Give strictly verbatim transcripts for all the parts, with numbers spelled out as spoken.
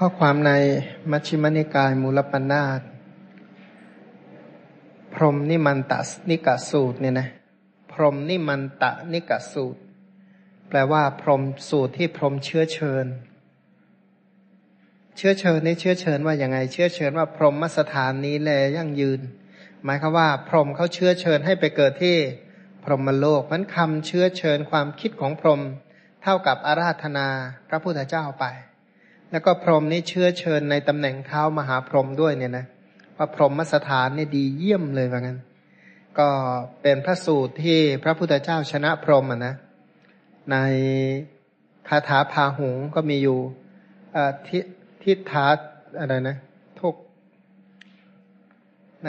ข้อความในมัชฌิมนิกายมูลปัญนาตพรหมนิมันตนิกสูตรเนี่ยนะพรหมนิมันตนิกสูตรแปลว่าพรหมสูตรที่พรหมเชื้อเชิญเชื้อเชิญนี่เชื้อเชิญว่าอย่างไงเชื้อเชิญว่าพรหมสถานนี้แลยั่งยืนหมายความว่าพรหมเขาเชื้อเชิญให้ไปเกิดที่พรหมโลกมันคำเชื้อเชิญความคิดของพรหมเท่ากับอาราธนาพระพุทธเจ้าไปแล้วก็พรหมนี้เชื้อเชิญในตำแหน่งเท้ามหาพรหมด้วยเนี่ยนะว่าพรหมสถานนี่ดีเยี่ยมเลยว่างั้นก็เป็นพระสูตรที่พระพุทธเจ้าชนะพรหมอ่ะนะในคาถาพาหุงก็มีอยู่ทิทิฏฐาอะไรนะทุกใน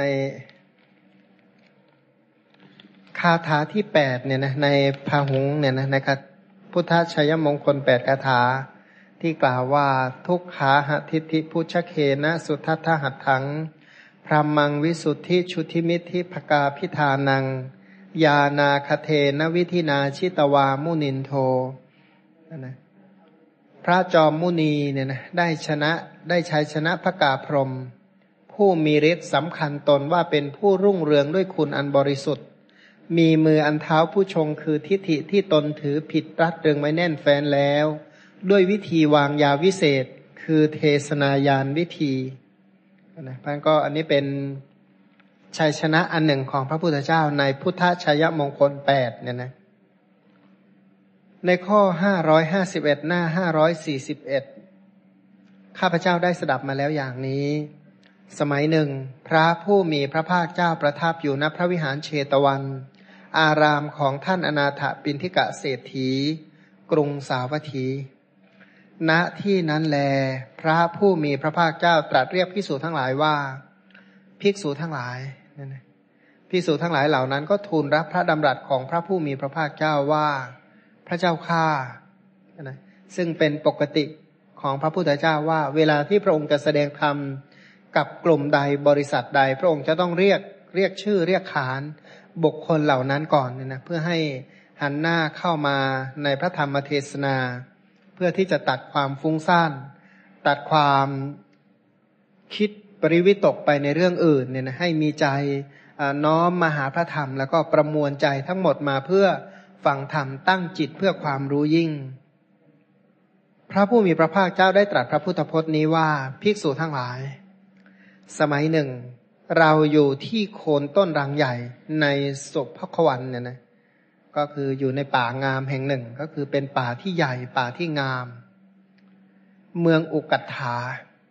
คาถาที่แปดเนี่ยนะในพาหุงเนี่ยนะในพุทธชัยมงคลแปดคาถาที่กล่าวว่าทุกขาหทิฏฐิพุชเคนะสุทัทธหัตถังพรหมังวิสุทธิชุติมิทธิภกาพิธานังยานาคเทนวิธินาชิตวามุนินโทนะพระจอมมุนีเนี่ยนะได้ชนะได้ชัยชนะพระกาพรหมผู้มีฤทธิ์สำคัญตนว่าเป็นผู้รุ่งเรืองด้วยคุณอันบริสุทธิ์มีมืออันเท้าผู้ชงคือทิฏฐิที่ตนถือผิดรัดเรึงไว้แน่นแฟ้นแล้วด้วยวิธีวางยาวิเศษคือเทศนายานวิธีนะพันก็อันนี้เป็นชัยชนะอันหนึ่งของพระพุทธเจ้าในพุทธชัยมงคลแปดเนี่ยนะในข้อห้าร้อยห้าสิบเอ็ดหน้าห้าร้อยสี่สิบเอ็ดข้าพเจ้าได้สดับมาแล้วอย่างนี้สมัยหนึ่งพระผู้มีพระภาคเจ้าประทับอยู่ณพระวิหารเชตวันอารามของท่านอนาถปิณฑิกะเศรษฐีกรุงสาวัตถีณที่นั้นแลพระผู้มีพระภาคเจ้าตรัสเรียกภิกษุทั้งหลายว่าภิกษุทั้งหลายนั่นนะภิกษุทั้งหลายเหล่านั้นก็ทูลรับพระดำรัสของพระผู้มีพระภาคเจ้าว่าพระเจ้าข้านะซึ่งเป็นปกติของพระพุทธเจ้าว่าเวลาที่พระองค์จะแสดงธรรมกับกลุ่มใดบริษัทใดพระองค์จะต้องเรียกเรียกชื่อเรียกขานบุคคลเหล่านั้นก่อนเนี่ยนะเพื่อให้หันหน้าเข้ามาในพระธรรมเทศนาเพื่อที่จะตัดความฟุ้งซ่านตัดความคิดปริวิตกไปในเรื่องอื่นเนี่ยนะให้มีใจน้อมมาหาพระธรรมแล้วก็ประมวลใจทั้งหมดมาเพื่อฟังธรรมตั้งจิตเพื่อความรู้ยิ่งพระผู้มีพระภาคเจ้าได้ตรัสพระพุทธพจน์นี้ว่าภิกษุทั้งหลายสมัยหนึ่งเราอยู่ที่โคนต้นรังใหญ่ในสุภควันเนี่ยนะก็คืออยู่ในป่างามแห่งหนึ่งก็คือเป็นป่าที่ใหญ่ป่าที่งามเมืองอุกัฏฐา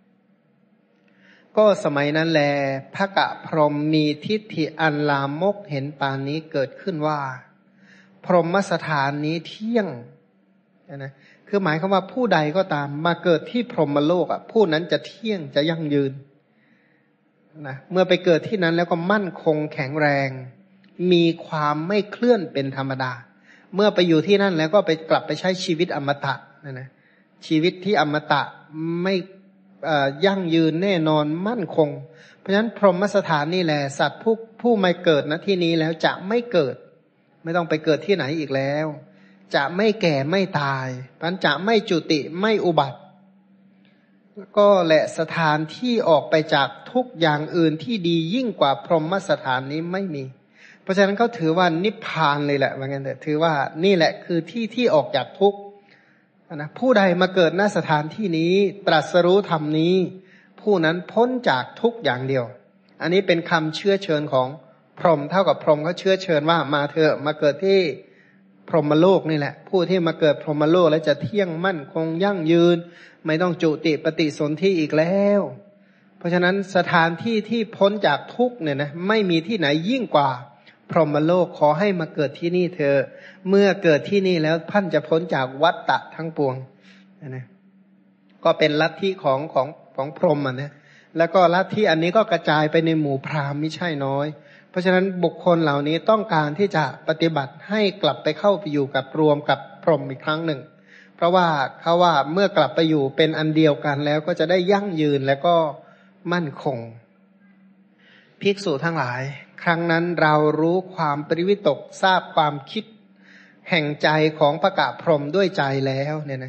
ก็สมัยนั้นแลพระกะพรหมมีทิฏฐิอันลามกเห็นปานนี้เกิดขึ้นว่าพรหมสถานนี้เที่ยงนะคือหมายความว่าผู้ใดก็ตามมาเกิดที่พรหมโลกอ่ะผู้นั้นจะเที่ยงจะยั่งยืนนะเมื่อไปเกิดที่นั้นแล้วก็มั่นคงแข็งแรงมีความไม่เคลื่อนเป็นธรรมดาเมื่อไปอยู่ที่นั่นแล้วก็ไปกลับไปใช้ชีวิตอมตะนะนะชีวิตที่อมตะไม่ยั่งยืนแน่นอนมั่นคงเพราะฉะนั้นพรหมสถานนี่แหละสัตว์ผู้ผู้ไม่เกิดณที่นี้แล้วจะไม่เกิดไม่ต้องไปเกิดที่ไหนอีกแล้วจะไม่แก่ไม่ตายมันจะไม่จุติไม่อุบัติก็และสถานที่ออกไปจากทุกอย่างอื่นที่ดียิ่งกว่าพรหมสถานนี้ไม่มีเพราะฉะนั้นเขาถือว่านิพพานเลยแหละว่างั้นแต่ถือว่านี่แหละคือที่ที่ออกจากทุกข์นะผู้ใดมาเกิดณสถานที่นี้ตรัสรู้ธรรมนี้ผู้นั้นพ้นจากทุกข์อย่างเดียวอันนี้เป็นคำเชื้อเชิญของพรหมเท่ากับพรหมเขาเชื้อเชิญว่ามาเถอะมาเกิดที่พรหมโลกนี่แหละผู้ที่มาเกิดพรหมโลกแล้วจะเที่ยงมั่นคงยั่งยืนไม่ต้องจุติปฏิสนธิอีกแล้วเพราะฉะนั้นสถานที่ที่พ้นจากทุกข์เนี่ยนะไม่มีที่ไหนยิ่งกว่าพรหมโลกขอให้มาเกิดที่นี่เถอะเมื่อเกิดที่นี่แล้วท่านจะพ้นจากวัฏฏะทั้งปวงนะก็เป็นลัทธิของของของพรหมอ่ะนะแล้วก็ลัทธิอันนี้ก็กระจายไปในหมู่พราหมณ์ไม่ใช่น้อยเพราะฉะนั้นบุคคลเหล่านี้ต้องการที่จะปฏิบัติให้กลับไปเข้าไปอยู่กับรวมกับพรหมอีกครั้งหนึ่งเพราะว่าเขาว่าเมื่อกลับไปอยู่เป็นอันเดียวกันแล้วก็จะได้ยั่งยืนและก็มั่นคงภิกษุทั้งหลายครั้งนั้นเรารู้ความปริวิตกทราบความคิดแห่งใจของพระกะพรหมด้วยใจแล้วเนี่ยนะ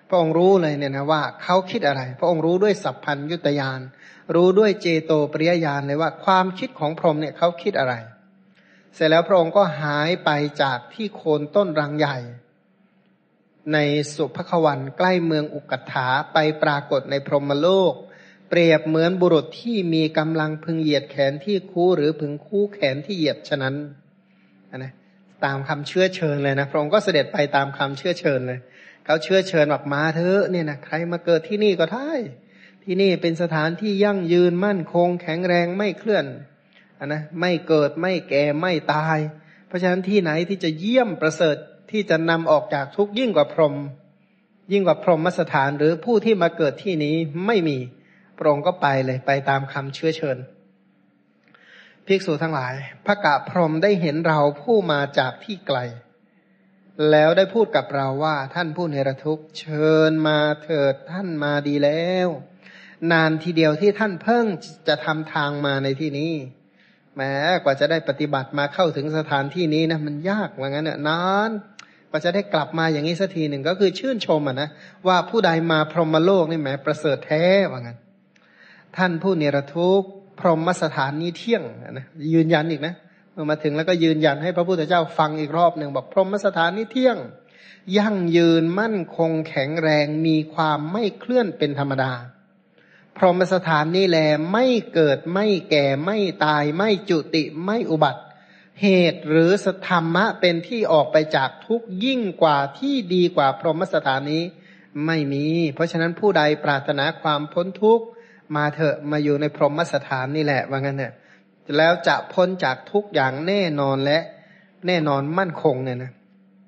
พระองค์รู้เลยเนี่ยนะว่าเขาคิดอะไรพระองค์รู้ด้วยสัพพัญญุตญาณรู้ด้วยเจโตปริยญาณเลยว่าความคิดของพรหมเนี่ยเขาคิดอะไรเสร็จแล้วพระองค์ก็หายไปจากที่โคนต้นรังใหญ่ในสุภควันใกล้เมืองอุกัฏฐาไปปรากฏในพรหมโลกเปรียบเหมือนบุรุษที่มีกำลังพึงเหยียดแขนที่คู่หรือพึงคู่แขนที่เหยียดฉะนั้นนะตามคำเชื้อเชิญเลยนะพระองค์ก็เสด็จไปตามคำเชื้อเชิญเลยเขาเชื้อเชิญบอกมาเถอะเนี่ยนะใครมาเกิดที่นี่ก็ได้ที่นี่เป็นสถานที่ยั่งยืนมั่นคงแข็งแรงไม่เคลื่อนนะไม่เกิดไม่แก่ไม่ตายเพราะฉะนั้นที่ไหนที่จะเยี่ยมประเสริฐที่จะนำออกจากทุกข์ยิ่งกว่าพรหมยิ่งกว่าพรหมสถานหรือผู้ที่มาเกิดที่นี้ไม่มีพระองค์ก็ไปเลยไปตามคำเชื้อเชิญภิกษุทั้งหลายพระกะพรหมได้เห็นเราผู้มาจากที่ไกลแล้วได้พูดกับเราว่าท่านผู้เนรทุกข์เชิญมาเถิดท่านมาดีแล้วนานทีเดียวที่ท่านเพิ่งจะทำทางมาในที่นี้แม้กว่าจะได้ปฏิบัติมาเข้าถึงสถานที่นี้นะมันยากว่างั้นเนี่ยนานกว่าจะได้กลับมาอย่างนี้สักทีหนึ่งก็คือชื่นชมอ่ะนะว่าผู้ใดมาพรหมโลกนี่แหมประเสริฐแท้ว่างั้นท่านผู้เนรทุกข์พรหมสถานนี้เที่ยงนะยืนยันอีกนะเมื่อมาถึงแล้วก็ยืนยันให้พระพุทธเจ้าฟังอีกรอบหนึ่งบอกพรหมสถานนี้เที่ยงยั่งยืนมั่นคงแข็งแรงมีความไม่เคลื่อนเป็นธรรมดาพรหมสถานนี้แลไม่เกิดไม่แก่ไม่ตายไม่จุติไม่อุบัติเหตุหรือธรรมะเป็นที่ออกไปจากทุกข์ยิ่งกว่าที่ดีกว่าพรหมสถานนี้ไม่มีเพราะฉะนั้นผู้ใดปรารถนาความพ้นทุกข์มาเถอะมาอยู่ในพรหมสถานนี่แหละว่างั้นเนี่ยแล้วจะพ้นจากทุกอย่างแน่นอนและแน่นอนมั่นคงเนี่ยนะ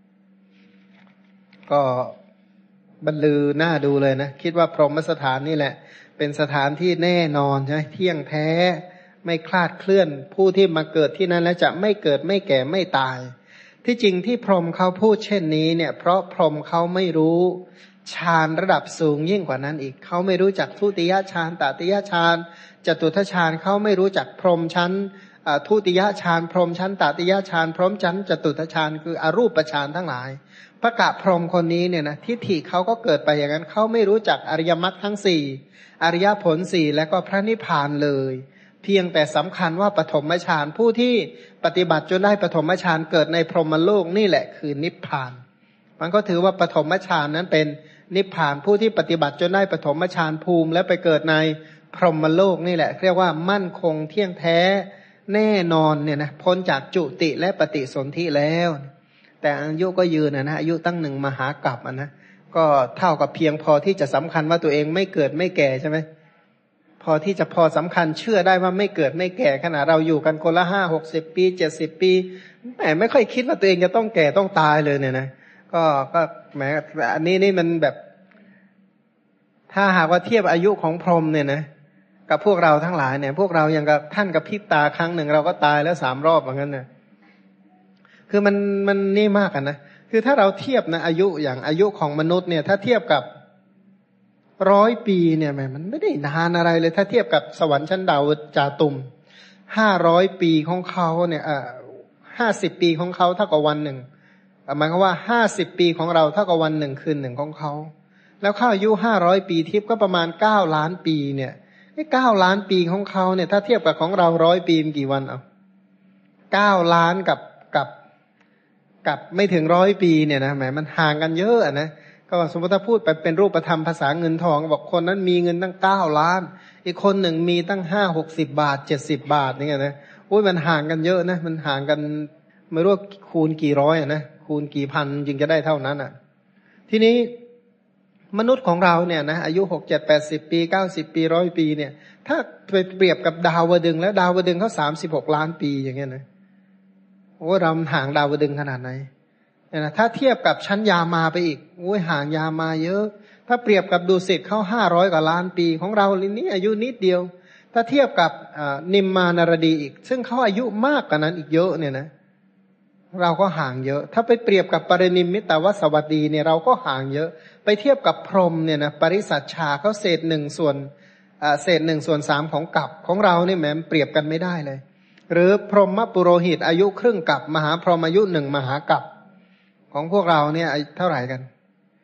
ก็บรรลือหน้าดูเลยนะคิดว่าพรหมสถานนี่แหละเป็นสถานที่แน่นอนใช่ไหมเที่ยงแท้ไม่คลาดเคลื่อนผู้ที่มาเกิดที่นั้นแล้วจะไม่เกิดไม่แก่ไม่ตายที่จริงที่พรหมเขาพูดเช่นนี้เนี่ยเพราะพรหมเขาไม่รู้ฌานระดับสูงยิ่งกว่านั้นอีกเขาไม่รู้จักทุติยฌานตติยฌานจตุทัชฌานเขาไม่รู้จักพรหมชั้นทุติยฌานพรหมชั้นตติยฌานพรหมชั้นจตุทัชฌานคืออรูปฌานทั้งหลายพระกะพรหมคนนี้เนี่ยนะทิฏฐิเขาก็เกิดไปอย่างนั้นเขาไม่รู้จักอริยมรรคทั้งสี่อริยผลสี่และก็พระนิพพานเลยเพียงแต่สำคัญว่าปฐมฌานผู้ที่ปฏิบัติจนได้ปฐมฌานเกิดในพรหมโลกนี่แหละคือนิพพานมันก็ถือว่าปฐมฌานนั้นเป็นนิพพานผู้ที่ปฏิบัติจนได้ปฐมฌานภูมิและไปเกิดในพรหมโลกนี่แหละเรียกว่ามั่นคงเที่ยงแท้แน่นอนเนี่ยนะพ้นจากจุติและปฏิสนธิแล้วแต่อายุก็ยืนนะอายุตั้งหนึ่งมหากัปอ่ะนะก็เท่ากับเพียงพอที่จะสำคัญว่าตัวเองไม่เกิดไม่แก่ใช่ไหมพอที่จะพอสำคัญเชื่อได้ว่าไม่เกิดไม่แก่ขณะเราอยู่กันคนละห้าหกสิบปีเจ็ดสิบปีแต่ไม่ค่อยคิดว่าตัวเองจะต้องแก่ต้องตายเลยเนี่ยนะก็ก็แหมอันนี้นี่มันแบบถ้าหากว่าเทียบอายุของพรหมเนี่ยนะกับพวกเราทั้งหลายเนี่ยพวกเราอย่างกับท่านกับพริบตาครั้งหนึ่งเราก็ตายแล้วสามรอบเหมือนกันเนี่ยคือมันมันนี่มากกันนะคือถ้าเราเทียบนะอายุอย่างอายุของมนุษย์เนี่ยถ้าเทียบกับร้อยปีเนี่ยแม่มันไม่ได้นานอะไรเลยถ้าเทียบกับสวรรค์ชั้นดาวจาตุมห้าร้อยปีของเขาเนี่ยอ่าห้าสิบปีของเขาเท่ากับวันหนึ่งหมายความว่าห้าสิบปีของเราเท่ากับวันหนึ่งคืนหนึ่งของเขาแล้วเข้าอายุห้าร้อยปีทิพย์ก็ประมาณเก้าล้านปีเนี่ยไอ้เก้าล้านปีของเขาเนี่ยถ้าเทียบกับของเราร้อยปีมันกี่วันเอาเก้าล้านกับกับกับไม่ถึงร้อยปีเนี่ยนะแหมมันห่างกันเยอะนะก็สมมติถ้าพูดไปเป็นรูปธรรมภาษาเงินทองบอกคนนั้นมีเงินตั้งเก้าล้านอีกคนหนึ่งมีตั้งห้าหกสิบบาทเจ็ดสิบบาทนี่ไงนะโอ้ยมันห่างกันเยอะนะมันห่างกันไม่รู้คูณกี่ร้อยอ่ะนะคูณกี่พันจึงจะได้เท่านั้นอ่ะทีนี้มนุษย์ของเราเนี่ยนะอายุหกเจ็ดแปดสิบปีเก้าสิบปีร้อยปีเนี่ยถ้าไปเปรียบกับดาวดึงส์แล้วดาวดึงส์เขาสามสิบหกล้านปีอย่างเงี้ยนะโอ้เราห่างดาวดึงส์ขนาดไหนเนี่ยนะถ้าเทียบกับชั้นยามาไปอีกโอ้ยห่างยามาเยอะถ้าเปรียบกับดุสิตเขาห้าร้อยกว่าล้านปีของเราลินี้อายุนิดเดียวถ้าเทียบกับนิมมานารดีอีกซึ่งเขาอายุมากกว่านั้นอีกเยอะเนี่ยนะเราก็ห่างเยอะถ้าไปเปรียบกับปรินิมมิตวสวัสดีเนี่ยเราก็ห่างเยอะไปเทียบกับพรหมเนี่ยนะปริสัชชาเขาเศษหนึ่งส่วนเศษหนึ่งส่วนสามของกัปของเราเนี่ยแหมเปรียบกันไม่ได้เลยหรือพรหมปุโรหิตอายุครึ่งกัปมหาพรหมอายุหนึ่งมหากัปของพวกเราเนี่ยเท่าไหร่กัน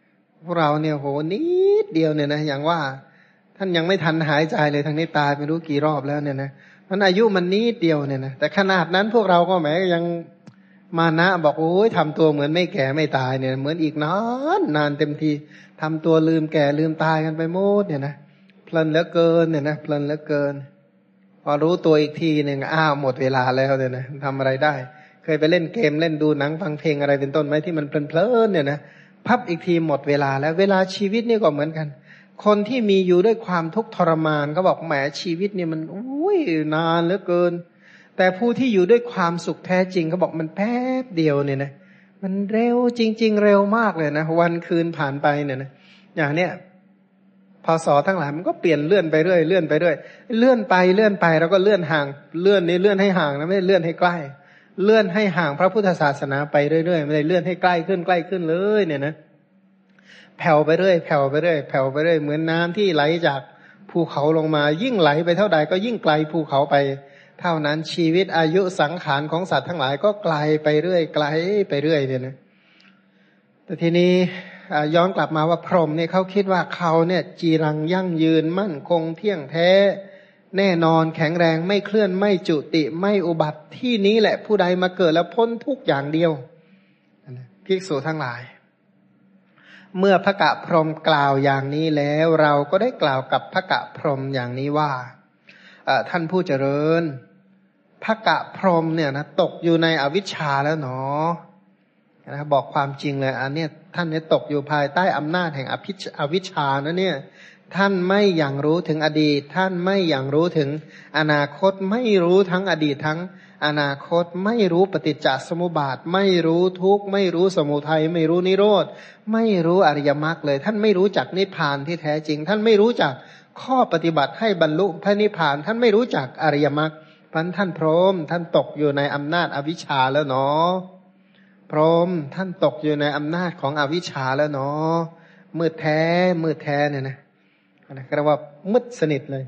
พวกเราเนี่ยโหนิดเดียวเนี่ยนะอย่างว่าท่านยังไม่ทันหายใจเลยทางนี้ตายไม่รู้กี่รอบแล้วเนี่ยนะมันอายุมันนิดเดียวเนี่ยนะแต่ขนาดนั้นพวกเราก็แหมยังมานะบอกโอ้ยทำตัวเหมือนไม่แก่ไม่ตายเนี่ยเหมือนอีกนานนานเต็มทีทำตัวลืมแก่ลืมตายกันไปหมดเนี่ยนะเพลินเหลือเกินเนี่ยนะเพลินเหลือเกินพอรู้ตัวอีกทีหนึ่งอ้าวหมดเวลาแล้วเนี่ยนะทำอะไรได้เคยไปเล่นเกมเล่นดูหนังฟังเพลงอะไรเป็นต้นไหมที่มันเพลินๆเนี่ยนะพับอีกทีหมดเวลาแล้วเวลาชีวิตนี่ก็เหมือนกันคนที่มีอยู่ด้วยความทุกข์ทรมานก็บอกแหมชีวิตเนี่ยมันอุ้ยนานเหลือเกินแต่ผู้ที่อยู่ด้วยความสุขแท้จริงเขาบอกมันแป๊บเดียวเนี่ยนะมันเร็วจริงๆเร็วมากเลยนะวันคืนผ่านไปเนี่ยนะอย่างเนี้ยพศทั้งหลายมันก็เปลี่ยนเลื่อนไปเรื่อยเลื่อนไปเรื่อยเลื่อนไปเลื่อนไปแล้วก็เลื่อนห่างเลื่อนนี้เลื่อนให้ห่างนะไม่ได้เลื่อนให้ใกล้เลื่อนให้ห่างพระพุทธศาสนาไปเรื่อยๆไม่ได้เลื่อนให้ใกล้ขึ้นใกล้ขึ้นเลยเนี่ยนะแผ่วไปเรื่อยแผ่วไปเรื่อยแผ่วไปเรื่อยเหมือนน้ำที่ไหลจากภูเขาลงมายิ่งไหลไปเท่าใดก็ยิ่งไกลภูเขาไปเท่านั้นชีวิตอายุสังขารของสัตว์ทั้งหลายก็ไกลไปเรื่อยไกลไปเรื่อยเนี่ยนะแต่ทีนี้ย้อนกลับมาว่าพรหมเนี่ยเขาคิดว่าเขาเนี่ยจีรังยั่งยืนมั่นคงเที่ยงแท้แน่นอนแข็งแรงไม่เคลื่อนไม่จุติไม่อุบัติที่นี้แหละผู้ใดมาเกิดแล้วพ้นทุกอย่างเดียวภิกษุทั้งหลายเมื่อพระกะพรหมกล่าวอย่างนี้แล้วเราก็ได้กล่าวกับพระกะพรหมอย่างนี้ว่าท่านผู้เจริญพระกะพรหมเนี่ยนะตกอยู่ในอวิชชาแล้วเนาะนะบอกความจริงเลยอันเนี้ยท่านเนี่ยตกอยู่ภายใต้อำนาจแห่งอภิอวิชชานะเนี่ยท่านไม่อย่างรู้ถึงอดีตท่านไม่อย่างรู้ถึงอนาคตไม่รู้ทั้งอดีตทั้งอนาคตไม่รู้ปฏิจจสมุปบาทไม่รู้ทุกข์ไม่รู้สมุทัยไม่รู้นิโรธไม่รู้อริยมรรคเลยท่านไม่รู้จักนิพพานที่แท้จริงท่านไม่รู้จักข้อปฏิบัติให้บรรลุพระนิพพานท่านไม่รู้จักอริยมรรคเพราะท่านพรหมท่านตกอยู่ในอำนาจอวิชชาแล้วเนาะพรหมท่านตกอยู่ในอำนาจของอวิชชาแล้วเนาะมืดแท้มืดแท้เนี่ยนะนะก็เรียกว่ามืดสนิทเลย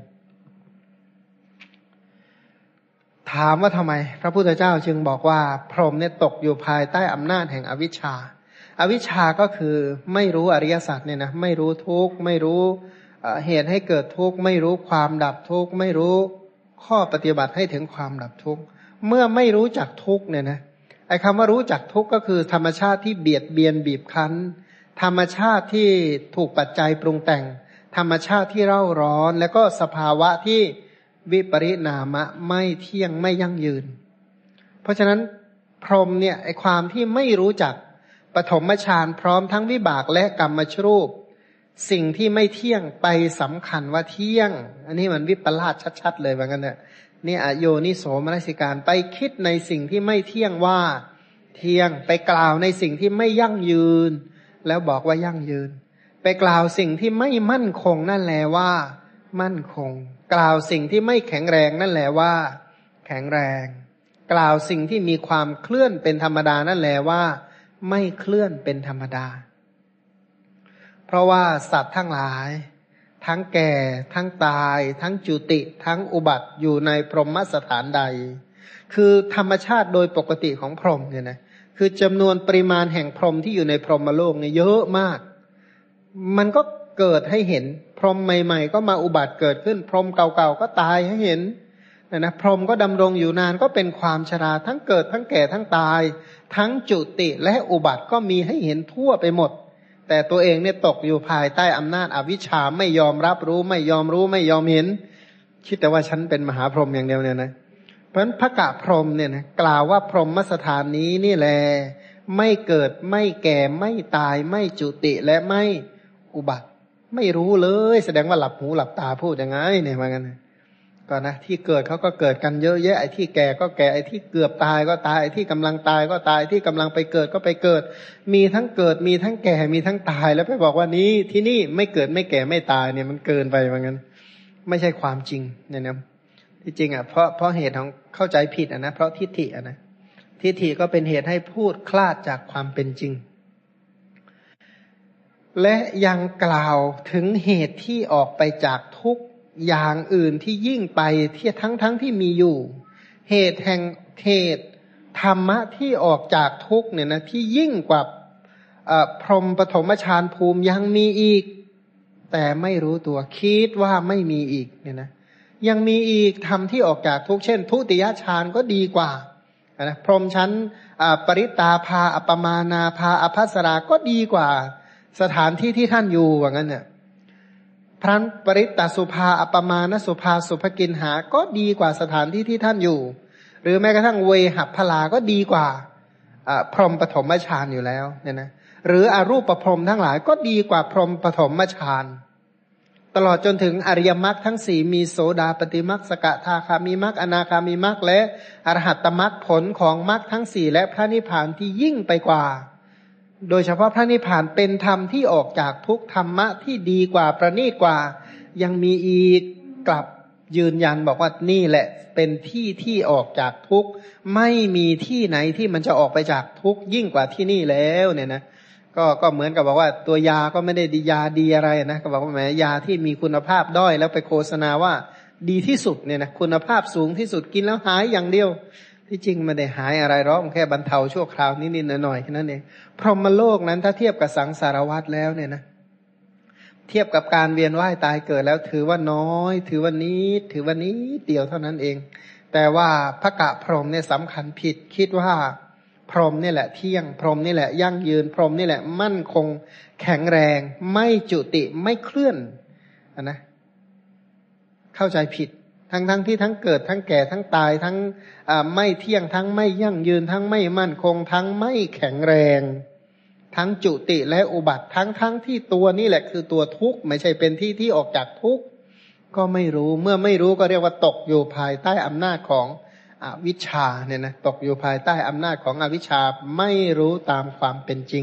ถามว่าทำไมพระพุทธเจ้าจึงบอกว่าพรหมเนี่ยตกอยู่ภายใต้อำนาจแห่งอวิชชาอวิชชาก็คือไม่รู้อริยสัจเนี่ยนะไม่รู้ทุกข์ไม่รู้เหตุให้เกิดทุกข์ไม่รู้ความดับทุกข์ไม่รู้ข้อปฏิบัติให้ถึงความดับทุกข์เมื่อไม่รู้จักทุกข์เนี่ยนะไอ้คำว่ารู้จักทุกข์ก็คือธรรมชาติที่เบียดเบียนบีบคั้นธรรมชาติที่ถูกปัจจัยปรุงแต่งธรรมชาติที่เร่าร้อนแล้วก็สภาวะที่วิปริณามะไม่เที่ยงไม่ยั่งยืนเพราะฉะนั้นพรหมเนี่ยไอ้ความที่ไม่รู้จักปฐมฌานพร้อมทั้งวิบากและกรรมชรูปสิ่งที่ไม่เที่ยงไปสำคัญว่าเที่ยงอันนี้มันวิปลาสชัดๆเลยว่างั้นเนี่ยนี่อโยนิโสมนสิการไปคิดในสิ่งที่ไม่เที่ยงว่าเที่ยงไปกล่าวในสิ่งที่ไม่ยั่งยืนแล้วบอกว่ายั่งยืนไปกล่าวสิ่งที่ไม่มั่นคงนั่นแหละว่ามั่นคงกล่าวสิ่งที่ไม่แข็งแรงนั่นแหละว่าแข็งแรงกล่าวสิ่งที่มีความเคลื่อนเป็นธรรมดานั่นแหละว่าไม่เคลื่อนเป็นธรรมดาเพราะว่าสัตว์ทั้งหลายทั้งแก่ทั้งตายทั้งจุติทั้งอุบัติอยู่ในพรหมสถานใดคือธรรมชาติโดยปกติของพรหมเนี่ยนะคือจำนวนปริมาณแห่งพรหมที่อยู่ในพรหมโลกเนี่ยเยอะมากมันก็เกิดให้เห็นพรหมใหม่ๆก็มาอุบัติเกิดขึ้นพรหมเก่าๆก็ตายให้เห็นนะนะพรหมก็ดำรงอยู่นานก็เป็นความชราทั้งเกิดทั้งแก่ทั้งตายทั้งจุติและอุบัติก็มีให้เห็นทั่วไปหมดแต่ตัวเองเนี่ยตกอยู่ภายใต้อำนาจอวิชชาไม่ยอมรับรู้ไม่ยอมรู้ไม่ยอมเห็นคิดแต่ว่าฉันเป็นมหาพรหมอย่างเดียวเนี่ยนะเพราะฉะนั้นพระกะพรหมเนี่ยนะกล่าวว่าพรหมสถานนี้นี่แหละไม่เกิดไม่แก่ไม่ตายไม่จุติและไม่อุบัติไม่รู้เลยแสดงว่าหลับหูหลับตาพูดยังไงเนี่ยว่างั้นก็นะที่เกิดเขาก็เกิดกันเยอะแยะไอ้ที่แก่ก็แก่ไอ้ที่เกือบตายก็ตายไอ้ที่กำลังตายก็ตายที่กำลังไปเกิดก็ไปเกิดมีทั้งเกิดมีทั้งแก่มีทั้งตายแล้วไปบอกว่านี้ที่นี่ไม่เกิดไม่แก่ไม่ตายเนี่ยมันเกินไปว่างั้นไม่ใช่ความจริงเนี่ยนะที่จริงอ่ะเพราะเพราะเหตุของเข้าใจผิดอ่ะนะเพราะทิฏฐิอ่ะนะทิฏฐิก็เป็นเหตุให้พูดคลาดจากความเป็นจริงและยังกล่าวถึงเหตุที่ออกไปจากทุกข์อย่างอื่นที่ยิ่งไปที่ทั้งทั้งที่มีอยู่เหตุแห่งเหตุธรรมะที่ออกจากทุกข์เนี่ยนะที่ยิ่งกว่าพรหมปฐมฌานภูมิยังมีอีกแต่ไม่รู้ตัวคิดว่าไม่มีอีกเนี่ยนะยังมีอีกธรรมที่ออกจากทุกข์เช่นทุติยฌานก็ดีกว่านะพรหมชั้นปริตาภาอัปปมานาภาอภัสราก็ดีกว่าสถานที่ที่ท่านอยู่ว่างั้นเนี่ยพระปริตตสุภาอัปปมานสุภาสุภกินหาก็ดีกว่าสถานที่ที่ท่านอยู่หรือแม้กระทั่งเวหัพพลาก็ดีกว่าพรหมปฐมฌานอยู่แล้วเนี่ยนะหรืออรูปพรหมทั้งหลายก็ดีกว่าพรหมปฐมฌานตลอดจนถึงอริยมรรคทั้งสี่มีโสดาปัตติมรรคสกทาคามิมรรคอนาคามิมรรคและอรหัตตมรรคผลของมรรคทั้งสี่และพระนิพพานที่ยิ่งไปกว่าโดยเฉพาะพระนิพพานเป็นธรรมที่ออกจากทุกธรรมะที่ดีกว่าประณีตกว่ายังมีอีกกลับยืนยันบอกว่านี่แหละเป็นที่ที่ออกจากทุกข์ไม่มีที่ไหนที่มันจะออกไปจากทุกข์ยิ่งกว่าที่นี่แล้วเนี่ยนะก็ก็เหมือนกับบอกว่าตัวยาก็ไม่ได้ดียาดีอะไรนะก็บอกว่าแหมยาที่มีคุณภาพด้อยแล้วไปโฆษณาว่าดีที่สุดเนี่ยนะคุณภาพสูงที่สุดกินแล้วหายอย่างเดียวที่จริงไม่ได้หายอะไรหรอกมันแค่บรรเทาชั่วคราวนิดๆหน่อยๆแค่นั้นเองพรหมโลกนั้นถ้าเทียบกับสังสารวัฏแล้วเนี่ยนะเทียบกับการเวียนว่ายตายเกิดแล้วถือว่าน้อยถือว่านิดถือว่านิดเดียวเท่านั้นเองแต่ว่าพระกะพรหมเนี่ยสำคัญผิดคิดว่าพรหมนี่แหละเที่ยงพรหมนี่แหละยั่งยืนพรหมนี่แหละมั่นคงแข็งแรงไม่จุติไม่เคลื่อนนะเข้าใจผิดทั้งทั้งที่ทั้งเกิดทั้งแก่ทั้งตายทั้งไม่เที่ยงทั้งไม่ยั่งยืนทั้งไม่มั่นคงทั้งไม่แข็งแรงทั้งจุติและอุบัติทั้งทั้งที่ตัวนี่แหละคือตัวทุกข์ไม่ใช่เป็นที่ที่ออกจากทุกข์ก็ไม่รู้เมื่อไม่รู้ก็เรียกว่าตกอยู่ภายใต้อำนาจของอวิชชาเนี่ยนะตกอยู่ภายใต้อำนาจของอวิชชาไม่รู้ตามความเป็นจริง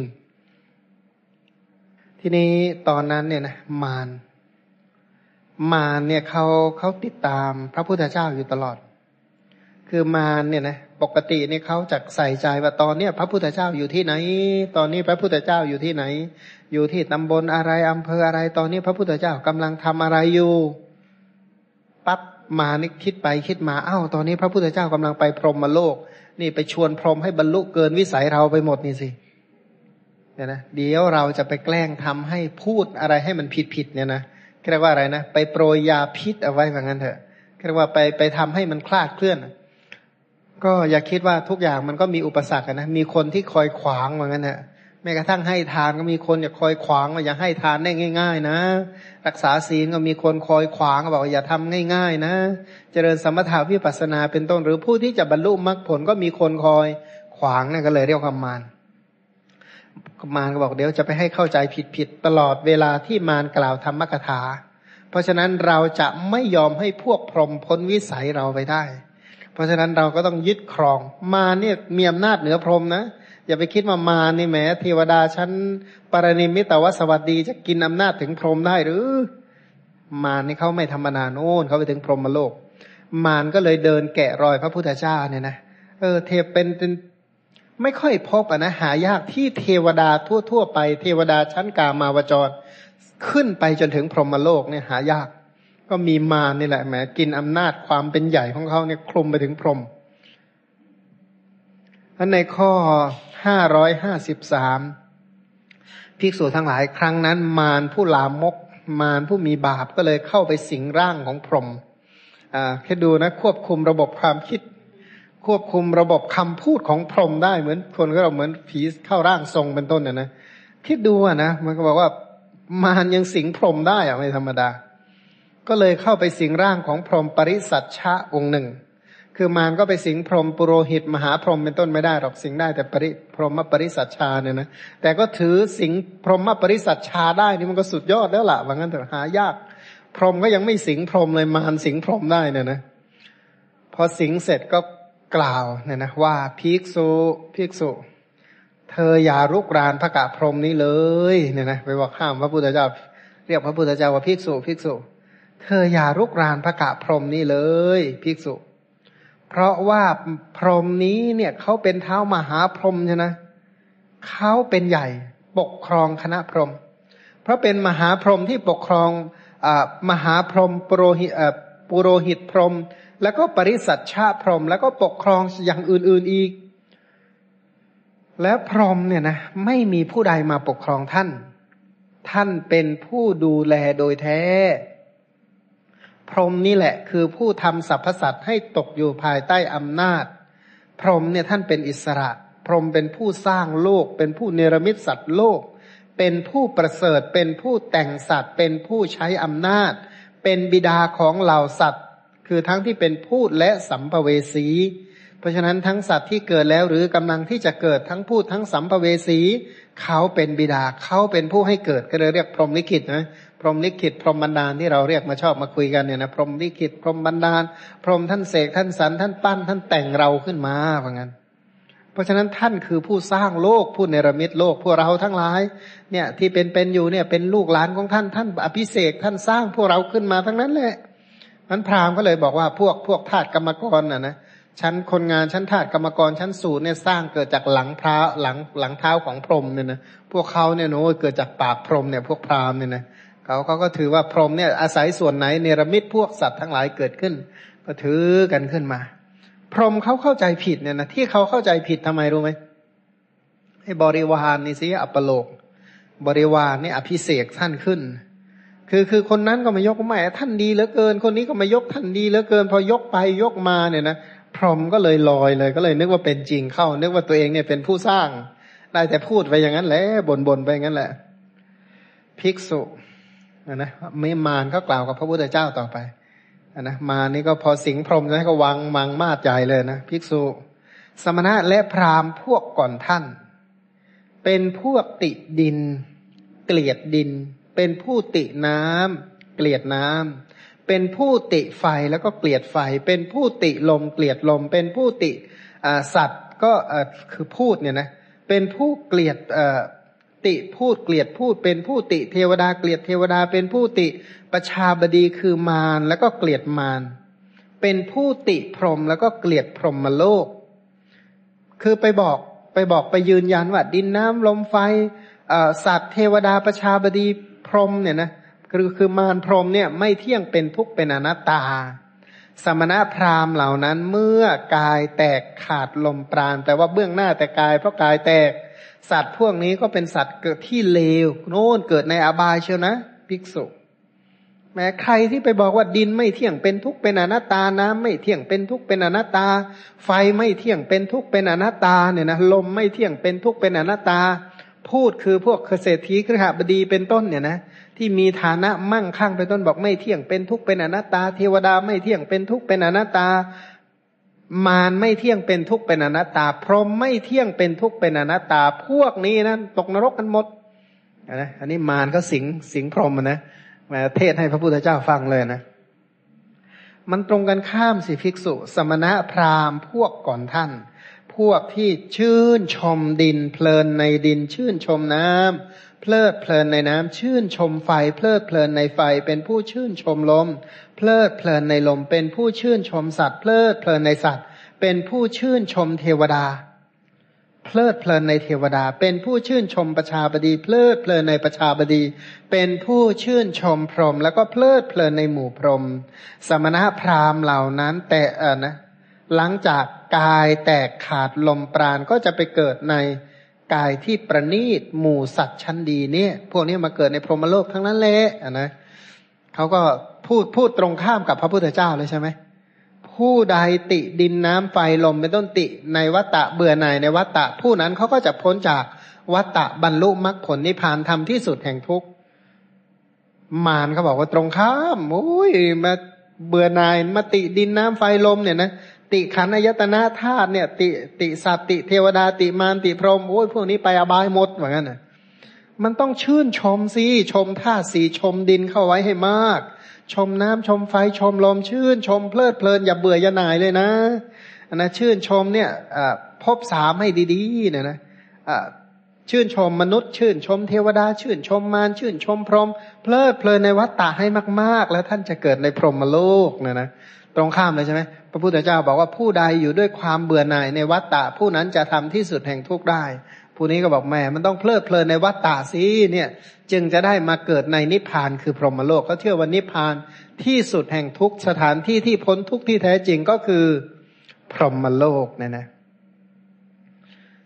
ทีนี้ตอนนั้นเนี่ยนะมารมารเนี่ยเขาเขาติดตามพระพุทธเจ้าอยู่ตลอดคือมารเนี่ยนะปกติเนี่ยเขาจะใส่ใจว่าตอนเนี้ยพระพุทธเจ้าอยู่ที่ไหนตอนนี้พระพุทธเจ้าอยู่ที่ไหนอยู่ที่ตำบลอะไรอำเภออะไรตอนนี้พระพุทธเจ้ากำลังทำอะไรอยู่ปั๊บมานี่คิดไปคิดมาอ้าวตอนนี้พระพุทธเจ้ากำลังไปพรหมโลกนี่ไปชวนพรหมให้บรรลุเกินวิสัยเราไปหมดนี่สิเนี่ยนะเดี๋ยวเราจะไปแกล้งทำให้พูดอะไรให้มันผิดผิดเนี่ยนะเรียกว่าอะไรนะไปโปรยยาพิษเอาไว้แบบนั้นเถอะเรียกว่าไปไปทำให้มันคลาดเคลื่อนก็อย่าคิดว่าทุกอย่างมันก็มีอุปสรรคนะมีคนที่คอยขวางว่างั้นเถอะแม้กระทั่งให้ทานก็มีคนอย่าคอยขวางว่าอย่าให้ทานได้ง่ายๆนะรักษาศีลก็มีคนคอยขวางก็บอกว่าอย่าทำง่ายๆนะเจริญสมถะวิปัสสนาเป็นต้นหรือผู้ที่จะบรรลุมรรคผลก็มีคนคอยขวางนั่นก็เลยเรียกว่ามารมารก็บอกเดี๋ยวจะไปให้เข้าใจผิดๆตลอดเวลาที่มารกล่าวธรรมกถาเพราะฉะนั้นเราจะไม่ยอมให้พวกพรหมพ้นวิสัยเราไปได้เพราะฉะนั้นเราก็ต้องยึดครองมารเนี่ยมีอำนาจเหนือพรหมนะอย่าไปคิดว่ามารนี่แหมเทวดาชั้นปรนิมมิตวสวัสดีจะกินอำนาจถึงพรหมได้หรือมารนี่เขาไม่ธรรมดาโน่นเขาไปถึงพรหมโลกมารก็เลยเดินแกะรอยพระพุทธเจ้าเนี่ยนะเออเทพเป็นเป็นไม่ค่อยพบอ่ะนะหายากที่เทวดาทั่วๆไปเทวดาชั้นกามาวจรขึ้นไปจนถึงพรหมโลกเนี่ยหายากก็มีมารนี่แหละแหมกินอำนาจความเป็นใหญ่ของเขาเนี่ยคลุมไปถึงพรหมอันในข้อห้าร้อยห้าสิบสามภิกษุทั้งหลายครั้งนั้นมารผู้ลามกมารผู้มีบาปก็เลยเข้าไปสิงร่างของพรหมอ่าแค่ดูนะควบคุมระบบความคิดควบคุมระบบคำพูดของพรหมได้เหมือนคนก็เหมือนผีเข้าร่างทรงเป็นต้นนะนะคิดดูอ่ะนะมันก็บอกว่ามารยังสิงพรหมได้อ่ะไม่ธรรมดาก็เลยเข้าไปสิงร่างของพรหมปริสัชชะองค์หนึ่งคือมารก็ไปสิงพรหมปุโรหิตมหาพรหมเป็นต้นไม่ได้หรอกสิงได้แต่ปริพรหมปริสัชชาเนี่ยนะแต่ก็ถือสิงพรหมปริสัชชาได้นี่มันก็สุดยอดแล้วล่ะว่างั้นแต่หายากพรหมก็ยังไม่สิงพรหมเลยมารสิงพรหมได้เนี่ยนะพอสิงเสร็จก็กล่าวเนี่ยนะว่าภิกษุภิกษุเธออย่ารุกรานพระกะพรหมนี้เลยเนี่ยนะไปบอกห้ามพระพุทธเจ้าเรียกพระพุทธเจ้าว่าภิกษุภิกษุเธออย่ารุกรานพระกะพรหมนี้เลยภิกษุเพราะว่าพรหมนี้เนี่ยเขาเป็นเท้ามหาพรหมใช่ไหมเขาเป็นใหญ่ปกครองคณะพรหมเพราะเป็นมหาพรหมที่ปกครองอ่ามหาพรหมปุโรหิตอ่าปุโรหิตพรหมแล้วก็ปริสัชชะพรหมแล้วก็ปกครองอย่างอื่นๆอีกแล้วพรหมเนี่ยนะไม่มีผู้ใดมาปกครองท่านท่านเป็นผู้ดูแลโดยแท้พรหมนี่แหละคือผู้ทำสรรพสัตว์ให้ตกอยู่ภายใต้อำนาจพรหมเนี่ยท่านเป็นอิสระพรหมเป็นผู้สร้างโลกเป็นผู้เนรมิตสัตว์โลกเป็นผู้ประเสริฐเป็นผู้แต่งสัตว์เป็นผู้ใช้อำนาจเป็นบิดาของเหล่าสัตว์คือทั้งที่เป็นพูดและสัมภเวสีเพราะฉะนั้นทั้งสัตว์ที่เกิดแล้วหรือกำลังที่จะเกิดทั้งพูดทั้งสัมภเวสีเขาเป็นบิดาเขาเป็นผู้ให้เกิดก็เลยเรียกพรหมลิขิตนะพรหมลิขิตพรหมบันดาลที่เราเรียกมาชอบมาคุยกันเนี่ยนะพรหมลิขิตพรหมบันดาลพรหมท่านเสกท่านสรรท่านปั้นท่านแต่งเราขึ้นมาว่างั้นเพราะฉะนั้นท่านคือผู้สร้างโลกผู้เนรมิตโลกพวกเราทั้งหลายเนี่ยที่เป็นเป็นอยู่เนี่ยเป็นลูกหลานของท่านท่านอภิเษกท่านสร้างพวกเราขึ้นมาทั้งนั้นแหละมันพราหมณ์ก็เลยบอกว่าพวกพวกทาสกรรมกรน่ะนะชั้นคนงานชั้นทาสกรรมกรชั้นสูตรเนี่ยสร้างเกิดจากหลังพระหลังหลังเท้าของพรหมเนี่ยนะพวกเขาเนี่ยโน้เกิดจากปากพรหมเนี่ยพวกพราหมณ์เนี่ยนะเขาเขาก็ถือว่าพรหมเนี่ยอาศัยส่วนไหนเนรมิตพวกสัตว์ทั้งหลายเกิดขึ้นก็ถือกันขึ้นมาพรหมเขาเข้าใจผิดเนี่ยนะที่เขาเข้าใจผิดทำไมรู้ไหมให้บริวารนี่สิอัปโลกบริวารนี่อภิเษกท่านขึ้นคือคือคนนั้นก็มายกไม่ท่านดีเหลือเกินคนนี้ก็มายกท่านดีเหลือเกินพอยกไปยกมาเนี่ยนะพรหมก็เลยลอยเลยก็เลยนึกว่าเป็นจริงเข้านึกว่าตัวเองเนี่ยเป็นผู้สร้างได้แต่พูดไปอย่างนั้นแหละบ่นๆไปอย่างนั้นแหละภิกษุนะนะไม่มารก็กล่าวกับพระพุทธเจ้าต่อไปนะมานี่ก็พอสิงพรหมจะให้ก็วางมังมาดใจเลยนะภิกษุสมณะและพราหมณ์พวกก่อนท่านเป็นพวกติดินเกลียดดินเป็นผู้ติน้ำเกลียดน้ำเป็นผู้ติไฟแล้วก็เกลียดไฟเป็นผู้ติลมเกลียดลมเป็นผู้ติสัตว์ก็คือพูดเนี่ยนะเป็นผู้เกลียดติพูดเกลียดพูดเป็นผู้ติเทวดาเกลียดเทวดาเป็นผู้ติประชาบดีคือมารแล้วก็เกลียดมารเป็นผู้ติพรหมแล้วก็เกลียดพรหมโลกคือไปบอกไปบอกไปยืนยันว่าดินน้ำลมไฟสัตว์เทวดาประชาบดีพรหมเนี่ยนะคือคือมารพรหมเนี่ยไม่เที่ยงเป็นทุกข์เป็นอนัตตาสมณะพราหมณ์เหล่านั้นเมื่อกายแตกขาดลมปราณแต่ว่าเบื้องหน้าแต่กายเพราะกายแตกสัตว์พวกนี้ก็เป็นสัตว์เกิดที่เลวโน่นเกิดในอบายเชียวนะภิกษุแม้ใครที่ไปบอกว่าดินไม่เที่ยงเป็นทุกข์เป็นอนัตตาน้ำไม่เที่ยงเป็นทุกข์เป็นอนัตตาไฟไม่เที่ยงเป็นทุกข์เป็นอนัตตาเนี่ยนะลมไม่เที่ยงเป็นทุกข์เป็นอนัตตาพูดคือพวกเศรษฐีคฤหบดีเป็นต้นเนี่ยนะที่มีฐานะมั่งคั่งเป็นต้นบอกไม่เที่ยงเป็นทุกข์เป็นอนัตตาเทวดาไม่เที่ยงเป็นทุกข์เป็นอนัตตามารไม่เที่ยงเป็นทุกข์เป็นอนัตตาพรหมไม่เที่ยงเป็นทุกข์เป็นอนัตตาพวกนี้นะตกนรกกันหมดนะอันนี้มารก็สิงสิงพรหมนะมาเทศให้พระพุทธเจ้าฟังเลยนะมันตรงกันข้ามสิภิกษุสมณะพราหมณ์พวกก่อนท่านพวกที่ชื่นชมดินเพลินในดินชื่นชมน้ำเพลิดเพลินในน้ำชื่นชมไฟเพลิดเพลินในไฟเป็นผู้ชื่นชมลมเพลิดเพลินในลมเป็นผู้ชื่นชมสัตว์เพลิดเพลินในสัตว์เป็นผู้ชื่นชมเทวดาเพลิดเพลินในเทวดาเป็นผู้ชื่นชมประชาบดีเพลิดเพลินในประชาบดีเป็นผู้ชื่นชมพรหมแล้วก็เพลิดเพลินในหมู่พรหมสมณะพราหมณ์เหล่านั้นแต่เออนะหลังจากกายแตกขาดลมปราณก็จะไปเกิดในกายที่ประณีตหมู่สัตว์ชั้นดีเนี่ยพวกนี้มาเกิดในพรหมโลกทั้งนั้นแหละนะเขาก็พูดพูดตรงข้ามกับพระพุทธเจ้าเลยใช่ไหมผู้ใดติดินน้ำไฟลมเป็นต้นติในวัฏฏะเบื่อหน่ายในวัฏฏะผู้นั้นเขาก็จะพ้นจากวัฏฏะบรรลุมรรคผลนิพพานธรรมที่สุดแห่งทุกข์มารเขาบอกว่าตรงข้ามโอ้ยมาเบื่อหน่ายมาติดินน้ำไฟลมเนี่ยนะติขันธ์อายตนะธาตุเนี่ยติติสัตว์ติเทวดาติมารติพรหมโอ้ยพวกนี้ไปอบายหมดเหมือนกันนะมันต้องชื่นชมสิชมธาตุสีชมดินเข้าไว้ให้มากชมน้ำชมไฟชมลมชื่นชมเพลิดเพลินอย่าเบื่ออย่าหน่ายเลยนะนะชื่นชมเนี่ยพบสามให้ดีๆเนี่ยนะชื่นชมมนุษย์ชื่นชมเทวดาชื่นชมมารชื่นชมพรหมเพลิดเพลินในวัฏฏะให้มากๆแล้วท่านจะเกิดในพรหมโลกเนี่ยนะตรงข้ามเลยใช่ไหมพระพุทธเจ้าบอกว่าผู้ใดอยู่ด้วยความเบื่อหน่ายในวัฏฏะผู้นั้นจะทำที่สุดแห่งทุกข์ได้ผู้นี้ก็บอกแม่มันต้องเพลิดเพลินในวัฏฏะสิเนี่ยจึงจะได้มาเกิดในนิพพานคือพรหมโลกเขาเชื่อว่านิพพานที่สุดแห่งทุกสถานที่ที่พ้นทุกที่แท้จริงก็คือพรหมโลกเนี่ยนะ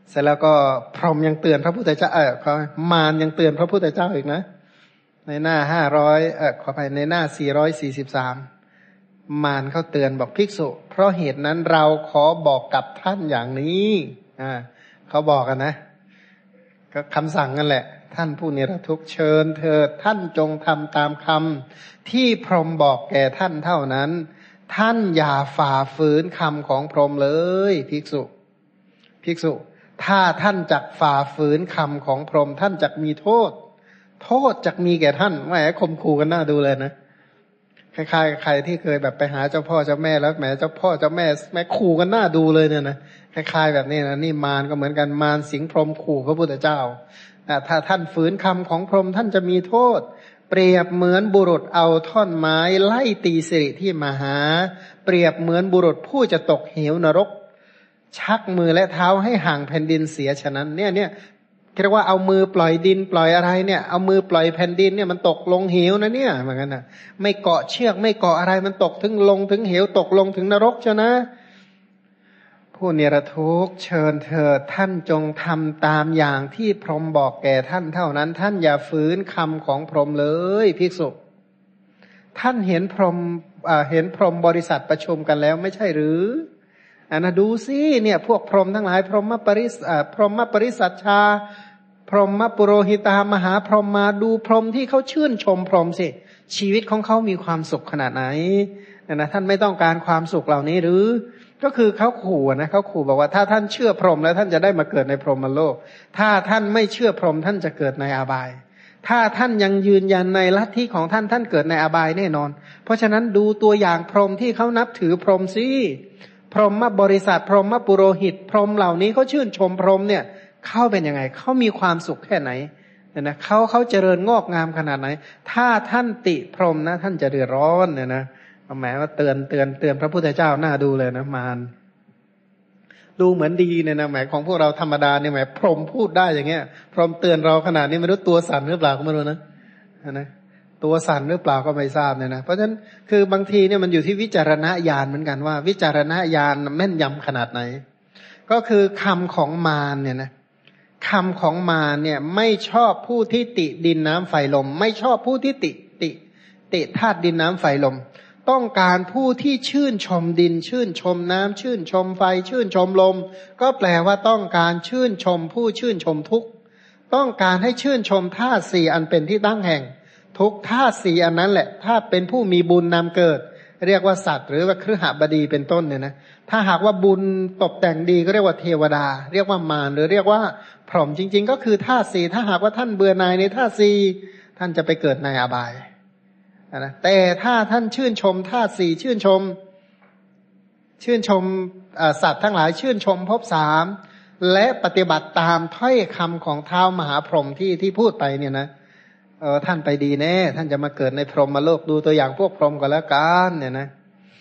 เสร็จแล้วก็พรหมยังเตือนพระพุทธเจ้าเออเขามารยังเตือนพระพุทธเจ้าอีกนะในหน้าห้าร้อยเออขอไปในหน้าสี่ร้อยสี่สิบสามมารเขาเตือนบอกภิกษุเพราะเหตุนั้นเราขอบอกกับท่านอย่างนี้อ่าเขาบอกกันนะก็คำสั่งนั่นแหละท่านผู้นิรทุกข์เชิญเถิดท่านจงทำตามคำที่พรหมบอกแก่ท่านเท่านั้นท่านอย่าฝ่าฝืนคำของพรหมเลยภิกษุภิกษุถ้าท่านจักฝ่าฝืนคำของพรหมท่านจักมีโทษโทษจักมีแก่ท่านแหมข่มขู่กันน่าดูเลยนะคล้ายๆใครที่เคยแบบไปหาเจ้าพ่อเจ้าแม่แล้วแหมเจ้าพ่อเจ้าแม่แม่ขู่กันน่าดูเลยเนี่ยนะคล้ายๆแบบนี้นะนี่มารก็เหมือนกันมารสิงพรหมขู่พระพุทธเจ้าถ้าท่านฝืนคำของพรหมท่านจะมีโทษเปรียบเหมือนบุรุษเอาท่อนไม้ไล่ตีสิริที่มหาเปรียบเหมือนบุรุษผู้จะตกเหวนรกชักมือและเท้าให้ห่างแผ่นดินเสียฉะนั้นเนี่ยเนี่ยเรียกว่าเอามือปล่อยดินปล่อยอะไรเนี่ยเอามือปล่อยแผ่นดินเนี่ยมันตกลงเหวนะเนี่ยเหมือนกันนะไม่เกาะเชือกไม่เกาะอะไรมันตกถึงลงถึงเหวตกลงถึงนรกเจ้านะผู้นิรทุกข์เชิญเถิดท่านจงทำตามอย่างที่พรหมบอกแก่ท่านเท่านั้นท่านอย่าฝืนคำของพรหมเลยภิกษุท่านเห็นพรหมเห็นพรหมบริษัทประชุมกันแล้วไม่ใช่หรืออันนะดูสิเนี่ยพวกพรหมทั้งหลายพรหมปริสพรหมปริสัชชาพรหมปุโรหิตามหาพรหมมาดูพรหมที่เขาชื่นชมพรหมสิชีวิตของเขามีความสุขขนาดไหนนะท่านไม่ต้องการความสุขเหล่านี้หรือก็คือเขาขู่นะเขาขู่บอกว่าถ้าท่านเชื่อพรหมแล้วท่านจะได้มาเกิดในพรหมโลกถ้าท่านไม่เชื่อพรหมท่านจะเกิดในอบายถ้าท่านยังยืนยันในลัทธิของท่านท่านเกิดในอบายแน่นอนเพราะฉะนั้นดูตัวอย่างพรหมที่เขานับถือพรหมสิพรหมบริษัทพรหมปุโรหิตพรหมเหล่านี้เขาชื่นชมพรหมเนี่ยเขาเป็นยังไงเขามีความสุขแค่ไหนเนี่ยนะเขาเขาเจริญงอกงามขนาดไหนถ้าท่านติพรหมนะท่านจะเดือดร้อนเนี่ยนะหมายว่าเตือนเตือนเตือนพระพุทธเจ้าหน้าดูเลยนะมารดูเหมือนดีเนี่ยนะหมายของพวกเราธรรมดาเนี่ยหมายพรหมพูดได้อย่างเงี้ยพรหมเตือนเราขนาดนี้ไม่รู้ตัวสั่นหรือเปล่าก็ไม่รู้นะนะตัวสั่นหรือเปล่าก็ไม่ทราบเนี่ยนะเพราะฉะนั้นคือบางทีเนี่ยมันอยู่ที่วิจารณญาณเหมือนกันว่าวิจารณญาณแม่นยำขนาดไหนก็คือคำของมารเนี่ยนะคำของมารเนี่ยไม่ชอบผู้ที่ติดินน้ำไฟลมไม่ชอบผู้ที่ติติติธาตุดินน้ำไฟลมต้องการผู้ที่ชื่นชมดินชื่นชมน้ำชื่นชมไฟชื่นชมลมก็แปลว่าต้องการชื่นชมผู้ชื่นชมทุกข์ต้องการให้ชื่นชมธาตุสี่อันเป็นที่ตั้งแห่งทุกธาตุสี่อันนั้นแหละถ้าเป็นผู้มีบุญนำเกิดเรียกว่าสัตว์หรือว่าคฤหบดีเป็นต้นเนี่ยนะถ้าหากว่าบุญตกแต่งดีก็เรียกว่าเทวดาเรียกว่ามารหรือเรียกว่าพรหมจริงๆก็คือธาตุสี่ถ้าหากว่าท่านเบื่อหน่ายในธาตุสี่ท่านจะไปเกิดในอบายนะแต่ถ้าท่านชื่นชมธาตุสี่ชื่นชมชื่นชมสัตว์ทั้งหลายชื่นชมภพสามและปฏิบัติตามถ้อยคำของท้าวมหาพรหมที่ที่พูดไปเนี่ยนะเออท่านไปดีแน่ท่านจะมาเกิดในพรหมโลกดูตัวอย่างพวกพรหมก็แล้วกันเนี่ยนะ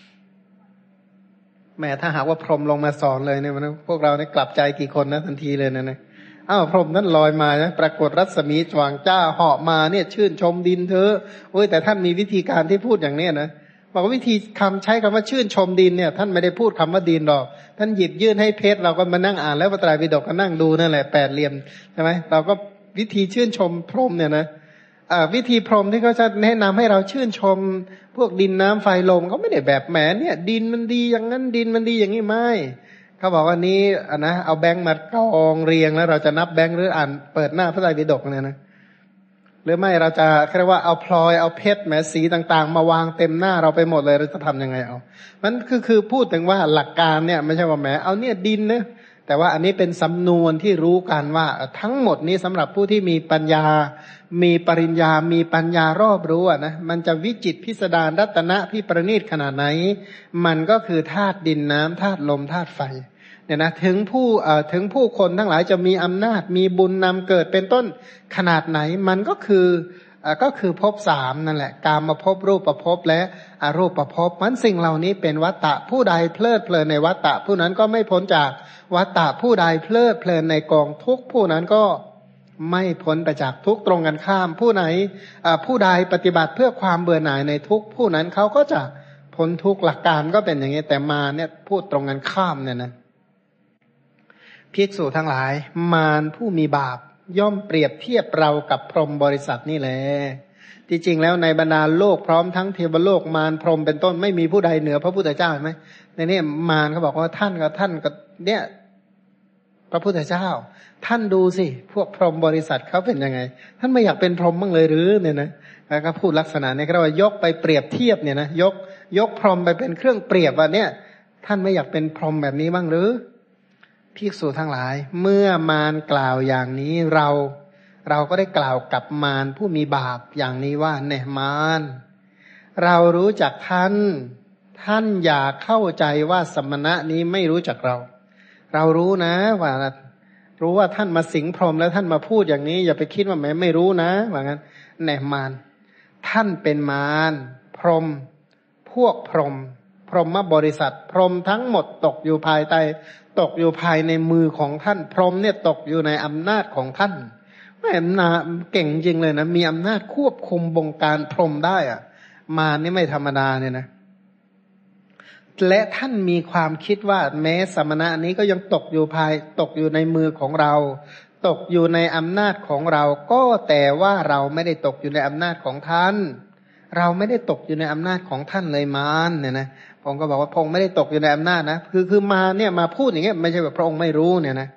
แม้ถ้าหากว่าพรหมลงมาสอนเลยเนี่ยนะพวกเราเนี่ยกลับใจกี่คนนะทันทีเลยนะนะอ้าวพรหมนั้นลอยมานะปรากฏรัศมีจวางจ้าเหาะมาเนี่ยชื่นชมดินเธอโอ้ยแต่ท่านมีวิธีการที่พูดอย่างเนี้ยนะบอกว่าวิธีคำใช้คำว่าชื่นชมดินเนี่ยท่านไม่ได้พูดคำว่าดินหรอกท่านหยิบยื่นให้เพชรเราก็มานั่งอ่านแล้วพระไตรปิฎกก็นั่งดูนั่นแหละแปดเหลี่ยมใช่ไหมเราก็วิธีชื่นชมพรหมเนี่ยนะวิธีพรหมที่เขาจะแนะนำให้เราชื่นชมพวกดินน้ำไฟลมเขาไม่ได้แบบแหมเนี่ยดินมันดีอย่างนั้นดินมันดีอย่างนี้ไม่เขาบอกว่านี้อ่ะนะเอาแบงค์มากองเรียงแล้วเราจะนับแบงค์หรืออ่านเปิดหน้าพระไตรปิฎกเนี่ยนะหรือไม่เราจะเรียกว่าเอาพลอยเอาเพชรแหมสีต่างๆมาวางเต็มหน้าเราไปหมดเลยเราจะทำยังไงเอามันคือคือพูดถึงว่าหลักการเนี่ยไม่ใช่ว่าแหมเอาเนี่ยดินนะแต่ว่าอันนี้เป็นสำนวนที่รู้กันว่าทั้งหมดนี้สำหรับผู้ที่มีปัญญามีปริญญามีปัญญารอบรู้อ่ะนะมันจะวิจิตรพิสดารรัตนะพิประณีตขนาดไหนมันก็คือธาตุดินน้ำธาตุลมธาตุไฟเนี่ยนะถึงผู้เอ่อถึงผู้คนทั้งหลายจะมีอำนาจมีบุญนำเกิดเป็นต้นขนาดไหนมันก็คืออ่าก็คือภพสามนั่นแหละกามภพรูปภพและอรูปภพมันสิ่งเหล่านี้เป็นวัฏฏะผู้ใดเพลิดเพลินในวัฏฏะผู้นั้นก็ไม่พ้นจากวัฏฏะผู้ใดเพลิดเพลินในกองทุกข์ผู้นั้นก็ไม่พ้นไปจากทุกข์ตรงกันข้ามผู้ไหนอ่าผู้ใดปฏิบัติเพื่อความเบื่อหน่ายในทุกข์ผู้นั้นเขาก็จะพ้นทุกข์หลักการก็เป็นอย่างนี้แต่มาเนี่ยพูดตรงกันข้ามเนี่ยนะภิกษุทั้งหลายมารผู้มีบาปย่อมเปรียบเทียบเรากับพรหมบริษัทนี่แหละที่จริงแล้วในบรรดาโลกพร้อมทั้งเทวโลกมารพรหมเป็นต้นไม่มีผู้ใดเหนือพระพุทธเจ้าเห็นไหมในนี้มารเขาบอกว่าท่านกับท่านกับเนี่ยพระพุทธเจ้าท่านดูสิพวกพรหมบริษัทเขาเป็นยังไงท่านไม่อยากเป็นพรหมบ้างเลยหรือเนี่ยนะแล้วก็พูดลักษณะนี้ก็เรียกว่ายกไปเปรียบเทียบเนี่ยนะยกยกพรหมไปเป็นเครื่องเปรียบว่าเนี่ยท่านไม่อยากเป็นพรหมแบบนี้บ้างหรือภิกษุทั้งหลายเมื่อมารกล่าวอย่างนี้เราเราก็ได้กล่าวกับมารผู้มีบาปอย่างนี้ว่าแน่มารเรารู้จักท่านท่านอย่าเข้าใจว่าสมณะนี้ไม่รู้จักเราเรารู้นะว่ารู้ว่าท่านมาสิงพรหมแล้วท่านมาพูดอย่างนี้อย่าไปคิดว่าแม้ไม่รู้นะว่างั้นแน่มารท่านเป็นมารพรหมพวกพรหมพรหมบริษัทพรหมทั้งหมดตกอยู่ภายใต้ตกอยู่ภายในมือของท่านพรหมเนี่ยตกอยู่ในอำนาจของท่านแม่นาเก่งจริงเลยนะมีอำนาจควบคุมบงการพรหมได้อะมารนี่ไม่ธรรมดาเนี่ยนะและท่านมีความคิดว่าแม้สมณะนี้ก็ยังตกอยู่ภายตกอยู่ในมือของเราตกอยู่ในอำนาจของเราก็แต่ว่าเราไม่ได้ตกอยู่ในอำนาจของท่านเราไม่ได้ตกอยู่ในอำนาจของท่านเลยมารเนี่ยนะผมก็บอกว่าพระองค์ไม่ได้ตกอยู่ในอำนาจนะคือคือมาเนี่ยมาพูดอย่างเงี้ยไม่ใช่แบบพระองค์ไม่รู้เนี่ยนะ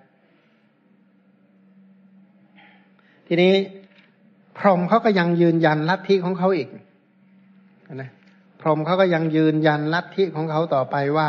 ทีนี้พรหมเขาก็ยังยืนยันลัทธิของเขาอีกนะพรหมเขาก็ยังยืนยันลัทธิของเขาต่อไปว่า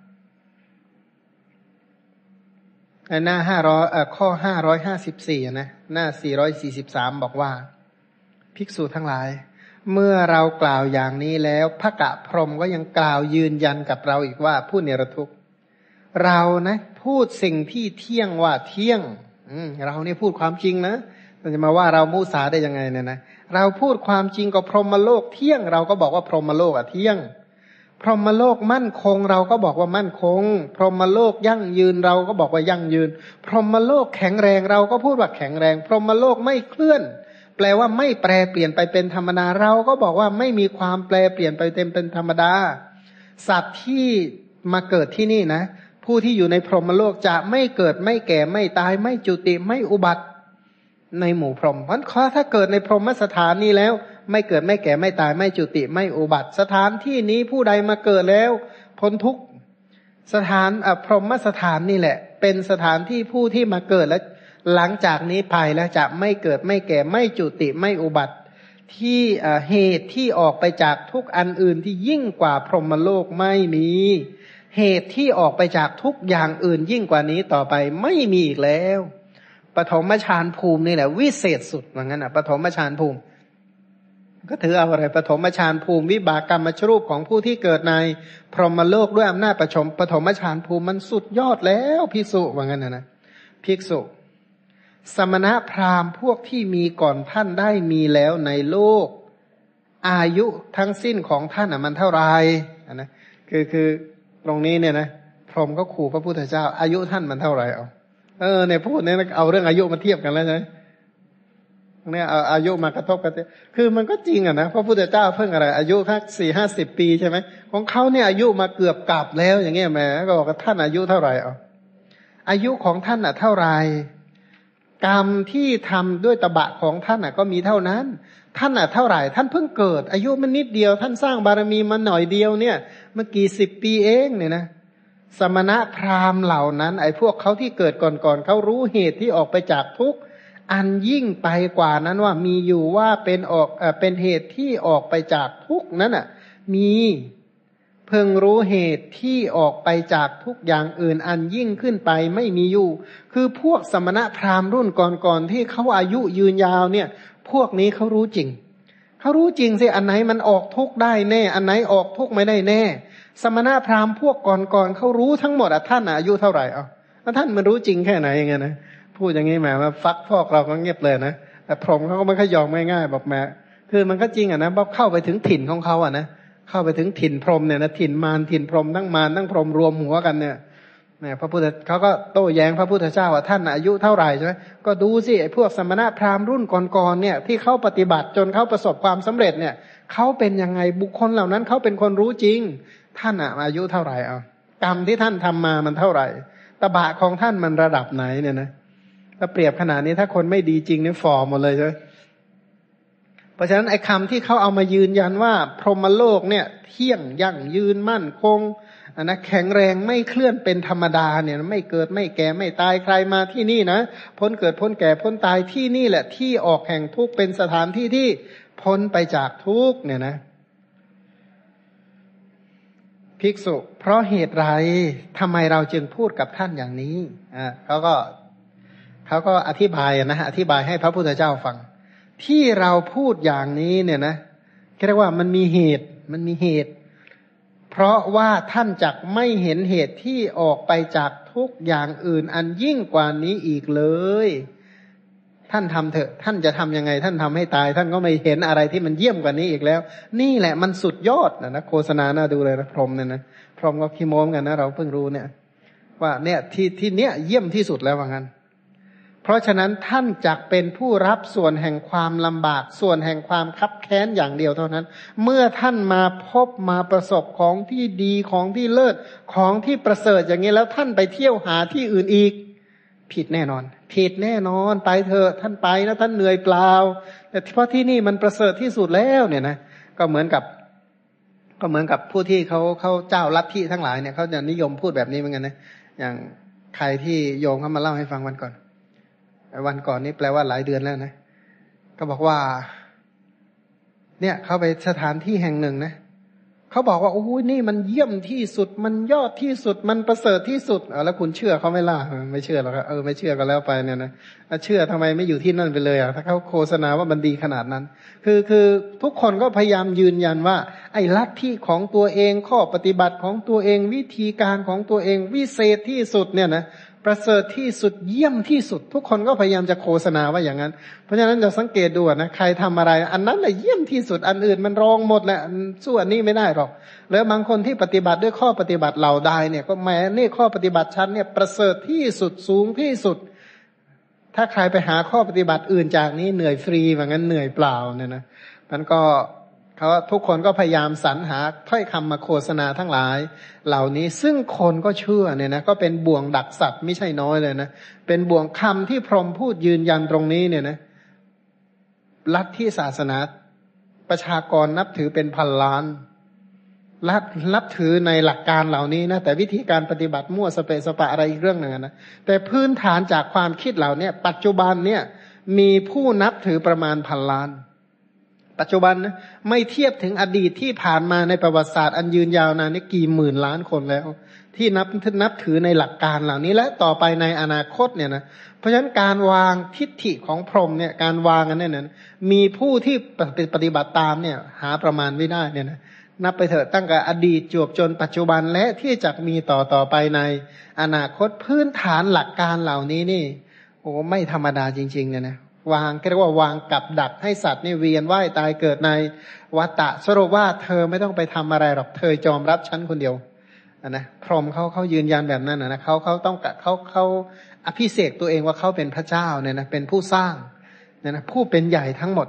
หน้าห้าร้อยเอ่อข้อห้าร้อยห้าสิบสี่นะหน้าสี่ร้อยสี่สิบสามบอกว่าภิกษุทั้งหลายเมื่อเรากล่าวอย่างนี้แล้วพระกะพรหมก็ยังกล่าวยืนยันกับเราอีกว่าผู้เนรทุกข์เรานะพูดสิ่งที่เที่ยงว่าเที่ยงเราเนี่ยพูดความจริงนะเราจะมาว่าเรามุสาได้ยังไงเนี่ยนะเราพูดความจริงกับพรหมโลกเที่ยงเราก็บอกว่าพรหมโลกอ่ะเที่ยงพรหมโลกมั่นคงเราก็บอกว่ามั่นคงพรหมโลกยั่งยืนเราก็บอกว่ายั่งยืนพรหมโลกแข็งแรงเราก็พูดว่าแข็งแรงพรหมโลกไม่เคลื่อนแปลว่าไม่แปรเปลี่ยนไปเป็นธรรมดาเราก็บอกว่าไม่มีความแปรเปลี่ยนไปเต็มเป็นธรรมดาสัตว์ที่มาเกิดที่นี่นะผู้ที่อยู่ในพรหมโลกจะไม่เกิดไม่แก่ไม่ตายไม่จุติไม่อุบัติในหมู่พรหมเพราะข้อถ้าเกิดในพรหมสถานนี้แล้วไม่เกิดไม่แก่ไม่ตายไม่จุติไม่อุบัติสถานที่นี้ผู้ใดมาเกิดแล้วพ้นทุกข์สถานอพรหมสถานนี่แหละเป็นสถานที่ผู้ที่มาเกิดแล้วหลังจากนี้ไปแล้วจะไม่เกิดไม่แก่ไม่จุติไม่อุบัติที่เหตุที่ออกไปจากทุกอันอื่นที่ยิ่งกว่าพรหมโลกไม่มีเหตุที่ออกไปจากทุกอย่างอื่นยิ่งกว่านี้ต่อไปไม่มีอีกแล้วปฐมฌานภูมินี่แหละวิเศษสุดว่างั้นอ่ะปฐมฌานภูมิก็ถือเอาอะไรปฐมฌานภูมิวิบากกรรมชรูปของผู้ที่เกิดในพรหมโลกด้วยอำนาจประชมปฐมฌานภูมิมันสุดยอดแล้วภิกษุว่างั้นนะนะภิกษุสมณพราหมณ์พวกที่มีก่อนท่านได้มีแล้วในโลกอายุทั้งสิ้นของท่านอ่ะมันเท่าไหร่นะคือคือตรงนี้เนี่ยนะพรหมก็ขู่พระพุทธเจ้าอายุท่านมันเท่าไหร่เอาเออเนี่ยพูดเนี่ยเอาเรื่องอายุมาเทียบกันแล้วใช่ไหมเนี่ยเอาอายุมากระทบกันคือมันก็จริงอ่ะนะพระพุทธเจ้าเพิ่งอะไรอายุแค่สี่ห้าสิบปีใช่ไหมของเขาเนี่ยอายุมาเกือบกลับแล้วอย่างเงี้ยแหมก็บอกว่าท่านอายุเท่าไหร่เอาอายุของท่านอ่ะเท่าไหร่กรรมที่ทำด้วยตบะของท่านอ่ะก็มีเท่านั้นท่านอ่ะเท่าไหร่ท่านเพิ่งเกิดอายุมันนิดเดียวท่านสร้างบารมีมาหน่อยเดียวเนี่ยเมื่อกี่สิบปีเองเนี่ยนะสมณะพราหมณ์เหล่านั้นไอ้พวกเขาที่เกิดก่อนๆเขารู้เหตุที่ออกไปจากทุกข์อันยิ่งไปกว่านั้นว่ามีอยู่ว่าเป็นออกเอ่อเป็นเหตุที่ออกไปจากทุกข์นั้นอ่ะมีเพิ่งรู้เหตุที่ออกไปจากทุกอย่างอื่นอันยิ่งขึ้นไปไม่มีอยู่คือพวกสมณะพราหมณ์รุ่นก่อนๆที่เขาอายุยืนยาวเนี่ยพวกนี้เขารู้จริงเขารู้จริงสิอันไหนมันออกทุกข์ได้แน่อันไหนออกทุกข์ไม่ได้แน่สมณะพราหมณ์พวกก่อนๆเขารู้ทั้งหมดอ่ะท่านอายุเท่าไหร่เอาแล้วท่านมันรู้จริงแค่ไหนยังไงนะพูดอย่างนี้แหมว่าฟักฟอกเราก็เงียบเลยนะแต่พรหมเขาก็ไม่ค่อยยอมง่ายๆบอกแหมคือมันก็จริงอ่ะนะเข้าไปถึงถิ่นของเขาอ่ะนะเข้าไปถึงถิ่นพรหมเนี่ยนะถิ่นมารถิ่นพรหมทั้งมารทั้งพรหมรวมหัวกันเนี่ยเนี่ยพระพุทธเขาก็โต้แย้งพระพุทธเจ้าว่าท่านอายุเท่าไหร่ใช่ไหมก็ดูสิไอ้พวกสมณะพราหมณ์รุ่นก่อนๆเนี่ยที่เขาปฏิบัติจนเขาประสบความสำเร็จเนี่ยเขาเป็นยังไงบุคคลเหล่านั้นเขาเป็นคนรู้จริงท่านอะอายุเท่าไหร่เอากรรมที่ท่านทำมามันเท่าไหร่ตบะของท่านมันระดับไหนเนี่ยนะถ้าเปรียบขนาดนี้ถ้าคนไม่ดีจริงเนี่ยฝ่อหมดเลยใช่ไหมเพราะฉะนั้นไอ้คำที่เขาเอามายืนยันว่าพรหมโลกเนี่ยเที่ยงยั่งยืนมั่นคงอันนะแข็งแรงไม่เคลื่อนเป็นธรรมดาเนี่ยไม่เกิดไม่แก่ไม่ตายใครมาที่นี่นะพ้นเกิดพ้นแก่พ้นตายที่นี่แหละที่ออกแห่งทุกข์เป็นสถานที่ที่พ้นไปจากทุกข์เนี่ยนะภิกษุเพราะเหตุไรทำไมเราจึงพูดกับท่านอย่างนี้อ่าเขาก็เขาก็อธิบายนะอธิบายให้พระพุทธเจ้าฟังที่เราพูดอย่างนี้เนี่ยนะเรียกว่ามันมีเหตุมันมีเหตุเพราะว่าท่านจักไม่เห็นเหตุที่ออกไปจากทุกอย่างอื่นอันยิ่งกว่านี้อีกเลยท่านทำเถอะท่านจะทำยังไงท่านทำให้ตายท่านก็ไม่เห็นอะไรที่มันเยี่ยมกว่านี้อีกแล้วนี่แหละมันสุดยอดนะนะโฆษณาน่าดูเลยนะพรหมเนี่ยนะพรหมก็ขี้โม้กันนะเราเพิ่งรู้เนี่ยว่าเนี่ยที่ที่เนี้ยเยี่ยมที่สุดแล้วว่างั้นเพราะฉะนั้นท่านจักเป็นผู้รับส่วนแห่งความลำบากส่วนแห่งความคับแค้นอย่างเดียวเท่านั้นเมื่อท่านมาพบมาประสบของที่ดีของที่เลิศของที่ประเสริฐอย่างนี้แล้วท่านไปเที่ยวหาที่อื่นอีกผิดแน่นอนผิดแน่นอนไปเถอะท่านไปนะท่านเหนื่อยเปล่าแต่เพราะที่นี่มันประเสริฐที่สุดแล้วเนี่ยนะก็เหมือนกับก็เหมือนกับผู้ที่เขาเขาเจ้าลัทธิทั้งหลายเนี่ยเขาจะนิยมพูดแบบนี้เหมือนกันนะอย่างใครที่โยมเขามาเล่าให้ฟังวันก่อนวันก่อนนี้แปลว่าหลายเดือนแล้วนะก็บอกว่าเนี่ยเขาไปสถานที่แห่งหนึ่งนะเขาบอกว่าโอ้ยนี่มันเยี่ยมที่สุดมันยอดที่สุดมันประเสริฐที่สุดเอาแล้วคุณเชื่อเขาไม่ล่ะไม่เชื่อหรอกเออไม่เชื่อก็แล้วไปเนี่ยนะเชื่อทำไมไม่อยู่ที่นั่นไปเลยอ่ะถ้าเขาโฆษณาว่ามันดีขนาดนั้นคือคือทุกคนก็พยายามยืนยันว่าไอ้ลัทธิของตัวเองข้อปฏิบัติของตัวเองวิธีการของตัวเองวิเศษที่สุดเนี่ยนะประเสริฐที่สุดเยี่ยมที่สุดทุกคนก็พยายามจะโฆษณาว่าอย่างนั้นเพราะฉะนั้นเราสังเกตดูนะใครทำอะไรอันนั้นแหละเยี่ยมที่สุดอันอื่นมันรองหมดแหละสู้อันนี้ไม่ได้หรอกแล้วบางคนที่ปฏิบัติด้วยข้อปฏิบัติเหล่าใดเนี่ยก็แม้นี่ข้อปฏิบัติชั้นเนี่ยประเสริฐที่สุดสูงที่สุดถ้าใครไปหาข้อปฏิบัติอื่นจากนี้เหนื่อยฟรีเหมือนกันเหนื่อยเปล่าเนี่ยนะมันก็เขาทุกคนก็พยายามสรรหาถ้อยคำมาโฆษณาทั้งหลายเหล่านี้ซึ่งคนก็เชื่อเนี่ยนะก็เป็นบ่วงดักสัตว์ไม่ใช่น้อยเลยนะเป็นบ่วงคำที่พรหมพูดยืนยันตรงนี้เนี่ยนะลัทธิศาสนาประชากรนับถือเป็นพันล้านรับนับถือในหลักการเหล่านี้นะแต่วิธีการปฏิบัติมั่วสเปะสปะอะไรอีกเรื่องหนึ่งนะแต่พื้นฐานจากความคิดเหล่านี้ปัจจุบันเนี่ยมีผู้นับถือประมาณพันล้านปัจจุบันนะไม่เทียบถึงอดีตที่ผ่านมาในประวัติศาสตร์อันยืนยาวนานนี่กี่หมื่นล้านคนแล้วที่นับนับถือในหลักการเหล่านี้และต่อไปในอนาคตเนี่ยนะเพราะฉะนั้นการวางทิฏฐิของพรหมเนี่ยการวางกันเนี่ยนะมีผู้ที่ปฏิบัติตามเนี่ยหาประมาณไม่ได้เนี่ยนะนับไปเถอะตั้งแต่อดีตจวบจนปัจจุบันและที่จะมีต่อต่อไปในอนาคตพื้นฐานหลักการเหล่านี้นี่โอ้ไม่ธรรมดาจริงๆเนี่ยนะวางเรียกว่าวางกับดักให้สัตว์นี่เวียนว่ายตายเกิดในวัฏฏะสรุปว่าเธอไม่ต้องไปทำอะไรหรอกเธอจอมรับฉันคนเดียวนะพรหมเขาเขายืนยันแบบนั้นนะเขาเขาต้องเขาเขาอภิเษกตัวเองว่าเขาเป็นพระเจ้าเนี่ยนะเป็นผู้สร้างเนี่ยนะผู้เป็นใหญ่ทั้งหมด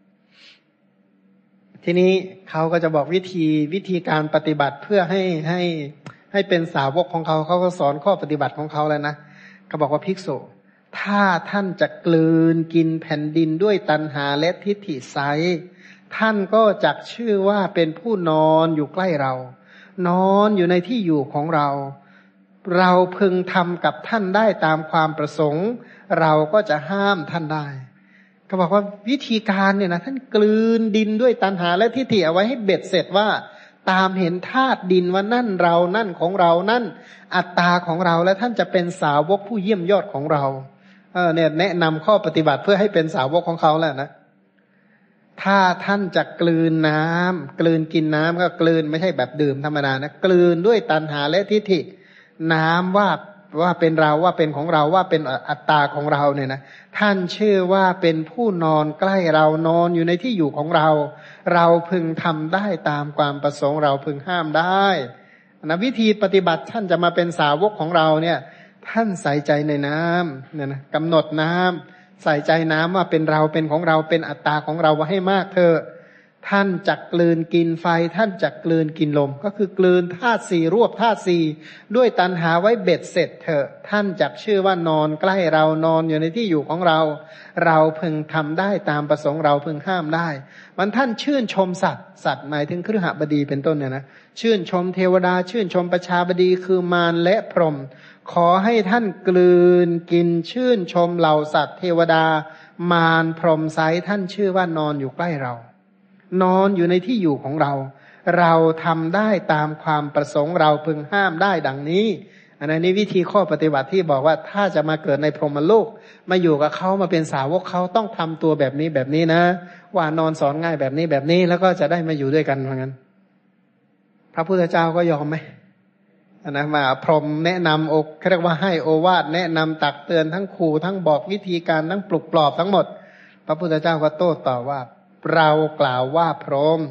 ทีนี้เขาก็จะบอกวิธีวิธีการปฏิบัติเพื่อให้ให้ให้เป็นสาวกของเขาเขาก็สอนข้อปฏิบัติของเขาแล้วนะเขาบอกว่าภิกษุถ้าท่านจะกลืนกินแผ่นดินด้วยตัณหาและทิฏฐิไซท่านก็จักชื่อว่าเป็นผู้นอนอยู่ใกล้เรานอนอยู่ในที่อยู่ของเราเราพึงทำกับท่านได้ตามความประสงค์เราก็จะห้ามท่านได้เขาบอกว่าวิธีการเนี่ยนะท่านกลืนดินด้วยตัณหาและทิฏฐิเอาไว้ให้เบ็ดเสร็จว่าตามเห็นธาตุดินว่านั่นเรานั่นของเรานั่นอัตตาของเราและท่านจะเป็นสาวกผู้เยี่ยมยอดของเราเออเนี่ยแนะนำข้อปฏิบัติเพื่อให้เป็นสาวกของเขาแหละนะถ้าท่านจะกลืนน้ำกลืนกินน้ำก็กลืนไม่ใช่แบบดื่มธรรมดานะกลืนด้วยตัณหาและทิฏฐิน้ำว่าว่าเป็นเราว่าเป็นของเราว่าเป็นอัตตาของเราเนี่ยนะท่านชื่อว่าเป็นผู้นอนใกล้เรานอนอยู่ในที่อยู่ของเราเราพึงทำได้ตามความประสงค์เราพึงห้ามได้นะวิธีปฏิบัติท่านจะมาเป็นสาวกของเราเนี่ยท่านใส่ใจในน้ำเนี่ยนะกำหนดน้ำใส่ใจน้ำว่าเป็นเราเป็นของเราเป็นอัตตาของเราว่าให้มากเถอะท่านจักกลืนกินไฟท่านจักกลืนกินลมก็คือกลืนธาตุสี่รวบธาตุสี่ด้วยตัณหาไว้เบ็ดเสร็จเถอะท่านจักชื่อว่านอนใกล้เรานอนอยู่ในที่อยู่ของเราเราพึงทำได้ตามประสงค์เราพึงห้ามได้มันท่านชื่นชมสัตว์สัตว์หมายถึงคฤหบดีเป็นต้นเนี่ยนะชื่นชมเทวดาชื่นชมประชาบดีคือมารและพรหมขอให้ท่านกลืนกินชื่นชมเหล่าสัตว์เทวดามารพรหมไซท่านชื่อว่านอนอยู่ใกล้เรานอนอยู่ในที่อยู่ของเราเราทำได้ตามความประสงค์เราพึงห้ามได้ดังนี้อันนี้วิธีข้อปฏิบัติที่บอกว่าถ้าจะมาเกิดในพรหมโลกมาอยู่กับเขามาเป็นสาวกเขาต้องทำตัวแบบนี้แบบนี้นะว่านอนสอนง่ายแบบนี้แบบนี้แล้วก็จะได้มาอยู่ด้วยกันเหมือนกันพระพุทธเจ้าก็ยอมไหมอันนะมาพรหมแนะนำอกเรียกว่าให้โอวาทแนะนำตักเตือนทั้งขู่ทั้งบอกวิธีการทั้งปลุกปลอบทั้งหมดพระพุทธเจ้าก็โต้ตอบว่าเรากล่าวว่าพรหม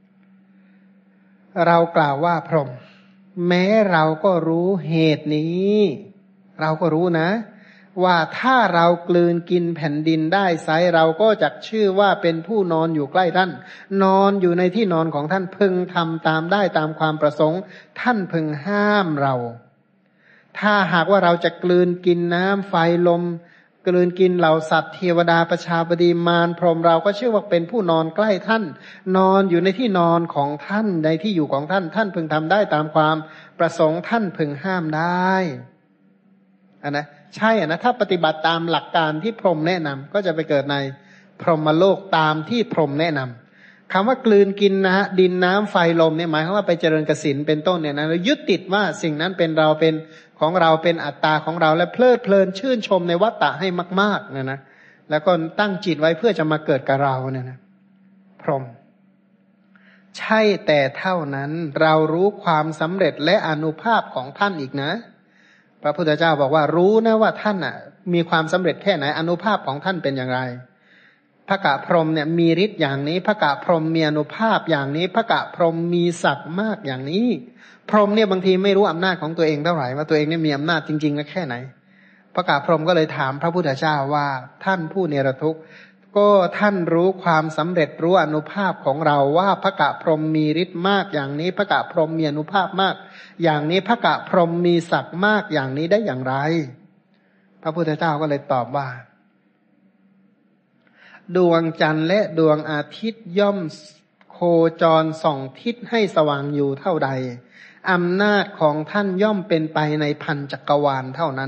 เรากล่าวว่าพรหมแม้เราก็รู้เหตุนี้เราก็รู้นะว่าถ้าเรากลืนกินแผ่นดินได้ไซเราก็จักชื่อว่าเป็นผู้นอนอยู่ใกล้ท่านนอนอยู่ในที่นอนของท่านพึงทำตามได้ตามความประสงค์ท่านพึงห้ามเราถ้าหากว่าเราจะกลืนกินน้ำไฟลมกลืนกินเหล่าสัตว์เทวดาประชาบดีมารพรหมเราก็ชื่อว่าเป็นผู้นอนใกล้ท่านนอนอยู่ในที่นอนของท่านในที่อยู่ของท่านท่านพึงทำได้ตามความประสงค์ท่านพึงห้ามได้อันนะใช่อ่ะนะถ้าปฏิบัติตามหลักการที่พรหมแนะนำก็จะไปเกิดในพรหมโลกตามที่พรหมแนะนำคำว่ากลืนกินนะฮะดินน้ำไฟลมเนี่ยหมายความว่าไปเจริญกสิณเป็นต้นเนี่ยนะเรายึดติดว่าสิ่งนั้นเป็นเราเป็นของเราเป็นอัตตาของเราและเพลิดเพลินชื่นชมในวัฏฏะให้มากๆเนี่ยนะแล้วก็ตั้งจิตไว้เพื่อจะมาเกิดกับเราเนี่ยนะพรหมใช่แต่เท่านั้นเรารู้ความสำเร็จและอานุภาพของท่านอีกนะพระพุทธเจ้าบอกว่ารู้นะว่าท่านอ่ะมีความสำเร็จแค่ไหนอานุภาพของท่านเป็นอย่างไรพระกะพรหมเนี่ยมีฤทธิ์อย่างนี้พระกะพรหมมีอานุภาพอย่างนี้พระกะพรหมมีศักดิ์มากอย่างนี้พรหมเนี่ยบางทีไม่รู้อำนาจของตัวเองเท่าไหร่ว่าตัวเองเนี่ยมีอำนาจจริงๆและแค่ไหนพระกะพรหมก็เลยถามพระพุทธเจ้าว่าท่านผู้เนรทุกข์ก็ท่านรู้ความสำเร็จรู้อานุภาพของเราว่าพระกะพรหมมีฤทธิ์มากอย่างนี้พระกะพรหมมีอานุภาพมากอย่างนี้พระกะพรหมมีศักดิ์มากอย่างนี้ได้อย่างไรพระพุทธเจ้าก็เลยตอบว่าดวงจันทร์และดวงอาทิตย์ย่อมโคจรส่องทิศให้สว่างอยู่เท่าใดอำนาจของท่านย่อมเป็นไปในพันจักรวาลเท่านั้น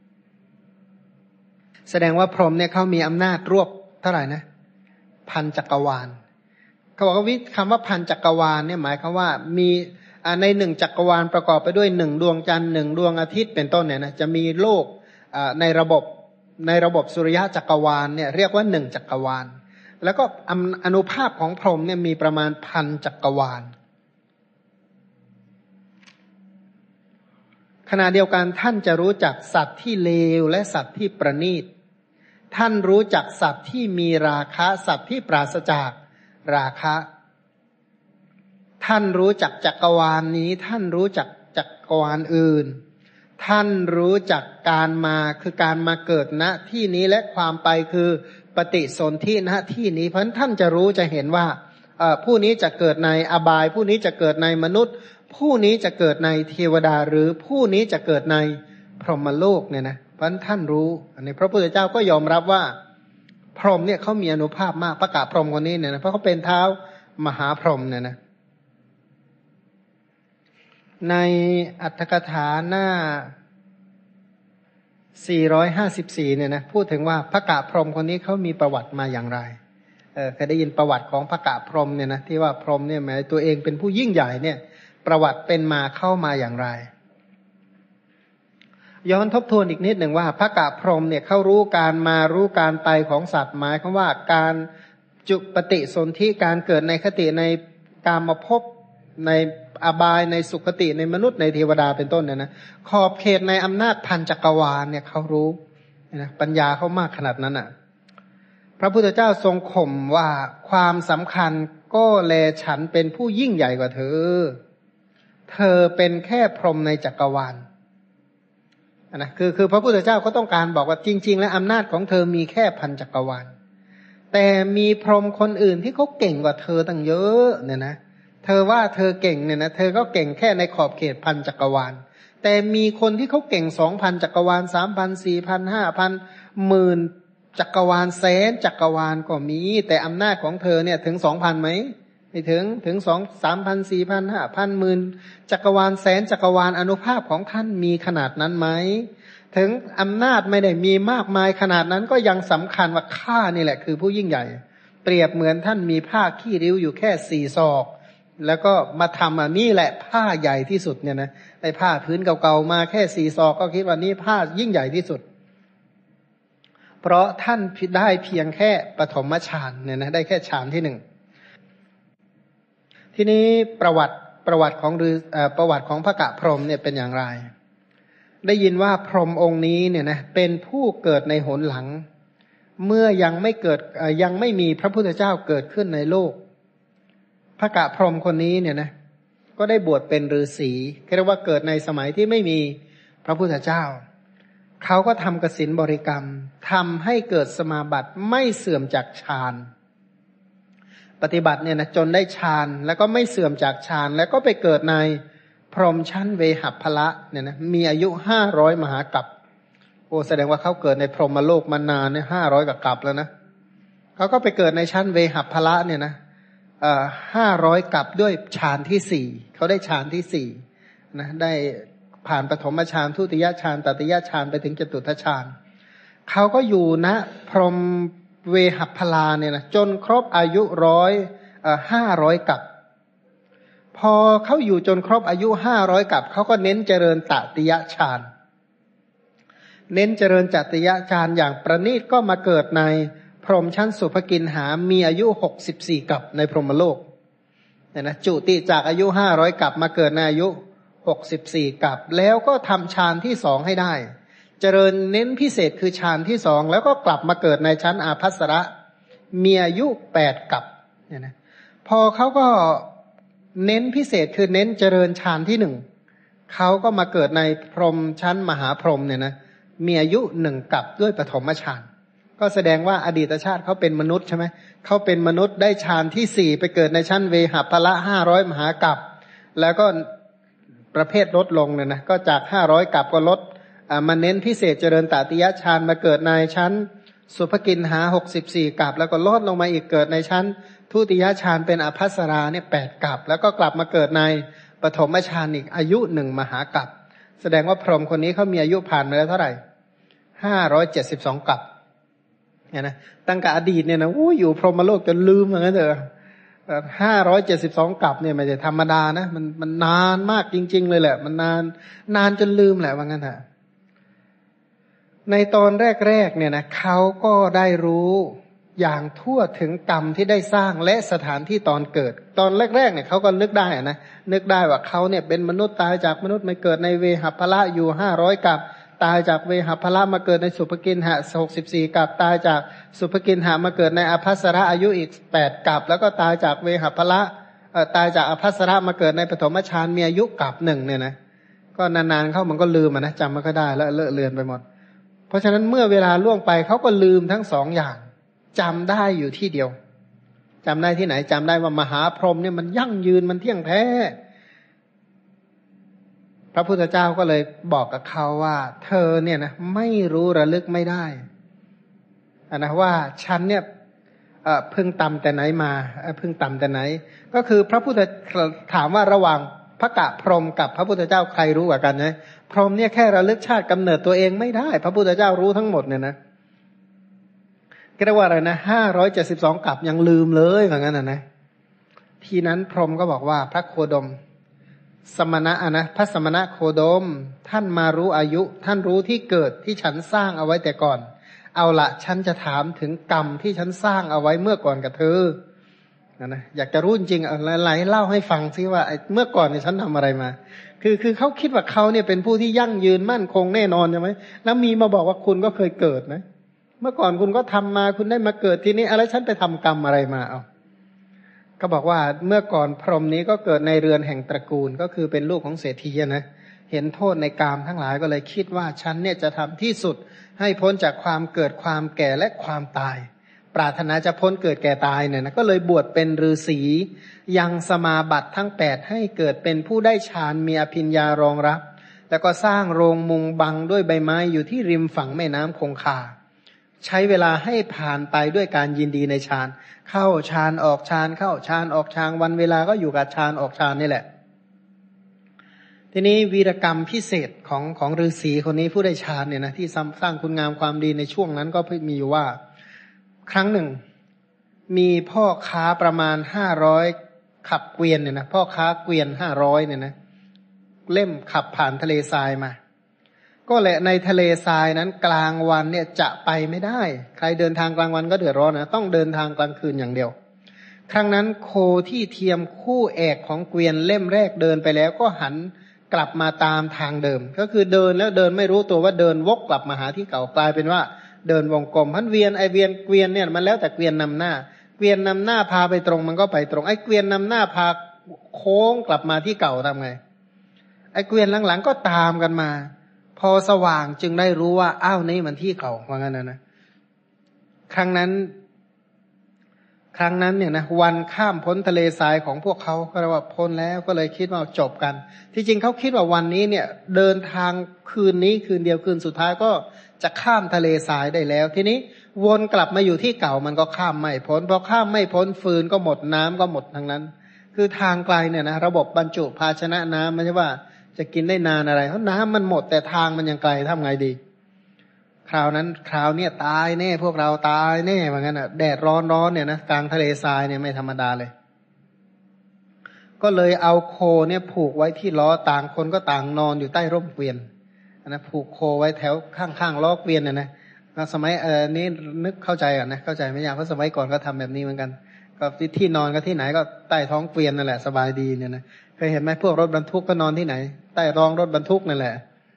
แสดงว่าพรหมเนี่ยเขามีอำนาจรวบเท่าไหร่นะพันจักรวาลเขาบอกว่าวิคำว่าพันจักรวาลเนี่ยหมายความว่ามีในหนึ่งจักรวาลประกอบไปด้วยหนึ่งดวงจันทร์หนึ่งดวงอาทิตย์เป็นต้นเนี่ยนะจะมีโลกในระบบในระบบสุริยะจักรวาลเนี่ยเรียกว่าหนึ่งจักรวาลแล้วก็อนุภาพของพรหมเนี่ยมีประมาณพันจักรวาลขณะเดียวกันท่านจะรู้จักสัตว์ที่เลวและสัตว์ที่ประณีตท่านรู้จักสัตว์ที่มีราคะสัตว์ที่ปราศจากราคะท่านรู้จักจักรวาลนี้ท่านรู้จักจักรวาลอื่นท่านรู้จักการมาคือการมาเกิดณที่นี้และความไปคือปฏิสนธิณที่นี้เพราะฉะนั้นท่านจะรู้จะเห็นว่าผู้นี้จะเกิดในอบายผู้นี้จะเกิดในมนุษย์ผู้นี้จะเกิดในเทวดาหรือผู้นี้จะเกิดในพรหมโลกเนี่ยนะเพราะฉะนั้นท่านรู้อันนี้พระพุทธเจ้าก็ยอมรับว่าพรหมเนี่ยเขามีอานุภาพมากพระกะพรหมคนนี้เนี่ยนะเพราะเขาเป็นเท้ามหาพรหมเนี่ยนะในอัตถกถาหน้าสี่ร้อยห้าสิบสี่เนี่ยนะพูดถึงว่าพระกะพรหมคนนี้เขามีประวัติมาอย่างไรเออเคยได้ยินประวัติของพระกะพรหมเนี่ยนะที่ว่าพรหมเนี่ยหมายตัวเองเป็นผู้ยิ่งใหญ่เนี่ยประวัติเป็นมาเข้ามาอย่างไรย้อนทบทวนอีกนิดหนึ่งว่าพระกะพรหมเนี่ยเขารู้การมารู้การไปของสัตว์หมายคือว่าการจุปฏิสนธิการเกิดในคติในกามภพในอบายในสุคติในมนุษย์ในเทวดาเป็นต้นเนี่ยนะขอบเขตในอำนาจพันจักรวาลเนี่ยเขารู้นะปัญญาเขามากขนาดนั้นอ่ะพระพุทธเจ้าทรงข่มว่าความสำคัญก็แลฉันเป็นผู้ยิ่งใหญ่กว่าเธอเธอเป็นแค่พรหมในจักรวาลนะคือคือพระพุทธเจ้าก็ต้องการบอกว่าจริงๆแล้วอำนาจของเธอมีแค่พันจักรวาลแต่มีพรหมคนอื่นที่เขาเก่งกว่าเธอตั้งเยอะเนี่ยนะเธอว่าเธอเก่งเนี่ยนะเธอก็เก่งแค่ในขอบเขตพันจักรวาลแต่มีคนที่เขาเก่งสองพันจักรวาลสามพันสี่พันห้าพันหมื่นจักรวาลแสนจักรวาลก็มีแต่อำนาจของเธอเนี่ยถึงสองพันไหมไม่ถึงถึงสองสามพันสี่พันห้าพันหมื่นจักรวาลแสนจักรวาลอนุภาพของท่านมีขนาดนั้นไหมถึงอำนาจไม่ได้มีมากมายขนาดนั้นก็ยังสำคัญว่าข้านี่แหละคือผู้ยิ่งใหญ่เปรียบเหมือนท่านมีผ้าขี้ริ้วอยู่แค่สี่ศอกแล้วก็มาทำอันนี้แหละผ้าใหญ่ที่สุดเนี่ยนะไอ้ผ้าพื้นเก่าๆมาแค่สี่ศอกก็คิดว่านี่ผ้ายิ่งใหญ่ที่สุดเพราะท่านได้เพียงแค่ปฐมฌานเนี่ยนะได้แค่ฌานที่หนึ่งทีนี้ประวัติประวัติของฤาษีประวัติของพระกะพรหมเนี่ยเป็นอย่างไรได้ยินว่าพรหมองค์นี้เนี่ยนะเป็นผู้เกิดในหนหลังเมื่อยังไม่เกิดยังไม่มีพระพุทธเจ้าเกิดขึ้นในโลกพระกะพรหมคนนี้เนี่ยนะก็ได้บวชเป็นฤาษีเรียกว่าเกิดในสมัยที่ไม่มีพระพุทธเจ้าเขาก็ทำกสิณบริกรรมทำให้เกิดสมาบัติไม่เสื่อมจากฌานปฏิบัติเนี่ยนะจนได้ฌานแล้วก็ไม่เสื่อมจากฌานแล้วก็ไปเกิดในพรหมชั้นเวหัพพละเนี่ยนะมีอายุห้าร้อยมหากัปโอ้แสดงว่าเขาเกิดในพรหมโลกมานานเนี่ยห้าร้อยกับกัปแล้วนะเขาก็ไปเกิดในชั้นเวหัพพละเนี่ยนะเอ่อห้าร้อยกัปด้วยฌานที่สี่เขาได้ฌานที่สี่นะได้ผ่านปฐมฌานทุติยฌานตติยฌานไปถึงจตุตฌานเขาก็อยู่ณพรหมเวหัพพลาเนี่ยนะจนครบอายุร้อยเอ่อห้าร้อยกัปพอเขาอยู่จนครบอายุห้าร้อยกัปเขาก็เน้นเจริญตติยฌานเน้นเจริญจติยฌานอย่างประณีตก็มาเกิดในพรหมชั้นสุภกินหามีอายุหกสิบสี่กัปในพรหมโลกเนี่ยนะจุติจากอายุห้าร้อยกัปมาเกิดในอายุหกสิบสี่กัปแล้วก็ทำฌานที่สองให้ได้เจริญเน้นพิเศษคือฌานที่สองแล้วก็กลับมาเกิดในชั้นอาภัสระมีอายุแปดกัปเนี่ยนะพอเขาก็เน้นพิเศษคือเน้นเจริญฌานที่หนึ่งเขาก็มาเกิดในพรหมชั้นมหาพรหมเนี่ยนะมีอายุหนึ่งกัปด้วยปฐมฌานก็แสดงว่าอดีตชาติเขาเป็นมนุษย์ใช่ไหมเขาเป็นมนุษย์ได้ฌานที่สี่ไปเกิดในชั้นเวหัพพละห้าร้อยมหากัปแล้วก็ประเภทลดลงเนี่ยนะก็จากห้าร้อยกัปก็ลดมาเน้นพิเศษเจริญตติยฌานมาเกิดในชั้นสุภกินหาหกสิบสี่กัปแล้วก็ลดลงมาอีกเกิดในชั้นทุติยฌานเป็นอภัสราเนี่ยแปดกัปแล้วก็กลับมาเกิดในปฐมฌานอีกอายุหนึ่งมหากัปแสดงว่าพรหมคนนี้เขามีอายุผ่านมาแล้วเท่าไหร่ห้าร้อยเจ็ดสิบสองกัปเนี่ยนะตั้งแต่อดีตเนี่ยนะอู้อยู่พรหมโลกจนลืมเหมือนกันเถอะห้าร้อยเจ็ดสิบสองกัปเนี่ยไม่ใช่ธรรมดานะมันมันนานมากจริงๆเลยแหละมันนานนานจนลืมแหละว่างั้นเถอะในตอนแรกๆเนี่ยนะเขาก็ได้รู้อย่างทั่วถึงกรรมที่ได้สร้างและสถานที่ตอนเกิดตอนแรกๆเนี่ยเขาก็นึกได้นะนึกได้ว่าเขาเนี่ยเป็นมนุษย์ตายจากมนุษย์มาเกิดในเวหัพพละอยู่ห้าร้อยกัปตายจากเวหัพพละมาเกิดในสุภกินหะหกสิบสี่กัปตายจากสุภกินหะมาเกิดในอภัสระอายุอีกแปดกัปแล้วก็ตายจากเวหัพพละเอ่อตายจากอภัสระมาเกิดในปฐมฌานมีอายุกัปหนึ่งเนี่ยนะก็นานๆเข้ามันก็ลืมอ่ะนะจำไม่ค่อยได้แล้วเลอะเลือนไปหมดเพราะฉะนั้นเมื่อเวลาล่วงไปเขาก็ลืมทั้งสองอย่างจำได้อยู่ที่เดียวจำได้ที่ไหนจำได้ว่ามหาพรหมเนี่ยมันยั่งยืนมันเที่ยงแท้พระพุทธเจ้าก็เลยบอกกับเขาว่าเธอเนี่ยนะไม่รู้ระลึกไม่ได้อ่ะนะว่าฉันเนี่ยเอ่อเพิ่งต่ำแต่ไหนมาเพิ่งต่ำแต่ไหนก็คือพระพุทธถามว่าระหว่างพระกะพรหมกับพระพุทธเจ้าใครรู้กว่ากันนะพรหมเนี่ยแค่ระลึกชาติกำเนิดตัวเองไม่ได้พระพุทธเจ้ารู้ทั้งหมดเนี่ยนะเรียกว่าอะไรนะห้าร้อยเจ็ดสิบสองกัปยังลืมเลยเหมือนกันนะนะทีนั้นพรหมก็บอกว่าพระโคดมสมณะอ่ะนะพระสมณะโคดมท่านมารู้อายุท่านรู้ที่เกิดที่ฉันสร้างเอาไว้แต่ก่อนเอาละฉันจะถามถึงกรรมที่ฉันสร้างเอาไว้เมื่อก่อนกับเธอนะนะอยากจะรู้จริงอะไรเล่าให้ฟังซิว่าเมื่อก่อนเนี่ยฉันทำอะไรมาคือคือเขาคิดว่าเขาเนี่ยเป็นผู้ที่ยั่งยืนมั่นคงแน่นอนใช่ไหมแล้วมีมาบอกว่าคุณก็เคยเกิดนะเมื่อก่อนคุณก็ทำมาคุณได้มาเกิดทีนี้อะไรฉันไปทำกรรมอะไรมาเอาก็บอกว่าเมื่อก่อนพรหมนี้ก็เกิดในเรือนแห่งตระกูลก็คือเป็นลูกของเศรษฐีนะเห็นโทษในกามทั้งหลายก็เลยคิดว่าฉันเนี่ยจะทำที่สุดให้พ้นจากความเกิดความแก่และความตายปรารถนาจะพ้นเกิดแก่ตายเนี่ยนะก็เลยบวชเป็นฤาษียังสมาบัติทั้งแปดให้เกิดเป็นผู้ได้ฌานมีอภิญญารองรับแล้วก็สร้างโรงมุงบังด้วยใบไม้อยู่ที่ริมฝั่งแม่น้ำคงคาใช้เวลาให้ผ่านไปด้วยการยินดีในฌานเข้าฌานออกฌานเข้าฌานออกฌานวันเวลาก็อยู่กับฌานออกฌานนี่แหละทีนี้วีรกรรมพิเศษของของฤาษีคนนี้ผู้ได้ฌานเนี่ยนะที่สร้างคุณงามความดีในช่วงนั้นก็มีอยู่ว่าครั้งหนึ่งมีพ่อค้าประมาณห้าร้อยขับเกวียนเนี่ยนะพ่อค้าเกวียนห้าร้อยเนี่ยนะเล่มขับผ่านทะเลทรายมาก็แหละในทะเลทรายนั้นกลางวันเนี่ยจะไปไม่ได้ใครเดินทางกลางวันก็เดือดร้อนนะต้องเดินทางกลางคืนอย่างเดียวครั้งนั้นโคที่เทียมคู่เอกของเกวียนเล่มแรกเดินไปแล้วก็หันกลับมาตามทางเดิมก็คือเดินแล้วเดินไม่รู้ตัวว่าเดินวกกลับมาหาที่เก่ากลายเป็นว่าเดินวงกลมพันเวียนไอเวียนเกวียนเนี่ยมันแล้วแต่เกวียนนำหน้าเกวียนนำหน้าพาไปตรงมันก็ไปตรงไอเกวียนนำหน้าพาโค้งกลับมาที่เก่าทำไงไอเกวียนหลังๆก็ตามกันมาพอสว่างจึงได้รู้ว่าอ้าวนี่มันที่เก่าว่างั้นนะนะครั้งนั้นครั้งนั้นเนี่ยนะวันข้ามพ้นทะเลทรายของพวกเขาก็เรียกว่าพ้นแล้วก็เลยคิดว่าจบกันที่จริงเขาคิดว่าวันนี้เนี่ยเดินทางคืนนี้คืนเดียวคืนสุดท้ายก็จะข้ามทะเลทรายได้แล้วทีนี้วนกลับมาอยู่ที่เก่ามันก็ข้ามไม่พ้นพอข้ามไม่พ้นฟืนก็หมดน้ำก็หมดทั้งนั้นคือทางไกลเนี่ยนะระบบบรรจุภาชนะน้ำไม่ใช่ว่าจะกินได้นานอะไรเพราะน้ำมันหมดแต่ทางมันยังไกลทำไงดีคราวนั้นคราวเนี้ยตายแน่พวกเราตายแน่เหมือนกันอ่ะแดดร้อนร้อนเนี่ยนะกลางทะเลทรายเนี่ยไม่ธรรมดาเลยก็เลยเอาโคเนี่ยผูกไว้ที่ล้อต่างคนก็ต่างนอนอยู่ใต้ร่มเกวียนนะผูกโคไว้แถวข้างๆล้อเกวียนน่ะนะสมัยเออนี้นึกเข้าใจอ่ะนะเข้าใจไม่ยากเพราะสมัยก่อนก็ทำแบบนี้เหมือนกันก็ที่นอนก็ที่ไหนก็ใต้ท้องเกวียนนั่นแหละสบายดีเนี่ยนะเคยเห็นไหมพวกรถบรรทุกก็นอนที่ไหนใต้รองรถบรรทุกนั่นแหละ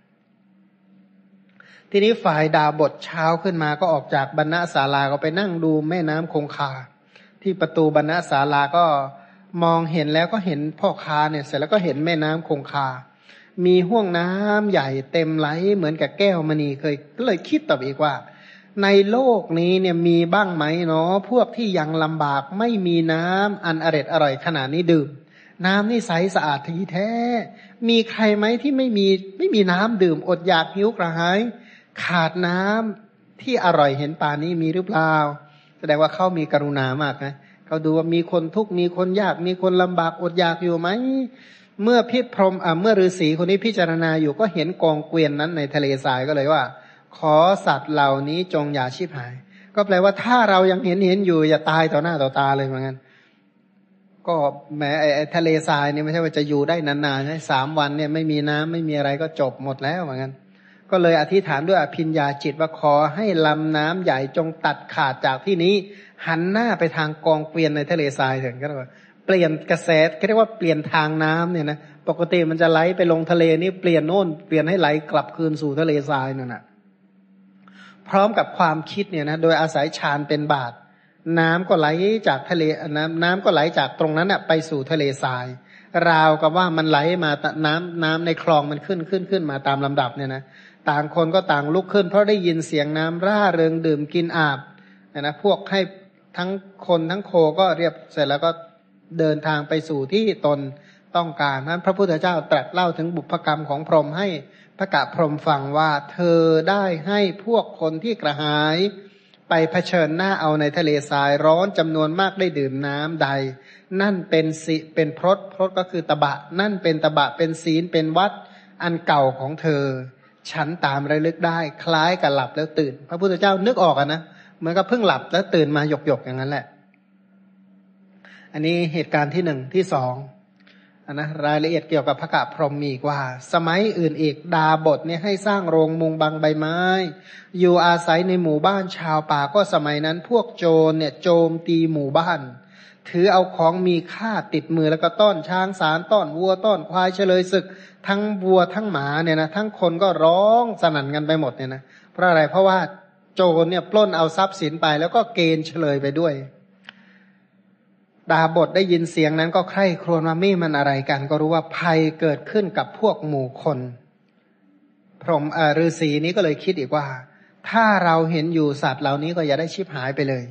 ทีนี้ฝ่ายดาบทเช้าขึ้นมาก็ออกจากบรรณศาลาก็ไปนั่งดูแม่น้ำคงคาที่ประตูบรรณศาลาก็มองเห็นแล้วก็เห็นพ่อค้าเนี่ยเสร็จแล้วก็เห็นแม่น้ำคงคามีห้วงน้ำใหญ่เต็มไหลเหมือนกับแก้วมณีเคยก็เลยคิดต่ออีกว่าในโลกนี้เนี่ยมีบ้างไหมเนาะพวกที่ยังลำบากไม่มีน้ำอันอร่อยอร่อยขนาดนี้ดื่มน้ำนี่ใสสะอาดทีแท้มีใครไหมที่ไม่มีไม่มีน้ำดื่มอดอยากหิวกระหายขาดน้ำที่อร่อยเห็นป่านนี้มีหรือเปล่าแสดงว่าเขามีกรุณามากนะเขาดูว่ามีคนทุกข์มีคนยากมีคนลำบากอดอยากอยู่ไหมเมื่อพิพรหมอ่าเมื่อฤาษีคนนี้พิจารณาอยู่ก็เห็นกองเกวียนนั้นในทะเลทรายก็เลยว่าขอสัตว์เหล่านี้จงอย่าชิบหายก็แปลว่าถ้าเรายังเห็นเห็นอยู่อย่าตายต่อหน้าต่อตาเลยเหมือนกันก็แม้ไอ้ทะเลทรายเนี่ยไม่ใช่ว่าจะอยู่ได้นานๆนะสามวันเนี่ยไม่มีน้ำไม่มีอะไรก็จบหมดแล้วเหมือนกันก็เลยอธิษฐานด้วยอภิญญาจิตว่าขอให้ลำน้ำใหญ่จงตัดขาดจากที่นี้หันหน้าไปทางกองเกวียนในทะเลทรายถึงก็เรียกว่าเปลี่ยนกระแสเรียกว่าเปลี่ยนทางน้ำเนี่ยนะปกติมันจะไหลไปลงทะเลนี่เปลี่ยนโน่นเปลี่ยนให้ไหลกลับคืนสู่ทะเลทรายนั่นน่ะพร้อมกับความคิดเนี่ยนะโดยอาศัยฌานเป็นบาตรน้ำก็ไหลจากทะเลน้ำน้ำก็ไหลจากตรงนั้นน่ะไปสู่ทะเลทรายราวกับว่ามันไหลมาน้ำน้ำในคลองมันขึ้นขึ้นขึ้นมาตามลำดับเนี่ยนะต่างคนก็ต่างลุกขึ้นเพราะได้ยินเสียงน้ำร่าเริงดื่มกินอาบนะพวกให้ทั้งคนทั้งโคก็เรียบเสร็จแล้วก็เดินทางไปสู่ที่ตนต้องการนั้นพระพุทธเจ้าตรัสเล่าถึงบุพกรรมของพรหมให้พระกะพรหมฟังว่าเธอได้ให้พวกคนที่กระหายไปเผชิญหน้าเอาในทะเลทรายร้อนจำนวนมากได้ดื่มน้ำใดนั่นเป็นสิเป็นพรตพรตก็คือตบะนั่นเป็นตบะเป็นศีลเป็นวัดอันเก่าของเธอฉันตามระลึกได้คล้ายกับหลับแล้วตื่นพระพุทธเจ้านึกออกอ่ะนะเหมือนกับเพิ่งหลับแล้วตื่นมาหยกๆอย่างนั้นแหละอันนี้เหตุการณ์ที่หนึ่งที่สองอันนะรายละเอียดเกี่ยวกับพระกะพรหมมีอีกว่าสมัยอื่นอีกดาบทเนี่ยให้สร้างโรงมุงบังใบไม้อยู่อาศัยในหมู่บ้านชาวป่าก็สมัยนั้นพวกโจรเนี่ยโจมตีหมู่บ้านถือเอาของมีค่าติดมือแล้วก็ต้อนช้างสารต้อนวัวต้อนควายเฉลยศึกทั้งวัวทั้งหมาเนี่ยนะทั้งคนก็ร้องสนั่นกันไปหมดเนี่ยนะเพราะอะไรเพราะว่าโจรเนี่ยปล้นเอาทรัพย์สินไปแล้วก็เกณฑ์เฉลยไปด้วยดาบทได้ยินเสียงนั้นก็ใคร่ครวญว่ามี่มันอะไรกันก็รู้ว่าภัยเกิดขึ้นกับพวกหมู่คนพรหมอ่าฤาษีนี้ก็เลยคิดอีกว่าถ้าเราเห็นอยู่สัตว์เหล่านี้ก็อย่าได้ชิบหายไปเลย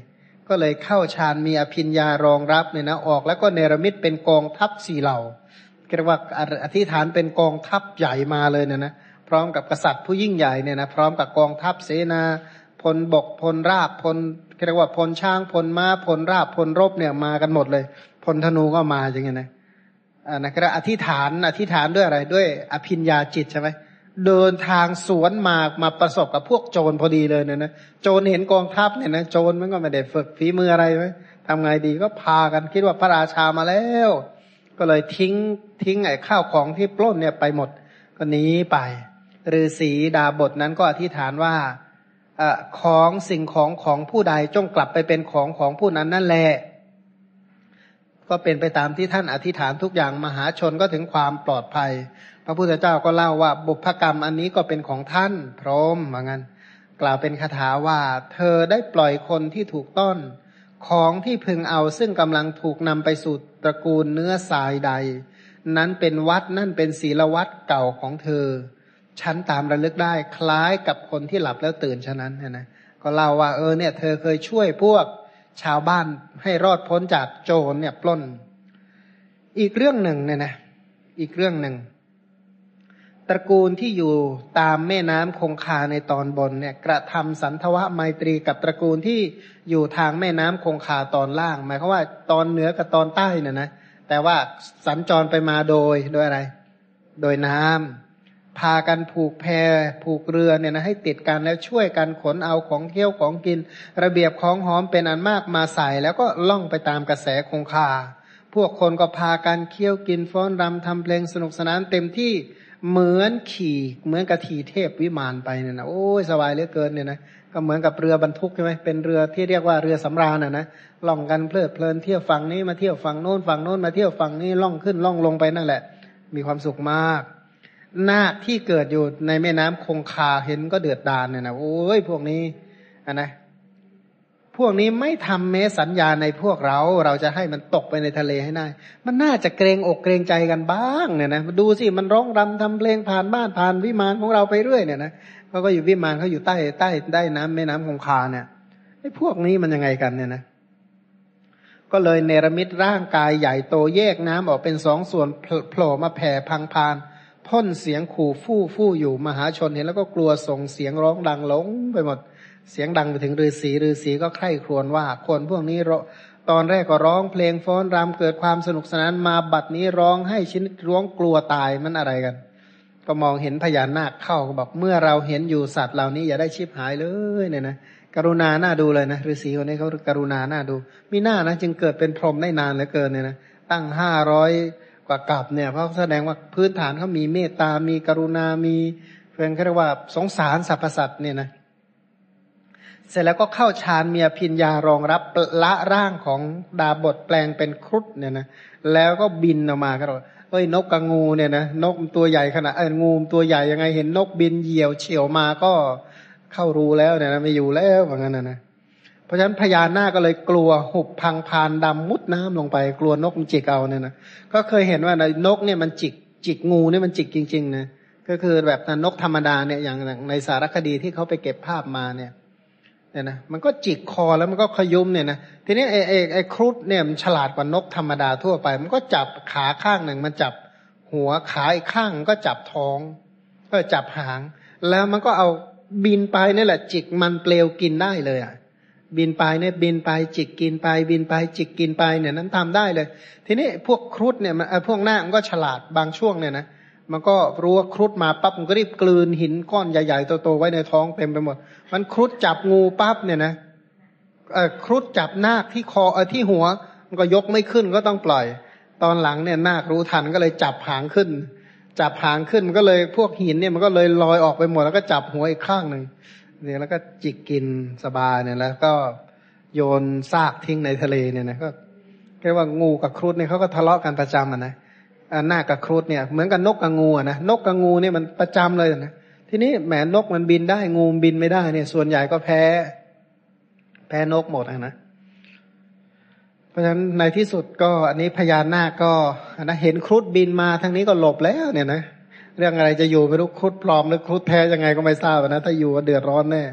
ก็เลยเข้าฌานมีอภิญญารองรับเนี่ยนะออกแล้วก็เนรมิตเป็นกองทัพสี่เหล่าเรียกว่าอธิษฐานเป็นกองทัพใหญ่มาเลยเนี่ยนะพร้อมกับกษัตริย์ผู้ยิ่งใหญ่เนี่ยนะพร้อมกับกองทัพเสนาพลบกพลราบพลเรียกว่าพลช้างพลม้าพลราบพลรบเนี่ยมากันหมดเลยพลธนูก็มาอย่างเงี้ยนะอ่านะครับอธิษฐานอธิษฐานด้วยอะไรด้วยอภิญญาจิตใช่ไหมเดินทางสวนมามาประสบกับพวกโจรพอดีเลยเนี่ยนะโจรเห็นกองทัพเนี่ยนะโจรมันก็ไม่ได้ฝึกฝีมืออะไรไหมทำไงดีก็พากันคิดว่าพระราชามาแล้วก็เลยทิ้งทิ้งไอ้ข้าวของที่ปล้นเนี่ยไปหมดก็หนีไปฤาษีดาบทนั้นก็อธิษฐานว่าเอ่อของสิ่งของของผู้ใดจงกลับไปเป็นของของผู้นั้นนั่นแหละก็เป็นไปตามที่ท่านอธิษฐานทุกอย่างมหาชนก็ถึงความปลอดภัยพระพุทธเจ้าก็เล่าว่าบุพกรรมอันนี้ก็เป็นของท่านพร้อมเหมือนกันกล่าวเป็นคาถาว่าเธอได้ปล่อยคนที่ถูกต้อนของที่พึงเอาซึ่งกำลังถูกนำไปสู่ตระกูลเนื้อทรายใดนั้นเป็นวัดนั่นเป็นศีลวัดเก่าของเธอฉันตามระลึกได้คล้ายกับคนที่หลับแล้วตื่นฉะนั้นเนี่ยนะก็เล่าว่าเออเนี่ยเธอเคยช่วยพวกชาวบ้านให้รอดพ้นจากโจรเนี่ยปล้นอีกเรื่องหนึ่งเนี่ยนะอีกเรื่องหนึ่งตระกูลที่อยู่ตามแม่น้ำคงคาในตอนบนเนี่ยกระทำสันทวไมตรีกับตระกูลที่อยู่ทางแม่น้ำคงคาตอนล่างหมายความว่าตอนเหนือกับตอนใต้เนี่ยนะแต่ว่าสัญจรไปมาโดยโดยอะไรโดยน้ำพากันผูกแพผูกเรือเนี่ยนะให้ติดกันแล้วช่วยกันขนเอาของเคี้ยวของกินระเบียบของหอมเป็นอันมากมาใส่แล้วก็ล่องไปตามกระแสคงคาพวกคนก็พากันเคี้ยวกินฟ้อนรำทำเพลงสนุกสนานเต็มที่เหมือนขี่เหมือนกะทีเทพวิมานไปเนี่ยนะโอ้ยสบายเหลือเกินเนี่ยนะก็เหมือนกับเรือบรรทุกใช่ไหมเป็นเรือที่เรียกว่าเรือสำราญน่ะนะล่องกันเพลิดเพลินเที่ยวฝั่งนี้มาเที่ยวฝั่งโน้นฝั่งโน้นมาเที่ยวฝั่งนี้ล่องขึ้นล่องลงไปนั่นแหละมีความสุขมากนาคที่เกิดอยู่ในแม่น้ำคงคาเห็นก็เดือดดาลเนี่ยนะโอ้ยพวกนี้อ่ะนะพวกนี้ไม่ทำเมสสัญญาในพวกเราเราจะให้มันตกไปในทะเลให้ได้มันน่าจะเกรงอกเกรงใจกันบ้างเนี่ยนะดูสิมันร้องรำทำเพลงผ่านบ้านผ่านวิมานของเราไปเรื่อยเนี่ยนะเขาก็อยู่วิมานเขาอยู่ใต้ใต้ใต้น้ำแม่น้ำคงคาเนี่ยไอ้พวกนี้มันยังไงกันเนี่ยนะก็เลยเนรมิตร่างกายใหญ่โตแยกน้ำออกเป็นสองส่วนโผล่มาแผ่พังพานพ่นเสียงขู่ฟู่ฟู่อยู่มหาชนเห็นแล้วก็กลัวส่งเสียงร้องดังหลงไปหมดเสียงดังไปถึงฤาษีฤาษีก็ใคร่ครวญว่าคนพวกนี้ตอนแรกก็ร้องเพลงฟ้อนรำเกิดความสนุกสนานมาบัดนี้ร้องให้ชนิดร้องกลัวตายมันอะไรกันก็มองเห็นพญานาคเข้าก็บอกเมื่อเราเห็นอยู่สัตว์เหล่านี้อย่าได้ชิบหายเลยเนี่ยนะกรุณาหน้าดูเลยนะฤาษีคนนี้เขากรุณาหน้าดูมีหน้านะจึงเกิดเป็นพรหมได้นานเหลือเกินเนี่ยนะตั้งห้าร้อยกว่ากลับเนี่ยเพราะแสดงว่าพื้นฐานเขามีเมตตามีกรุณามีเพื่อนเขาเรียกว่าสงสารสรรพสัตว์เนี่ยนะเสร็จแล้วก็เข้าฌานมีอภิญญารองรับละร่างของดาบทแปลงเป็นครุฑเนี่ยนะแล้วก็บินออกมาก็บอกเอ้ยนกกับงูเนี่ยนะนกตัวใหญ่ขนาดเอองูตัวใหญ่ยังไงเห็นนกบินเหยี่ยวเฉียวมาก็เข้ารูแล้วเนี่ยนะไม่อยู่แล้วว่างั้นนะนะเพราะฉะนั้นพญานาคก็เลยกลัวหุบพังพานดำมุดน้ำลงไปกลัวนกมันจิกเอาเนี่ยนะก็เคยเห็นว่านกเนี่ยมันจิกจิกงูเนี่ยมันจิกจริงๆนะก็คือแบบนกธรรมดาเนี่ยอย่างในสารคดีที่เขาไปเก็บภาพมาเนี่ยเนี่ยนะมันก็จิกคอแล้วมันก็ขยุมเนี่ยนะทีนี้ไอ้ไอ้ไอ้ครุฑเนี่ยมันฉลาดกว่านกธรรมดาทั่วไปมันก็จับขาข้างหนึ่งมันจับหัวขาอีกข้างก็จับท้องก็จับหางแล้วมันก็เอาบินไปนี่แหละจิกมันเปลวกินได้เลยอ่ะบินไปเนี่ยบินไปจิกกินไปบินไปจิกกินไปเนี่ยนั้นทำได้เลยทีนี้พวกครุฑเนี่ยมันพวกหน้ามันก็ฉลาดบางช่วงเนี่ยนะมันก็รู้ว่าครุฑมาปั๊บมันก็รีบกลืนหินก้อนใหญ่ๆโตๆไว้ในท้องเต็มไปหมดมันครุฑจับงูปั๊บเนี่ยนะเออครุฑจับนาคที่คอเออที่หัวมันก็ยกไม่ขึ้นก็ต้องปล่อยตอนหลังเนี่ยนาครู้ทันก็เลยจับหางขึ้นจับหางขึ้นมันก็เลยพวกหินเนี่ยมันก็เลยลอยออกไปหมดแล้วก็จับหัวอีกข้างหนึ่งเนี่ยแล้วก็จิกกินสบายเนี่ยแล้วก็โยนซากทิ้งในทะเลเนี่ยนะก็เรียกว่างูกับครุฑเนี่ยเขาก็ทะเลาะกันประจำอ่ะนะหน้ากับครุฑเนี่ยเหมือนกับนกกับงูอ่ะนะนกกับงูเนี่ยมันประจำเลยนะทีนี้แหมนกมันบินได้งูบินไม่ได้เนี่ยส่วนใหญ่ก็แพ้แพ้นกหมดนะเพราะฉะนั้นในที่สุดก็อันนี้พญานาคก็นะเห็นครุฑบินมาทางนี้ก็หลบแล้วเนี่ยนะเรื่องอะไรจะอยู่ไม่รู้ครุฑปลอมหรือครุฑแท้ยังไงก็ไม่ทราบนะถ้าอยู่ก็เดือดร้อนแน่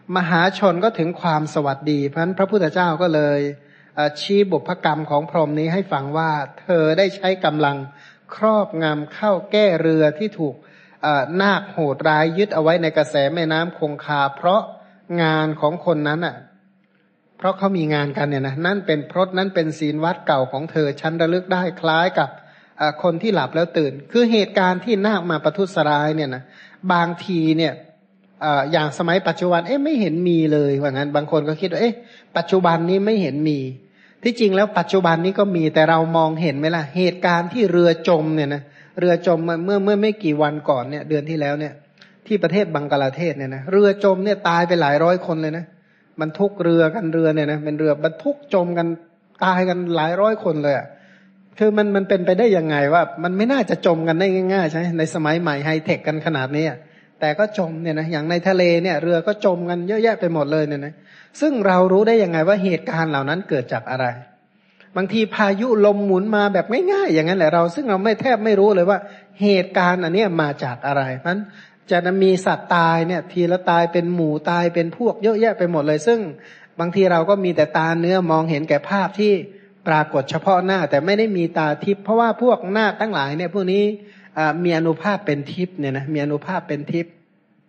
มหาชนก็ถึงความสวัสดีเพราะฉะนั้นพระพุทธเจ้าก็เลยชี้บุพกรรมของพรหมนี้ให้ฟังว่าเธอได้ใช้กำลังครอบงำเข้าแก้เรือที่ถูกนาคโหดร้ายยึดเอาไว้ในกระแสแม่น้ำคงคาเพราะงานของคนนั้นอ่ะเพราะเขามีงานกันเนี่ยนะนั่นเป็นพรตนั้นเป็นศีลวัดเก่าของเธอฉันระลึกได้คล้ายกับคนที่หลับแล้วตื่นคือเหตุการณ์ที่นาคมาประทุษร้ายเนี่ยนะบางทีเนี่ยอย่างสมัยปัจจุบันเอ๊ะไม่เห็นมีเลยว่างั้นบางคนก็คิดว่าเอ๊ะปัจจุบันนี้ไม่เห็นมีที่จริงแล้วปัจจุบันนี้ก็มีแต่เรามองเห็นไหมล่ะเหตุการณ์ที่เรือจมเนี่ยนะเรือจมเมื่อเมื่อไม่กี่วันก่อนเนี่ยเดือนที่แล้วเนี่ยที่ประเทศบังกลาเทศเนี่ยนะเรือจมเนี่ยตายไปหลายร้อยคนเลยนะบรรทุกเรือกันเรือเนี่ยนะเป็นเรือบรรทุกจมกันตายกันหลายร้อยคนเลยอ่ะคือมันมันเป็นไปได้ยังไงว่ามันไม่น่าจะจมกันได้ง่ายๆใช่ไหมในสมัยใหม่ไฮเทคกันขนาดนี้แต่ก็จมเนี่ยนะอย่างในทะเลเนี่ยเรือก็จมกันเยอะแยะไปหมดเลยเนี่ยนะซึ่งเรารู้ได้ยังไงว่าเหตุการณ์เหล่านั้นเกิดจากอะไรบางทีพายุลมหมุนมาแบบง่ายๆอย่างนั้นแหละเราซึ่งเราไม่แทบไม่รู้เลยว่าเหตุการณ์อันนี้มาจากอะไรเพราะฉะนั้นจะมีสัตว์ตายเนี่ยทีละตายเป็นหมู่ตายเป็นพวกเยอะแยะไปหมดเลยซึ่งบางทีเราก็มีแต่ตาเนื้อมองเห็นแก่ภาพที่ปรากฏเฉพาะหน้าแต่ไม่ได้มีตาทิพย์เพราะว่าพวกหน้าทั้งหลายเนี่ยพวกนี้มีอานุภาพเป็นทิพย์เนี่ยนะมีอานุภาพเป็นทิพย์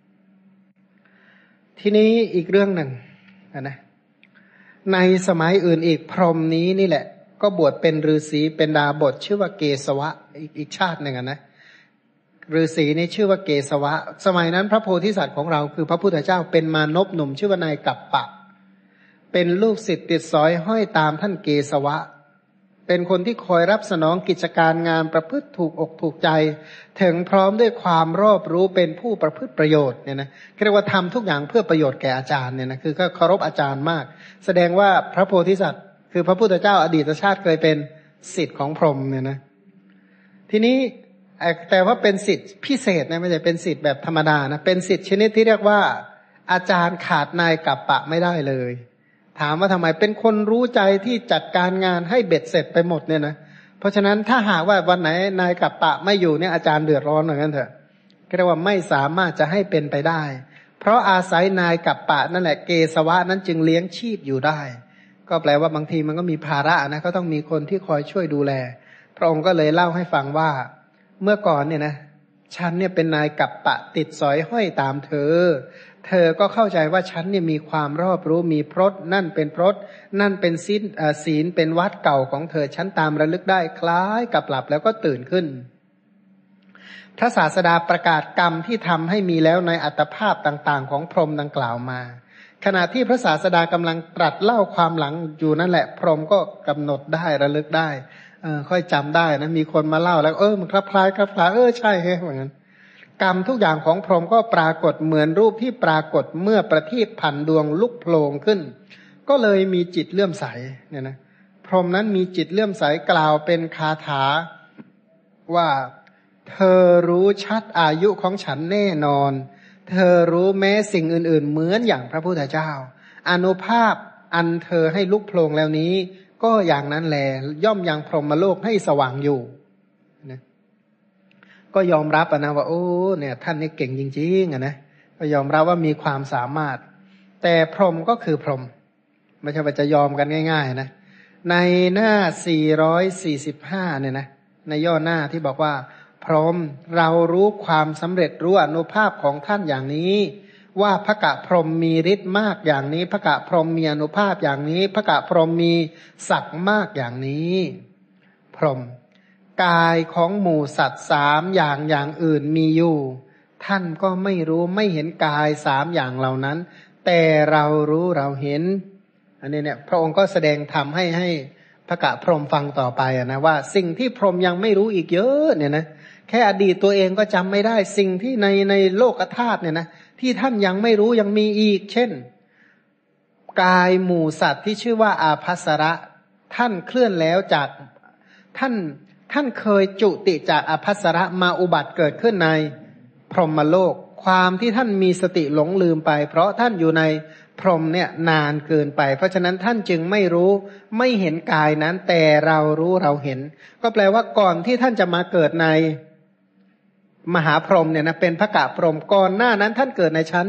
ทีนี้อีกเรื่องหนึ่งนะในสมัยอื่นอีกพรหมนี้นี่แหละก็บวชเป็นฤาษีเป็นดาบทชื่อว่าเกสวะอีกอีกชาติหนึ่งนะฤาษีนี่ชื่อว่าเกสวะสมัยนั้นพระโพธิสัตว์ของเราคือพระพุทธเจ้าเป็นมานพหนุ่มชื่อว่านายกัปปะเป็นลูกศิษย์ติดสอยห้อยตามท่านเกสวะเป็นคนที่คอยรับสนองกิจการงานประพฤติถูกอกถูกใจถึงพร้อมด้วยความรอบรู้เป็นผู้ประพฤติประโยชน์เนี่ยนะเรียกว่าทำทุกอย่างเพื่อประโยชน์แก่อาจารย์เนี่ยนะคือก็เคารพอาจารย์มากแสดงว่าพระโพธิสัตว์คือพระพุทธเจ้าอดีตชาติเคยเป็นศิษย์ของพรหมเนี่ยนะทีนี้แต่ว่าเป็นศิษย์พิเศษนะไม่ใช่เป็นศิษย์แบบธรรมดานะเป็นศิษย์ชนิดที่เรียกว่าอาจารย์ขาดนายกัปปะไม่ได้เลยถามว่าทำไมเป็นคนรู้ใจที่จัดการงานให้เบ็ดเสร็จไปหมดเนี่ยนะเพราะฉะนั้นถ้าหากว่าวันไหนนายกัปปะไม่อยู่เนี่ยอาจารย์เดือดร้อนเหมือนกันเถอะเรียกว่าไม่สามารถจะให้เป็นไปได้เพราะอาศัยนายกัปปะนั่นแหละเกสวะนั้นจึงเลี้ยงชีพอยู่ได้ก็แปลว่าบางทีมันก็มีภาระนะก็ต้องมีคนที่คอยช่วยดูแลพระองค์ก็เลยเล่าให้ฟังว่าเมื่อก่อนเนี่ยนะฉันเนี่ยเป็นนายกัปปะติดสอยห้อยตามเธอเธอก็เข้าใจว่าฉันเนี่ยมีความรอบรู้มีพรตนั่นเป็นพรตนั่นเป็นศีลศีลเป็นวัดเก่าของเธอฉันตามระลึกได้คล้ายกับหลับแล้วก็ตื่นขึ้นพระศาสดาประกาศกรรมที่ทำให้มีแล้วในอัตภาพต่างๆของพรหมดังกล่าวมาขณะที่พระศาสดากำลังตรัสเล่าความหลังอยู่นั่นแหละพรหมก็กำหนดได้ระลึกได้เออค่อยจำได้นะมีคนมาเล่าแล้วเออมันคลับคล้ายคลับคล้ายเออใช่เหมือนกันกรรมทุกอย่างของพรหมก็ปรากฏเหมือนรูปที่ปรากฏเมื่อประทีปพันดวงลุกโผล่ขึ้นก็เลยมีจิตเลื่อมใสเนี่ยนะพรหมนั้นมีจิตเลื่อมใสกล่าวเป็นคาถาว่าเธอรู้ชัดอายุของฉันแน่นอนเธอรู้แม้สิ่งอื่นๆเหมือนอย่างพระพุทธเจ้าอานุภาพอันเธอให้ลุกโผล่แล้วนี้ก็อย่างนั้นแลย่อมยังพรหมโลกให้สว่างอยู่นะก็ยอมรับนะว่าโอ้เนี่ยท่านนี่เก่งจริงๆอ่ะนะก็ยอมรับว่ามีความสามารถแต่พรหมก็คือพรหมไม่ใช่ว่าจะยอมกันง่ายๆนะในหน้าสี่ร้อยสี่สิบห้าเนี่ยนะในย่อหน้าที่บอกว่าพรหมเรารู้ความสำเร็จรู้อนุภาพของท่านอย่างนี้ว่าพระกะพรหมมีฤทธิ์มากอย่างนี้พระกะพรหมมีอนุภาพอย่างนี้พระกะพรหมมีศักดิ์มากอย่างนี้พรหมกายของหมู่สัตว์สามอย่างอย่างอื่นมีอยู่ท่านก็ไม่รู้ไม่เห็นกายสามอย่างเหล่านั้นแต่เรารู้เราเห็นอันนี้เนี่ยพระองค์ก็แสดงธรรมให้ให้พระกะพรหมฟังต่อไปนะว่าสิ่งที่พรหมยังไม่รู้อีกเยอะเนี่ยนะแค่อดีตตัวเองก็จำไม่ได้สิ่งที่ในในโลกธาตุเนี่ยนะที่ท่านยังไม่รู้ยังมีอีกเช่นกายหมู่สัตว์ที่ชื่อว่าอาภัสระท่านเคลื่อนแล้วจากท่านท่านเคยจุติจากอาภัสระมาอุบัติเกิดขึ้นในพรหมโลกความที่ท่านมีสติหลงลืมไปเพราะท่านอยู่ในพรหมเนี่ยนานเกินไปเพราะฉะนั้นท่านจึงไม่รู้ไม่เห็นกายนั้นแต่เรารู้เราเห็นก็แปลว่าก่อนที่ท่านจะมาเกิดในมหาพรหมเนี่ยนะเป็นพระกะพรหมก่อนหน้านั้นท่านเกิดในชั้น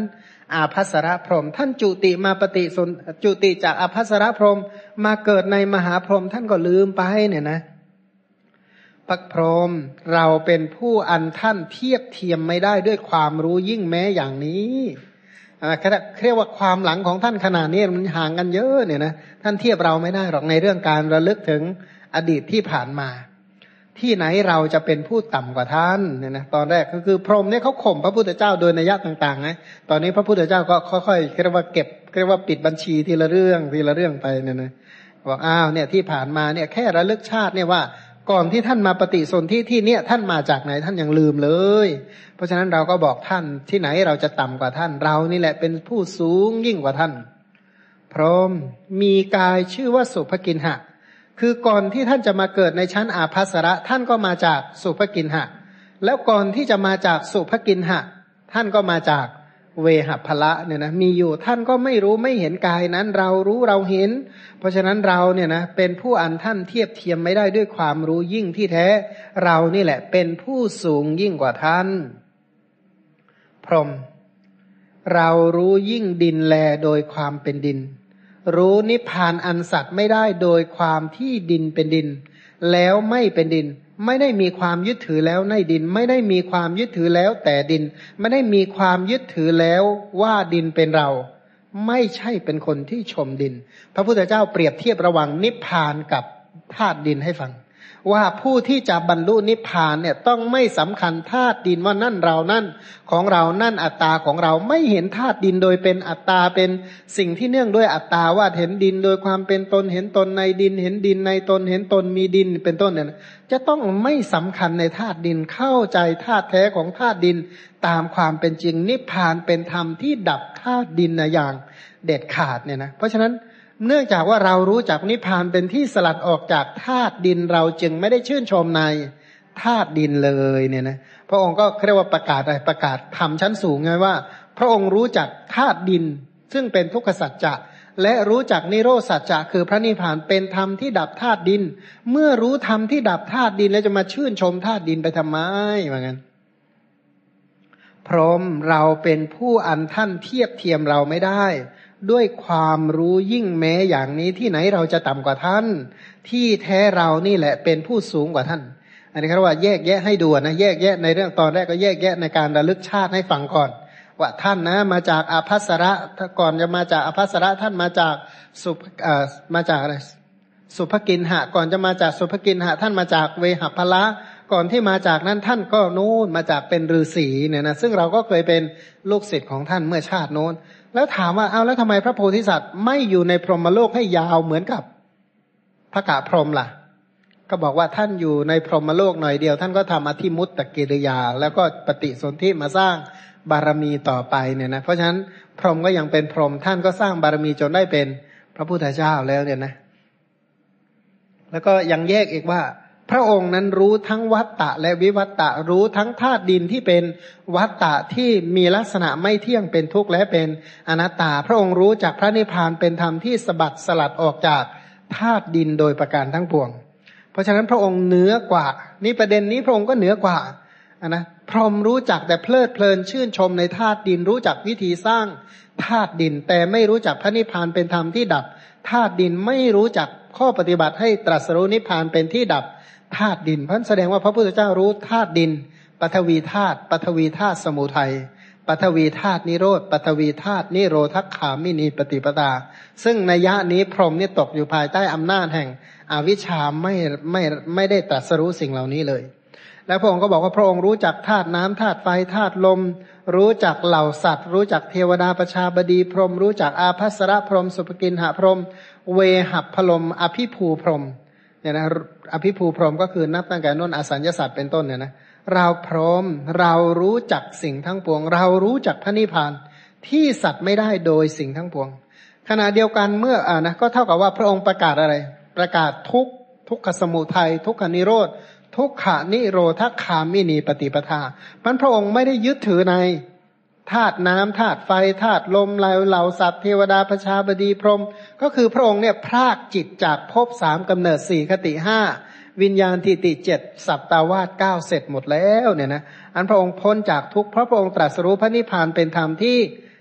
อาภัสรพรหมท่านจุติมาปฏิสนจุติจากอาภัสรพรหมมาเกิดในมหาพรหมท่านก็ลืมไปเนี่ยนะปักพรหมเราเป็นผู้อันท่านเทียบเทียมไม่ได้ด้วยความรู้ยิ่งแม้อย่างนี้อ่าเรียกว่าความหลังของท่านขนาดนี้มันห่างกันเยอะเนี่ยนะท่านเทียบเราไม่ได้หรอกในเรื่องการระลึกถึงอดีตที่ผ่านมาที่ไหนเราจะเป็นผู้ต่ำกว่าท่านเนี่ยนะตอนแรกก็คือพรหมเนี่ยเขาข่มพระพุทธเจ้าโดยนัยยะต่างๆนะตอนนี้พระพุทธเจ้าก็ค่อยๆเรียกว่าเก็บเรียกว่าปิดบัญชีทีละเรื่องทีละเรื่องไปเนี่ยนะบอกอ้าวเนี่ยที่ผ่านมาเนี่ยแค่ระลึกชาติเนี่ยว่าก่อนที่ท่านมาปฏิสนธิที่เนี่ยท่านมาจากไหนท่านยังลืมเลยเพราะฉะนั้นเราก็บอกท่านที่ไหนเราจะต่ำกว่าท่านเรานี่แหละเป็นผู้สูงยิ่งกว่าท่านพรหมมีกายชื่อว่าสุภกินหะคือก่อนที่ท่านจะมาเกิดในชั้นอาภัสระท่านก็มาจากสุภกินหะแล้วก่อนที่จะมาจากสุภกินหะท่านก็มาจากเวหพละเนี่ยนะมีอยู่ท่านก็ไม่รู้ไม่เห็นกายนั้นเรารู้เราเห็นเพราะฉะนั้นเราเนี่ยนะเป็นผู้อันท่านเทียบเทียมไม่ได้ด้วยความรู้ยิ่งที่แท้เรานี่แหละเป็นผู้สูงยิ่งกว่าท่านพรหมเรารู้ยิ่งดินแลโดยความเป็นดินรู้นิพพานอันสัตว์ไม่ได้โดยความที่ดินเป็นดินแล้วไม่เป็นดินไม่ได้มีความยึดถือแล้วในดินไม่ได้มีความยึดถือแล้วแต่ดินไม่ได้มีความยึดถือแล้วว่าดินเป็นเราไม่ใช่เป็นคนที่ชมดินพระพุทธเจ้าเปรียบเทียบระหว่างนิพพานกับธาตุดินให้ฟังว่าผู้ที่จะบรรลุนิพพานเนี่ยต้องไม่สำคัญธาตุดินว่านั่นเรานั่นของเรานั่นอัตตาของเราไม่เห็นธาตุดินโดยเป็นอัตตาเป็นสิ่งที่เนื่องด้วยอัตตาว่าเห็นดินโดยความเป็นตนเห็นตนในดินเห็นดินในตนเห็นตนมีดินเป็นต้นเนี่ยจะต้องไม่สำคัญในธาตุดินเข้าใจธาตุแท้ของธาตุดินตามความเป็นจริงนิพพานเป็นธรรมที่ดับธาตุดินนะอย่างเด็ดขาดเนี่ยนะเพราะฉะนั้นเนื่องจากว่าเรารู้จักนิพพานเป็นที่สลัดออกจากธาตุดินเราจึงไม่ได้ชื่นชมในธาตุดินเลยเนี่ยนะพระองค์ก็เรียกว่าประกาศอะไรประกาศธรรมชั้นสูงไงว่าพระองค์รู้จักธาตุดินซึ่งเป็นทุกขสัจจะและรู้จักนิโรธสัจจะคือพระนิพพานเป็นธรรมที่ดับธาตุดินเมื่อรู้ธรรมที่ดับธาตุดินแล้วจะมาชื่นชมธาตุดินไปทำไมว่างั้นพรหมเราเป็นผู้อันท่านเทียบเทียมเราไม่ได้ด้วยความรู้ยิ่งแม้อย่างนี้ที่ไหนเราจะต่ำกว่าท่านที่แท้เรานี่แหละเป็นผู้สูงกว่าท่านอันนี้ครับว่าแยกแยะให้ดูนะแยกแยะในเรื่องตอนแรกก็แยกแยะในการระลึกชาติให้ฟังก่อนว่าท่านนะมาจากอาภัสระก่อนจะมาจากอาภัสระท่านมาจากสุเอ่อมาจากอะไรสุภกินหะก่อนจะมาจากสุภกินหะท่านมาจากเวหพละก่อนที่มาจากนั้นท่านก็นู้นมาจากเป็นฤาษีเนี่ยนะซึ่งเราก็เคยเป็นลูกศิษย์ของท่านเมื่อชาติโน้นแล้วถามว่าเอาแล้วทำไมพระโพธิสัตว์ไม่อยู่ในพรหมโลกให้ยาวเหมือนกับพระกะพรหมล่ะก็บอกว่าท่านอยู่ในพรหมโลกหน่อยเดียวท่านก็ทำอธิมุตตกิริยาแล้วก็ปฏิสนธิมาสร้างบารมีต่อไปเนี่ยนะเพราะฉะนั้นพรหมก็ยังเป็นพรหมท่านก็สร้างบารมีจนได้เป็นพระพุทธเจ้าแล้วเนี่ยนะแล้วก็ยังแยกอีกว่าพระองค์นั้นรู้ทั้งวัตตะและวิวัตตะรู้ทั้งธาตุดินที่เป็นวัตตะที่มีลักษณะไม่เที่ยงเป็นทุกข์และเป็นอนัตตาพระองค์รู้จากพระนิพพานเป็นธรรมที่สบัดสลัดออกจากธาตุดินโดยประการทั้งปวงเพราะฉะนั้นพระองค์เหนือกว่านี่ประเด็นนี้พระองค์ก็เหนือกว่านะพรหมรู้จักแต่เพลิดเพลินชื่นชมในธาตุดินรู้จักวิธีสร้างธาตุดินแต่ไม่รู้จักพระนิพพานเป็นธรรมที่ดับธาตุดินไม่รู้จักข้อปฏิบัติให้ตรัสรู้นิพพานเป็นที่ดับธาตุดินเพราะแสดงว่าพระพุทธเจ้ารู้ธาตุดินปฐวีธาตุปฐวีธาตุสมุทัยปฐวีธาตุนิโรธปฐวีธาตุนิโรธคามินีปฏิปทาซึ่งในยะนี้พรหมนี่ตกอยู่ภายใต้อำนาจแห่งอวิชชาไม่ไม่ไม่ได้ตรัสรู้สิ่งเหล่านี้เลยแล้วพระองค์ก็บอกว่าพระองค์รู้จักธาตุน้ำธาตุไฟธาตุลมรู้จักเหล่าสัตว์รู้จักเทวดาประชาบดีพรหมรู้จักอาภัสรพรหมสุภกินหพรหมเวหัพพรหมอภิภูพรหมเนี่ยนะอภิภูพรหมก็คือนับตั้งแต่นนอสัญญสัตว์เป็นต้นเนี่ยนะเราพร้อมเรารู้จักสิ่งทั้งปวงเรารู้จักพระนิพพานที่สัตว์ไม่ได้โดยสิ่งทั้งปวงขณะเดียวกันเมื่ออ่านะก็เท่ากับว่าพระองค์ประกาศอะไรประกาศทุกทุกขสมุทัยทุกขนิโรธทุกขานิโรธคามินีปฏิปทามันพระองค์ไม่ได้ยึดถือในธาตุน้ำธาตุไฟธาตุลมเหล่าเหล่าสัตว์เทวดาประชาบดีพรหมก็คือพระองค์เนี่ยพรากจิตจากภพสามกำเนิดสี่คติห้าวิญญาณทิฏฐิเจ็ดสัปตาวาสเก้าเสร็จหมดแล้วเนี่ยนะอันพระองค์พ้นจากทุกข์เพราะพระองค์ตรัสรู้พระนิพพานเป็นธรรมที่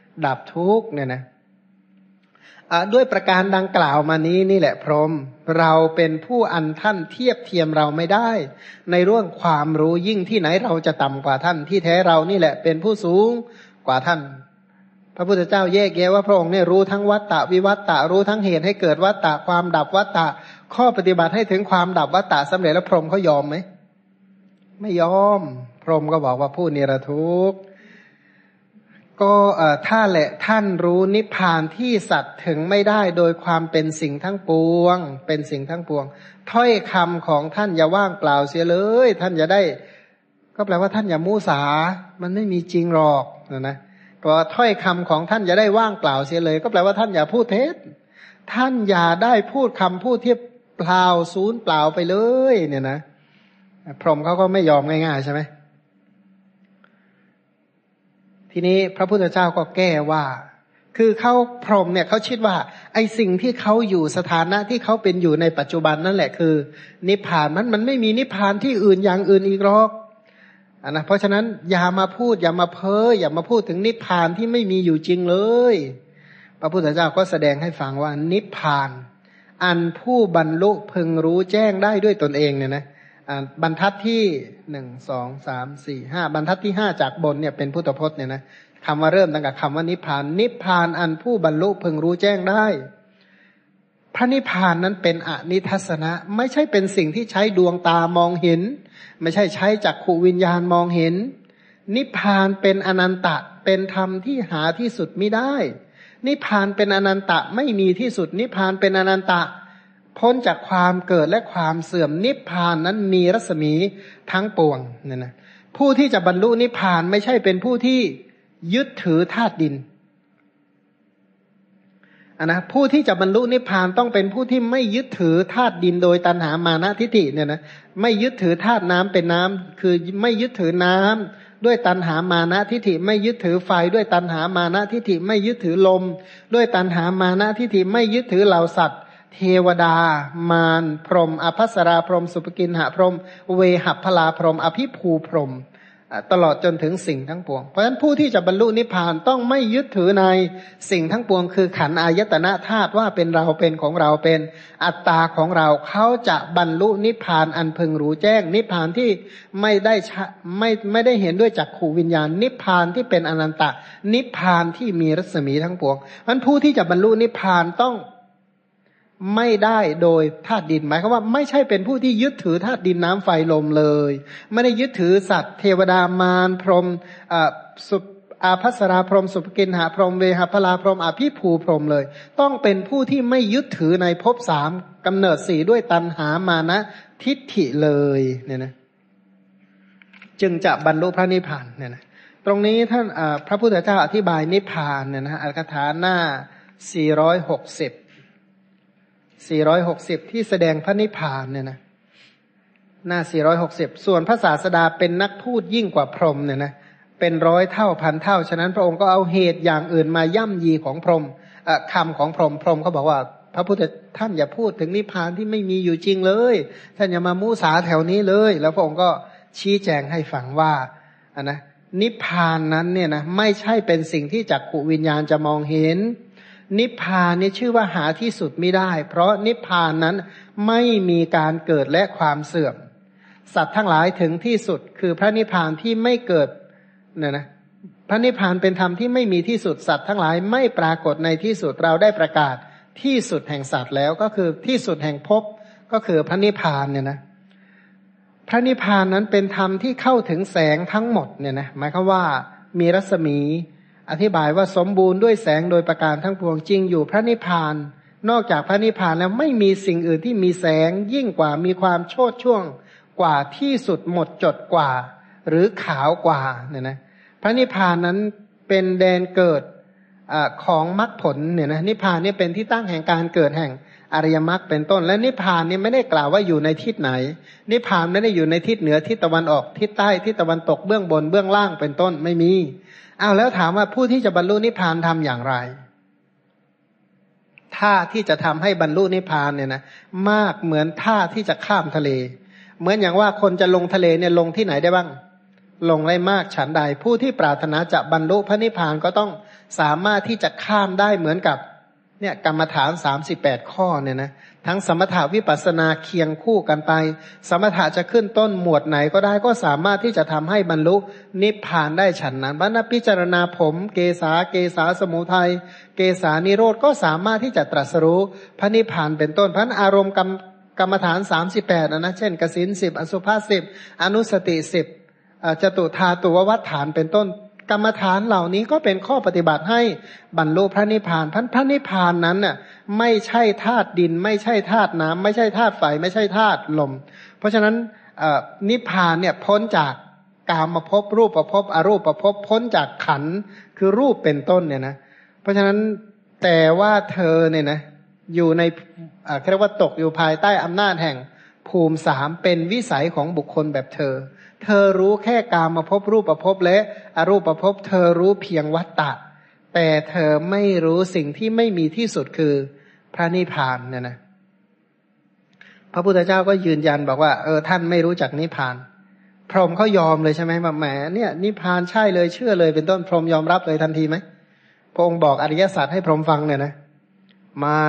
ดับทุกข์เนี่ยนะด้วยประการดังกล่าวมานี้นี่แหละพรหมเราเป็นผู้อันท่านเทียบเทียมเราไม่ได้ในเรื่องความรู้ยิ่งที่ไหนเราจะต่ำกว่าท่านที่แท้เรานี่แหละเป็นผู้สูงกว่าท่านพระพุทธเจ้าแยกแยะว่าพระองค์เนี่ยรู้ทั้งวัฏฏะวิวัฏฏะรู้ทั้งเหตุให้เกิดวัฏฏะความดับวัฏฏะข้อปฏิบัติให้ถึงความดับวัฏฏะสำเร็จแล้วพรหมเขายอมไหมไม่ยอมพรหมก็บอกว่าผู้นิรทุกข์ก็เอ่อถ้าแหละท่านรู้นิพพานที่สัตว์ถึงไม่ได้โดยความเป็นสิ่งทั้งปวงเป็นสิ่งทั้งปวงถ้อยคำของท่านอย่าว่างเปล่าเสียเลยท่านจะได้ก็แปลว่าท่านอย่ามุสามันไม่มีจริงหรอกนะนะก็ถ้อยคำของท่านอย่าได้ว่างเปล่าเสียเลยก็แปลว่าท่านอย่าพูดเท็จท่านอย่าได้พูดคำพูดที่เปล่าศูนย์เปล่าไปเลยเนี่ยนะพรหมเขาก็ไม่ยอมง่ายๆใช่ไหมทีนี้พระพุทธเจ้าก็แก้ว่าคือเขาพรหมเนี่ยเขาคิดว่าไอ้สิ่งที่เขาอยู่สถานะที่เขาเป็นอยู่ในปัจจุบันนั่นแหละคือนิพพานมันมันไม่มีนิพพานที่อื่นอย่างอื่นอีกหรอกอ่ะนะเพราะฉะนั้นอย่ามาพูดอย่ามาเพ้ออย่ามาพูดถึงนิพพานที่ไม่มีอยู่จริงเลยพระพุทธเจ้าก็แสดงให้ฟังว่านิพพานอันผู้บรรลุพึงรู้แจ้งได้ด้วยตนเองเนี่ยนะบรรทัดที่หนึ่งสองสามสี่ห้าบรรทัดที่ห้าจากบนเนี่ยเป็นพุทธพจน์เนี่ยนะคำว่าเริ่มตั้งแต่คำว่านิพพานนิพพานอันผู้บรรลุพึงรู้แจ้งได้พระนิพพานนั้นเป็นอนิทัศนะไม่ใช่เป็นสิ่งที่ใช้ดวงตามองเห็นไม่ใช่ใช้จักขุวิญญาณมองเห็นนิพพานเป็นอนันตะเป็นธรรมที่หาที่สุดไม่ได้นิพพานเป็นอนันตะไม่มีที่สุดนิพพานเป็นอนันตะพ้นจากความเกิดและความเสื่อมนิพพานนั้นมีรัศมีทั้งปวงเนี่ยนะผู้ที่จะบรรลุนิพพานไม่ใช่เป็นผู้ที่ยึดถือธาตุดินอ่ะนะผู้ที่จะบรรลุนิพพานต้องเป็นผู้ที่ไม่ยึดถือธาตุดินโดยตัณหามานะทิฏฐิเนี่ยนะไม่ยึดถือธาตุน้ำเป็นน้ำคือไม่ยึดถือน้ำด้วยตัณหามานะทิฏฐิไม่ยึดถือไฟด้วยตัณหามานะทิฏฐิไม่ยึดถือลมด้วยตัณหามานะทิฏฐิไม่ยึดถือเหล่าสัตว์เทวดามารพรหมอภัสราพรหมสุปกินหพรหมเวหัพพลาพรหมอภิภูพรหมตลอดจนถึงสิ่งทั้งปวงเพราะฉะนั้นผู้ที่จะบรรลุนิพพานต้องไม่ยึดถือในสิ่งทั้งปวงคือขันธ์อายตนะธาตุว่าเป็นเราเป็นของเราเป็นอัตตาของเราเขาจะบรรลุนิพพานอันพึงรู้แจ้งนิพพานที่ไม่ได้ไม่ไม่ได้เห็นด้วยจักขุวิญญาณนิพพานที่เป็นอนันตะนิพพานที่มีรัศมีทั้งปวงเพราะฉะนั้นผู้ที่จะบรรลุนิพพานต้องไม่ได้โดยธาตุดินหมายความว่าไม่ใช่เป็นผู้ที่ยึดถือธาตุดินน้ำไฟลมเลยไม่ได้ยึดถือสัตว์เทวดามารพรหมสุอาภัสราพรหมสุภกินหพรหมเวหพลาพรหมอภิภูพรหมเลยต้องเป็นผู้ที่ไม่ยึดถือในภพสามกำเนิดสี่ด้วยตัณหามานะทิฏฐิเลยเนี่ยนะจึงจะบรรลุพระนิพพานเนี่ยนะตรงนี้ท่านพระพุทธเจ้าอธิบายนิพพานเนี่ยนะอัตถกถาหน้าสี่ร้อยหกสิบสี่ร้อยหกสิบที่แสดงพระนิพพานเนี่ยนะหน้าสี่ร้อยหกสิบส่วนพระศาสดาเป็นนักพูดยิ่งกว่าพรหมเนี่ยนะเป็นร้อยเท่าพันเท่าฉะนั้นพระองค์ก็เอาเหตุอย่างอื่นมาย่ำยีของพรหมคำของพรหมพรหมเขาบอกว่าพระพุทธท่านอย่าพูดถึงนิพพานที่ไม่มีอยู่จริงเลยท่านอย่ามามุสาแถวนี้เลยแล้วพระองค์ก็ชี้แจงให้ฟังว่าอ่ะนะนิพพานนั้นเนี่ยนะไม่ใช่เป็นสิ่งที่จักขุวิญญาณจะมองเห็นนิพพานนี่ชื่อว่าหาที่สุดไม่ได้เพราะนิพพานนั้นไม่มีการเกิดและความเสื่อมสัตว์ทั้งหลายถึงที่สุดคือพระนิพพานที่ไม่เกิดเนี่ยนะพระนิพพานเป็นธรรมที่ไม่มีที่สุดสัตว์ทั้งหลายไม่ปรากฏในที่สุดเราได้ประกาศที่สุดแห่งสัตว์แล้วก็คือที่สุดแห่งภพก็คือพระนิพพานเนี่ยนะพระนิพพานนั้นเป็นธรรมที่เข้าถึงแสงทั้งหมดเนี่ยนะหมายความว่ามีรัศมีอธิบายว่าสมบูรณ์ด้วยแสงโดยประการทั้งปวงจริงอยู่พระนิพพานนอกจากพระนิพพานแล้วไม่มีสิ่งอื่นที่มีแสงยิ่งกว่ามีความโชติช่วงกว่าที่สุดหมดจดกว่าหรือขาวกว่าเนี่ยนะพระนิพพานนั้นเป็นแดนเกิดของมรรคผลเนี่ยนะนิพพานนี่เป็นที่ตั้งแห่งการเกิดแห่งอริยมรรคเป็นต้นและนิพพานนี่ไม่ได้กล่าวว่าอยู่ในทิศไหนนิพพานไม่ได้อยู่ในทิศเหนือทิศตะวันออกทิศใต้ทิศตะวันตกเบื้องบนเบื้องล่างเป็นต้นไม่มีอ้าวแล้วถามว่าผู้ที่จะบรรลุนิพพานทำอย่างไรท่าที่จะทำให้บรรลุนิพพานเนี่ยนะมากเหมือนท่าที่จะข้ามทะเลเหมือนอย่างว่าคนจะลงทะเลเนี่ยลงที่ไหนได้บ้างลงได้มากฉันใดผู้ที่ปรารถนาจะบรรลุพระนิพพานก็ต้องสามารถที่จะข้ามได้เหมือนกับเนี่ยกรรมฐานสามสิบแปดข้อเนี่ยนะทั้งสมถะวิปัสสนาเคียงคู่กันไปสมถะจะขึ้นต้นหมวดไหนก็ได้ก็สามารถที่จะทำให้บรรลุนิพพานได้ฉันนั้นบรรณพิจารณาผมเกสาเกสาสมุทัยเกสานิโรธก็สามารถที่จะตรัสรู้พระนิพพานเป็นต้นเพราะอารมณ์กรรมกรรมฐานสามสิบแปดนะนะเช่นกสินสิบอสุภาสิบอนุสติสิบจตุธาตุววัฏฐานเป็นต้นกรรมฐานเหล่านี้ก็เป็นข้อปฏิบัติให้บรรลุพระนิพพานพระพระนิพพานนั้นน่ะไม่ใช่ธาตุดินไม่ใช่ธาตุน้ำไม่ใช่ธาตุไฟไม่ใช่ธาตุลมเพราะฉะนั้นนิพพานเนี่ยพ้นจากกามภพรูปภพอรูปภพพ้นจากขันธ์คือรูปเป็นต้นเนี่ยนะเพราะฉะนั้นแต่ว่าเธอเนี่ยนะอยู่ในเรียกว่าตกอยู่ภายใต้อำนาจแห่งภูมิสามเป็นวิสัยของบุคคลแบบเธอเธอรู้แค่กามภพรูปภพและอรูปภพเธอรู้เพียงวัฏฏะแต่เธอไม่รู้สิ่งที่ไม่มีที่สุดคือพระนิพพานเนี่ยนะพระพุทธเจ้าก็ยืนยันบอกว่าเออท่านไม่รู้จักนิพพานพรหมเขายอมเลยใช่ไหมว่าแหมเนี่ยนิพพานใช่เลยเชื่อเลยเป็นต้นพรหมยอมรับเลยทันทีไหมพระองค์บอกอริยสัจให้พรหมฟังเนี่ยนะไม่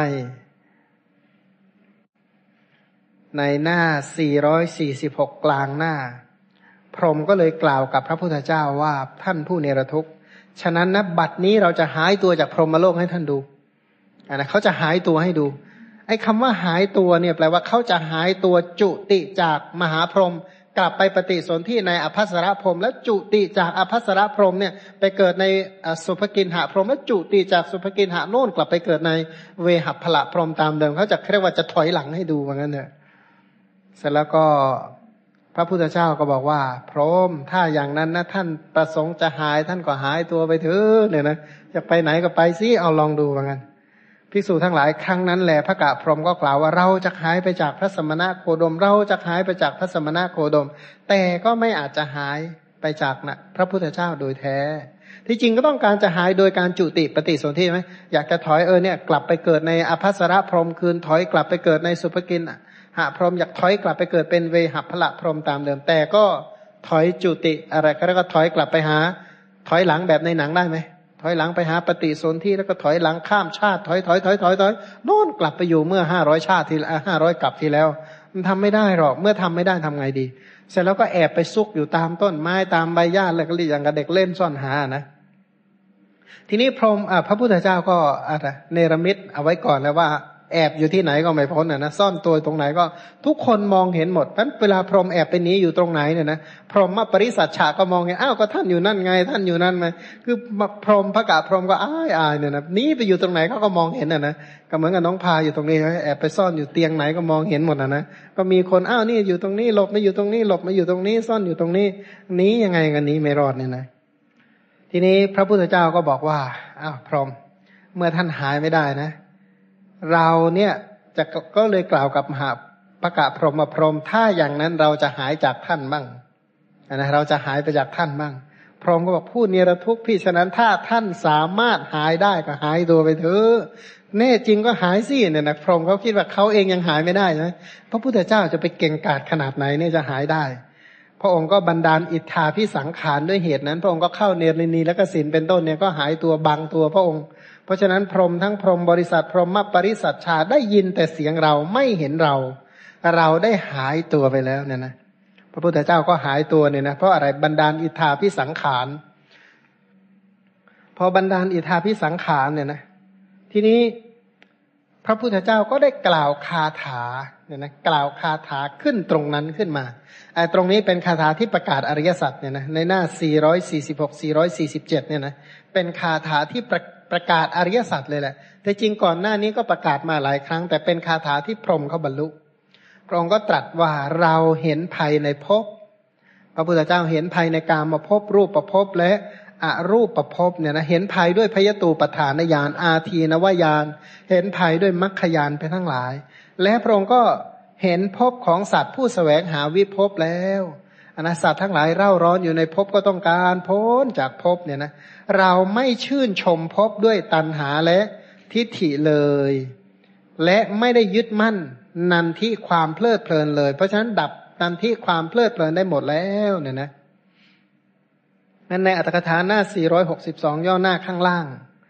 ในหน้าสี่ร้อยสี่สิบหกกลางหน้าพรหมก็เลยกล่าวกับพระพุทธเจ้าว่าท่านผู้เนรทุกข์ฉะนั้นนะบัดนี้เราจะหายตัวจากพรหมโลกให้ท่านดูอ่ะนะเขาจะหายตัวให้ดูไอ้คำว่าหายตัวเนี่ยแปลว่าเขาจะหายตัวจุติจากมหาพรหมกลับไปปฏิสนธิในอภัสรพรหมแล้วจุติจากอภัสรพรหมเนี่ยไปเกิดในสุภกินหพรหมแล้วจุติจากสุภกินหโน่นกลับไปเกิดในเวหัพพละพรหมตามเดิมเขาจะเรียกว่าจะถอยหลังให้ดูว่างั้นเนี่ยเสร็จแล้วก็พระพุทธเจ้าก็บอกว่าพรหมถ้าอย่างนั้นนะท่านประสงค์จะหายท่านก็หายตัวไปเถอะเนี่ยนะจะไปไหนก็ไปสิเอาลองดูว่างั้นภิกษุทั้งหลายครั้งนั้นแหละพระกะพรหมก็กล่าวว่าเราจะหายไปจากพระสมณะโคดมเราจะหายไปจากพระสมณะโคดมแต่ก็ไม่อาจจะหายไปจากนะพระพุทธเจ้าโดยแท้ที่จริงก็ต้องการจะหายโดยการจุติปฏิสนธิไหมอยากจะถอยเออเนี่ยกลับไปเกิดในอภัสรพรหมคืนถอยกลับไปเกิดในสุภกินหพรหมอยากถอยกลับไปเกิดเป็นเวหัพพละพรหมตามเดิมแต่ก็ถอยจุติอะไรก็แล้วก็ถอยกลับไปหาถอยหลังแบบในหนังได้ไหมถอยหลังไปหาปฏิสนธิแล้วก็ถอยหลังข้ามชาติถอยถอยถอยถอยถอยโน่นกลับไปอยู่เมื่อห้าร้อยชาติที่ห้าร้อยกลับที่แล้วมันทำไม่ได้หรอกเมื่อทำไม่ได้ทำไงดีเสร็จแล้วก็แอบไปซุกอยู่ตามต้นไม้ตามใบหญ้าแล้วก็เรียกอย่างกับเด็กเล่นซ่อนหานะทีนี้พรหมพระพุทธเจ้าก็อะไรเนรมิตเอาไว้ก่อนแล้วว่าแอบอยู่ที่ไหนก็ไม่พ้นนะนะซ่อนตัวตรงไหนก็ทุกคนมองเห็นหมดเพราะเวลาพรหมแอบไปหนีอยู่ตรงไหนเนี่ยนะพรหมปริสัชชะก็มองเห็นอ้าวก็ท่านอยู่นั่นไงท่านอยู่นั่นไหมคือพรหมพระกะพรหมก็อ้ายอายเนี่ยนะหนีไปอยู่ตรงไหนเขาก็มองเห็นนะนะก็เหมือนกับน้องพาอยู่ตรงนี้แอบไปซ่อนอยู่เตียงไหนก็มองเห็นหมดนะนะก็มีคนอ้าวนี่อยู่ตรงนี้หลบมาอยู่ตรงนี้หลบมาอยู่ตรงนี้ซ่อนอยู่ตรงนี้หนียังไงกันนี้ไม่รอดเนี่ยนะทีนี้พระพุทธเจ้าก็บอกว่าอ้าวพรหมเมื่อท่านหายไม่ได้นะเราเนี่ยจะก็เลยกล่าวกับมหาปกะพรหมพรหมถ้าอย่างนั้นเราจะหายจากท่านบ้างนะเราจะหายไปจากท่านบ้างพรหมก็บอกผู้เนรทุกข์พี่ฉะนั้นถ้าท่านสามารถหายได้ก็หายตัวไปเถอะแน่จริงก็หายสิเนี่ยนะพรหมเขาคิดว่าเขาเองยังหายไม่ได้นะพระพุทธเจ้าจะไปเก่งกาจขนาดไหนเนี่ยจะหายได้พระองค์ก็บันดาลอิทธาภิสังขารด้วยเหตุนั้นพระองค์ก็เข้าเนรณีและกสิณเป็นต้นเนี่ยก็หายตัวบังตัวพระองค์เพราะฉะนั้นพรหมทั้งพรหมบริษัทพรหมปริสัชชาได้ยินแต่เสียงเราไม่เห็นเราเราได้หายตัวไปแล้วเนี่ยนะพระพุทธเจ้าก็หายตัวเนี่ยนะเพราะอะไรบันดาลอิทธาภิสังขารพอบันดาลอิทธาภิสังขารเนี่ยนะทีนี้พระพุทธเจ้าก็ได้กล่าวคาถาเนี่ยนะกล่าวคาถาขึ้นตรงนั้นขึ้นมาไอ้ตรงนี้เป็นคาถาที่ประกาศอริยสัจเนี่ยนะในหน้าสี่ร้อยสี่สิบหก สี่ร้อยสี่สิบเจ็ดเนี่ยนะเป็นคาถาที่ประประกาศอริยสัจเลยแหละแต่จริงก่อนหน้านี้ก็ประกาศมาหลายครั้งแต่เป็นคาถาที่พรหมเขาบรรลุพระองค์ก็ตรัสว่าเราเห็นภัยในภพพระพุทธเจ้าเห็นภัยในกามภพรูปภพและอรูปภพเนี่ยนะเห็นภัยด้วยพยตูปฐานญาณอาทีนวญาณเห็นภัยด้วยมรรคญาณไปทั้งหลายและพระองค์ก็เห็นภพของสัตว์ผู้แสวงหาวิภพแล้วอนัสสัตว์ทั้งหลายเร่าร้อนอยู่ในภพก็ต้องการพ้นจากภพเนี่ยนะเราไม่ชื่นชมภพด้วยตัณหาและทิฏฐิเลยและไม่ได้ยึดมั่นนันทิความเพลิดเพลินเลยเพราะฉะนั้นดับนันทิความเพลิดเพลินได้หมดแล้วเนี่ยนะนั่นในอัตถกถาหน้าสี่ร้อยหกสิบสองย่อหน้าข้างล่าง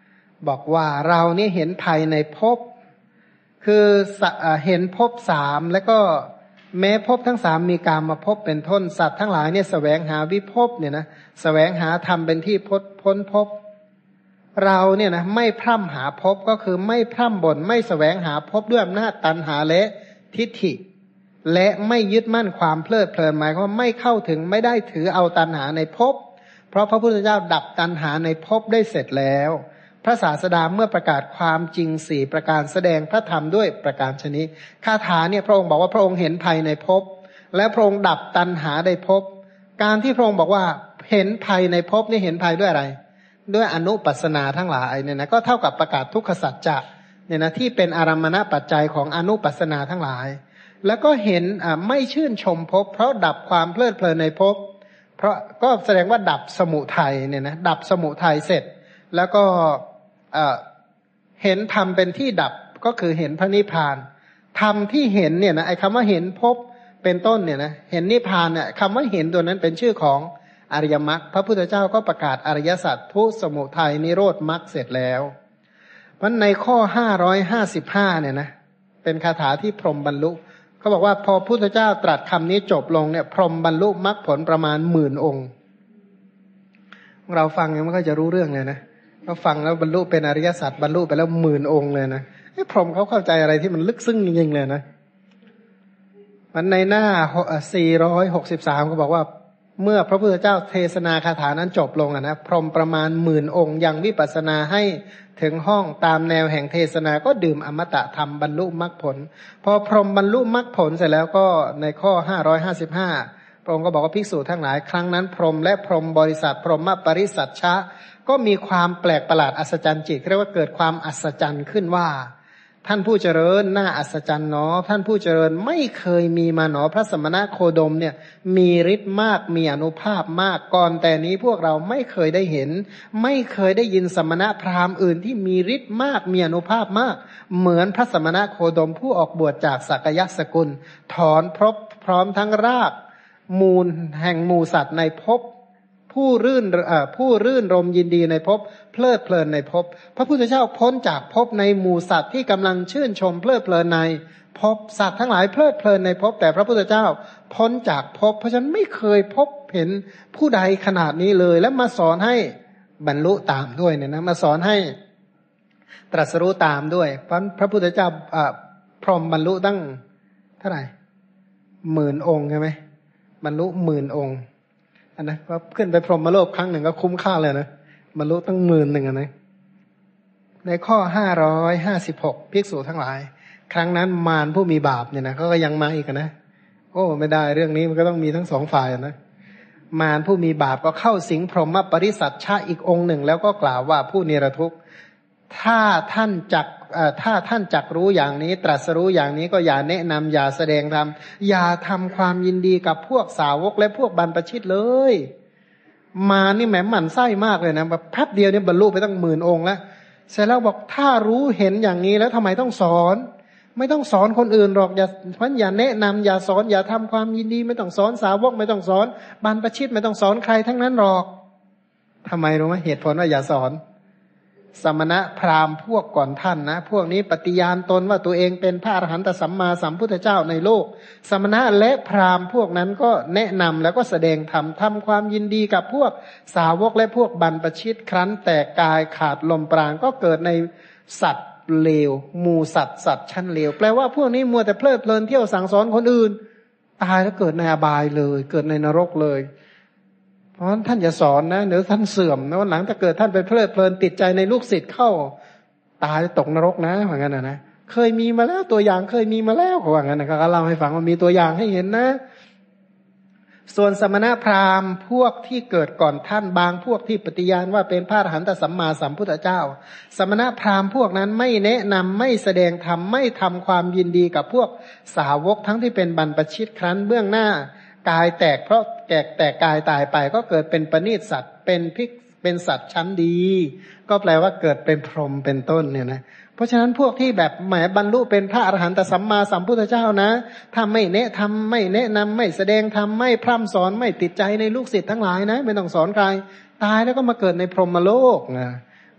บอกว่าเราเนี่ยเห็นภัยในภพคือเห็นภพสามแล้วก็แม้ภพทั้งสามมีกามมาภพเป็นต้นสัตว์ทั้งหลายเนี่ยแสวงหาวิภพเนี่ยนะแสวงหาธรรมเป็นที่พ้นพ้นภพเราเนี่ยนะไม่พร่ำหาภพก็คือไม่พร่ำบ่นไม่แสวงหาภพด้วยอำนาจตัณหาและทิฏฐิและไม่ยึดมั่นความเพลิดเพลินหมายความว่าไม่เข้าถึงไม่ได้ถือเอาตัณหาในภพเพราะพระพุทธเจ้าดับตัณหาในภพได้เสร็จแล้วพระศาสดาเมื่อประกาศความจริงสี่ประการแสดงพระธรรมด้วยประการชนิดคาถาเนี่ยพระองค์บอกว่าพระองค์เห็นภัยในภพและพระองค์ดับตัณหาในภพการที่พระองค์บอกว่าเห็นภัยในภพนี่เห็นภัยด้วยอะไรด้วยอนุปัสสนาทั้งหลายเนี่ยนะก็เท่ากับประกาศทุกขสัจจะเนี่ยนะที่เป็นอารมณปัจจัยของอนุปัสสนาทั้งหลายแล้วก็เห็นอ่าไม่ชื่นชมภพเพราะดับความเพลิดเพลินในภพเพราะก็แสดงว่าดับสมุทัยเนี่ยนะดับสมุทัยเสร็จแล้วก็เห็นธรรมเป็นที่ดับก็คือเห็นพระนิพพานธรรมที่เห็นเนี่ยนะไอ้คำว่าเห็นภพเป็นต้นเนี่ยนะเห็นนิพพานเนี่ยคำว่าเห็นตัวนั้นเป็นชื่อของอริยมรรคพระพุทธเจ้าก็ประกาศอริยสัจทุสมุทัยนิโรธมรรคเสร็จแล้วเพราะในข้อห้าร้อยห้าสิบห้าเนี่ยนะเป็นคาถาที่พรหมบรรลุเขาบอกว่าพอพุทธเจ้าตรัสคำนี้จบลงเนี่ยพรหมบรรลุมรรคผลประมาณหมื่นองค์เราฟังยังไม่ค่อยจะรู้เรื่องเลยนะเราฟังแล้วบรรลุเป็นอริยสัจบรรลุไปแล้วหมื่นองค์เลยนะไอ้พรหมเขาเข้าใจอะไรที่มันลึกซึ้งจริงๆเลยนะมันในหน้าสี่ร้อยหกสิบสามเขาบอกว่าเมื่อพระพุทธเจ้าเทศนาคาถานั้นจบลงอ่ะนะพรหมประมาณหมื่นองค์ยังวิปัสสนาให้ถึงห้องตามแนวแห่งเทศนาก็ดื่มอมตะธรรมบรรลุมรรคผลพอพรหมบรรลุมรรคผลเสร็จแล้วก็ในข้อห้าร้อยห้าสิบห้าพระองค์ก็บอกว่าภิกษุทั้งหลายครั้งนั้นพรหมและพรหมบริษัทพรหมปริสัชชะก็มีความแปลกประหลาดอัศจรรย์จิตเรียกว่าเกิดความอัศจรรย์ขึ้นว่าท่านผู้เจริญน่าอัศจรรย์เนาะท่านผู้เจริญไม่เคยมีมาหนอพระสมณะโคดมเนี่ยมีฤทธิ์มากมีอานุภาพมากก่อนแต่นี้พวกเราไม่เคยได้เห็นไม่เคยได้ยินสมณะพราหมณ์อื่นที่มีฤทธิ์มากมีอานุภาพมากเหมือนพระสมณะโคดมผู้ออกบวชจากสักยสกุลถอนพรบพร้อมทั้งรากมูลแห่งหมู่สัตว์ในภพผู้รื่นเอ่อผู้รื่นรมยินดีในภพเพลิดเพลินในภพพระพุทธเจ้าพ้นจากภพในหมู่สัตว์ที่กำลังชื่นชมเพลิดเพลินในภพสัตว์ทั้งหลายเพลิดเพลินในภพแต่พระพุทธเจ้าพ้นจากภพเพราะฉะนั้นไม่เคยพบเห็นผู้ใดขนาดนี้เลยและมาสอนให้บรรลุตามด้วยเนี่ยนะมาสอนให้ตรัสรู้ตามด้วยเพราะพระพุทธเจ้าอ่าพรหมบรรลุตั้งเท่าไหร่หมื่นองค์ใช่ไหมบรรลุหมื่นองค์อันนะว่าขึ้นไปพรหมโลกครั้งหนึ่งก็คุ้มค่าเลยนะบรรลุตั้งหมื่นหนึ่งนะในข้อห้าร้อยห้าสิบหกภิกษุทั้งหลายครั้งนั้นมารผู้มีบาปเนี่ยนะเขาก็ยังมาอีกนะโอ้ไม่ได้เรื่องนี้มันก็ต้องมีทั้งสองฝ่ายนะมารผู้มีบาปก็เข้าสิงพรหมปริสัชชะอีกองค์หนึ่งแล้วก็กล่าวว่าผู้นิรทุกข์ถ้าท่านจักถ้าท่านจักรู้อย่างนี้ตรัสรู้อย่างนี้ก็อย่าแนะนำอย่าแสดงธรรมอย่าทำความยินดีกับพวกสาวกและพวกบรรพชิตเลยมานี่แหมหมั่นไส้มากเลยนะแบบแป๊บเดียวเนี่ยบรรลุไปตั้งหมื่นองค์แล้วเสร็จแล้วบอกถ้ารู้เห็นอย่างนี้แล้วทำไมต้องสอนไม่ต้องสอนคนอื่นหรอกอย่าเพราะอย่าแนะนำอย่าสอนอย่าทำความยินดีไม่ต้องสอนสาวกไม่ต้องสอนบรรพชิตไม่ต้องสอนใครทั้งนั้นหรอกทำไมรู้ไหมเหตุผลว่าอย่าสอนสมณะพราหมณ์พวกก่อนท่านนะพวกนี้ปฏิญาณตนว่าตัวเองเป็นพระอรหันตสัมมาสัมพุทธเจ้าในโลกสมณะและพราหมณ์พวกนั้นก็แนะนำแล้วก็แสดงธรรมทำความยินดีกับพวกสาวกและพวกบรรพชิตครั้นแต่กายขาดลมปราณก็เกิดในสัตว์เลวหมู่สัตว์สัตว์ชั้นเลวแปลว่าพวกนี้มัวแต่เพลิดเพลินเที่ยวสั่งสอนคนอื่นตายแล้วเกิดในอบายเลยเกิดในนรกเลยเพราะท่านอย่าสอนนะเดี๋ยวท่านเสื่อมนะวันหลังถ้าเกิดท่านไปเพลิดเพลินติดใจในลูกศิษย์เข้าตายตกนรกนะว่างั้นนะนะเคยมีมาแล้วตัวอย่างเคยมีมาแล้วเขาว่างั้นนะก็เล่าให้ฟังว่ามีตัวอย่างให้เห็นนะส่วนสมณพราหมณ์พวกที่เกิดก่อนท่านบางพวกที่ปฏิญาณว่าเป็นพระอรหันตสัมมาสัมพุทธเจ้าสมณพราหมณ์พวกนั้นไม่แนะนำไม่แสดงธรรมไม่ทำความยินดีกับพวกสาวกทั้งที่เป็นบรรพชิตครั้นเบื้องหน้ากายแตกเพราะแตกแต่กายตายไปก็เกิดเป็นปณิสัตว์เป็นภิกเป็นสัตว์ชั้นดีก็แปลว่าเกิดเป็นพรหมเป็นต้นเนี่ยนะเพราะฉะนั้นพวกที่แบบแหมบรรลุเป็นพระอรหันตสัมมาสัมพุทธเจ้านะถ้าไม่แนะทำไม่แนะนำไม่แสดงธรรมไม่พร่ำสอนไม่ติดใจในลูกศิษย์ทั้งหลายนะไม่ต้องสอนใครตายแล้วก็มาเกิดในพรหมโลกนะ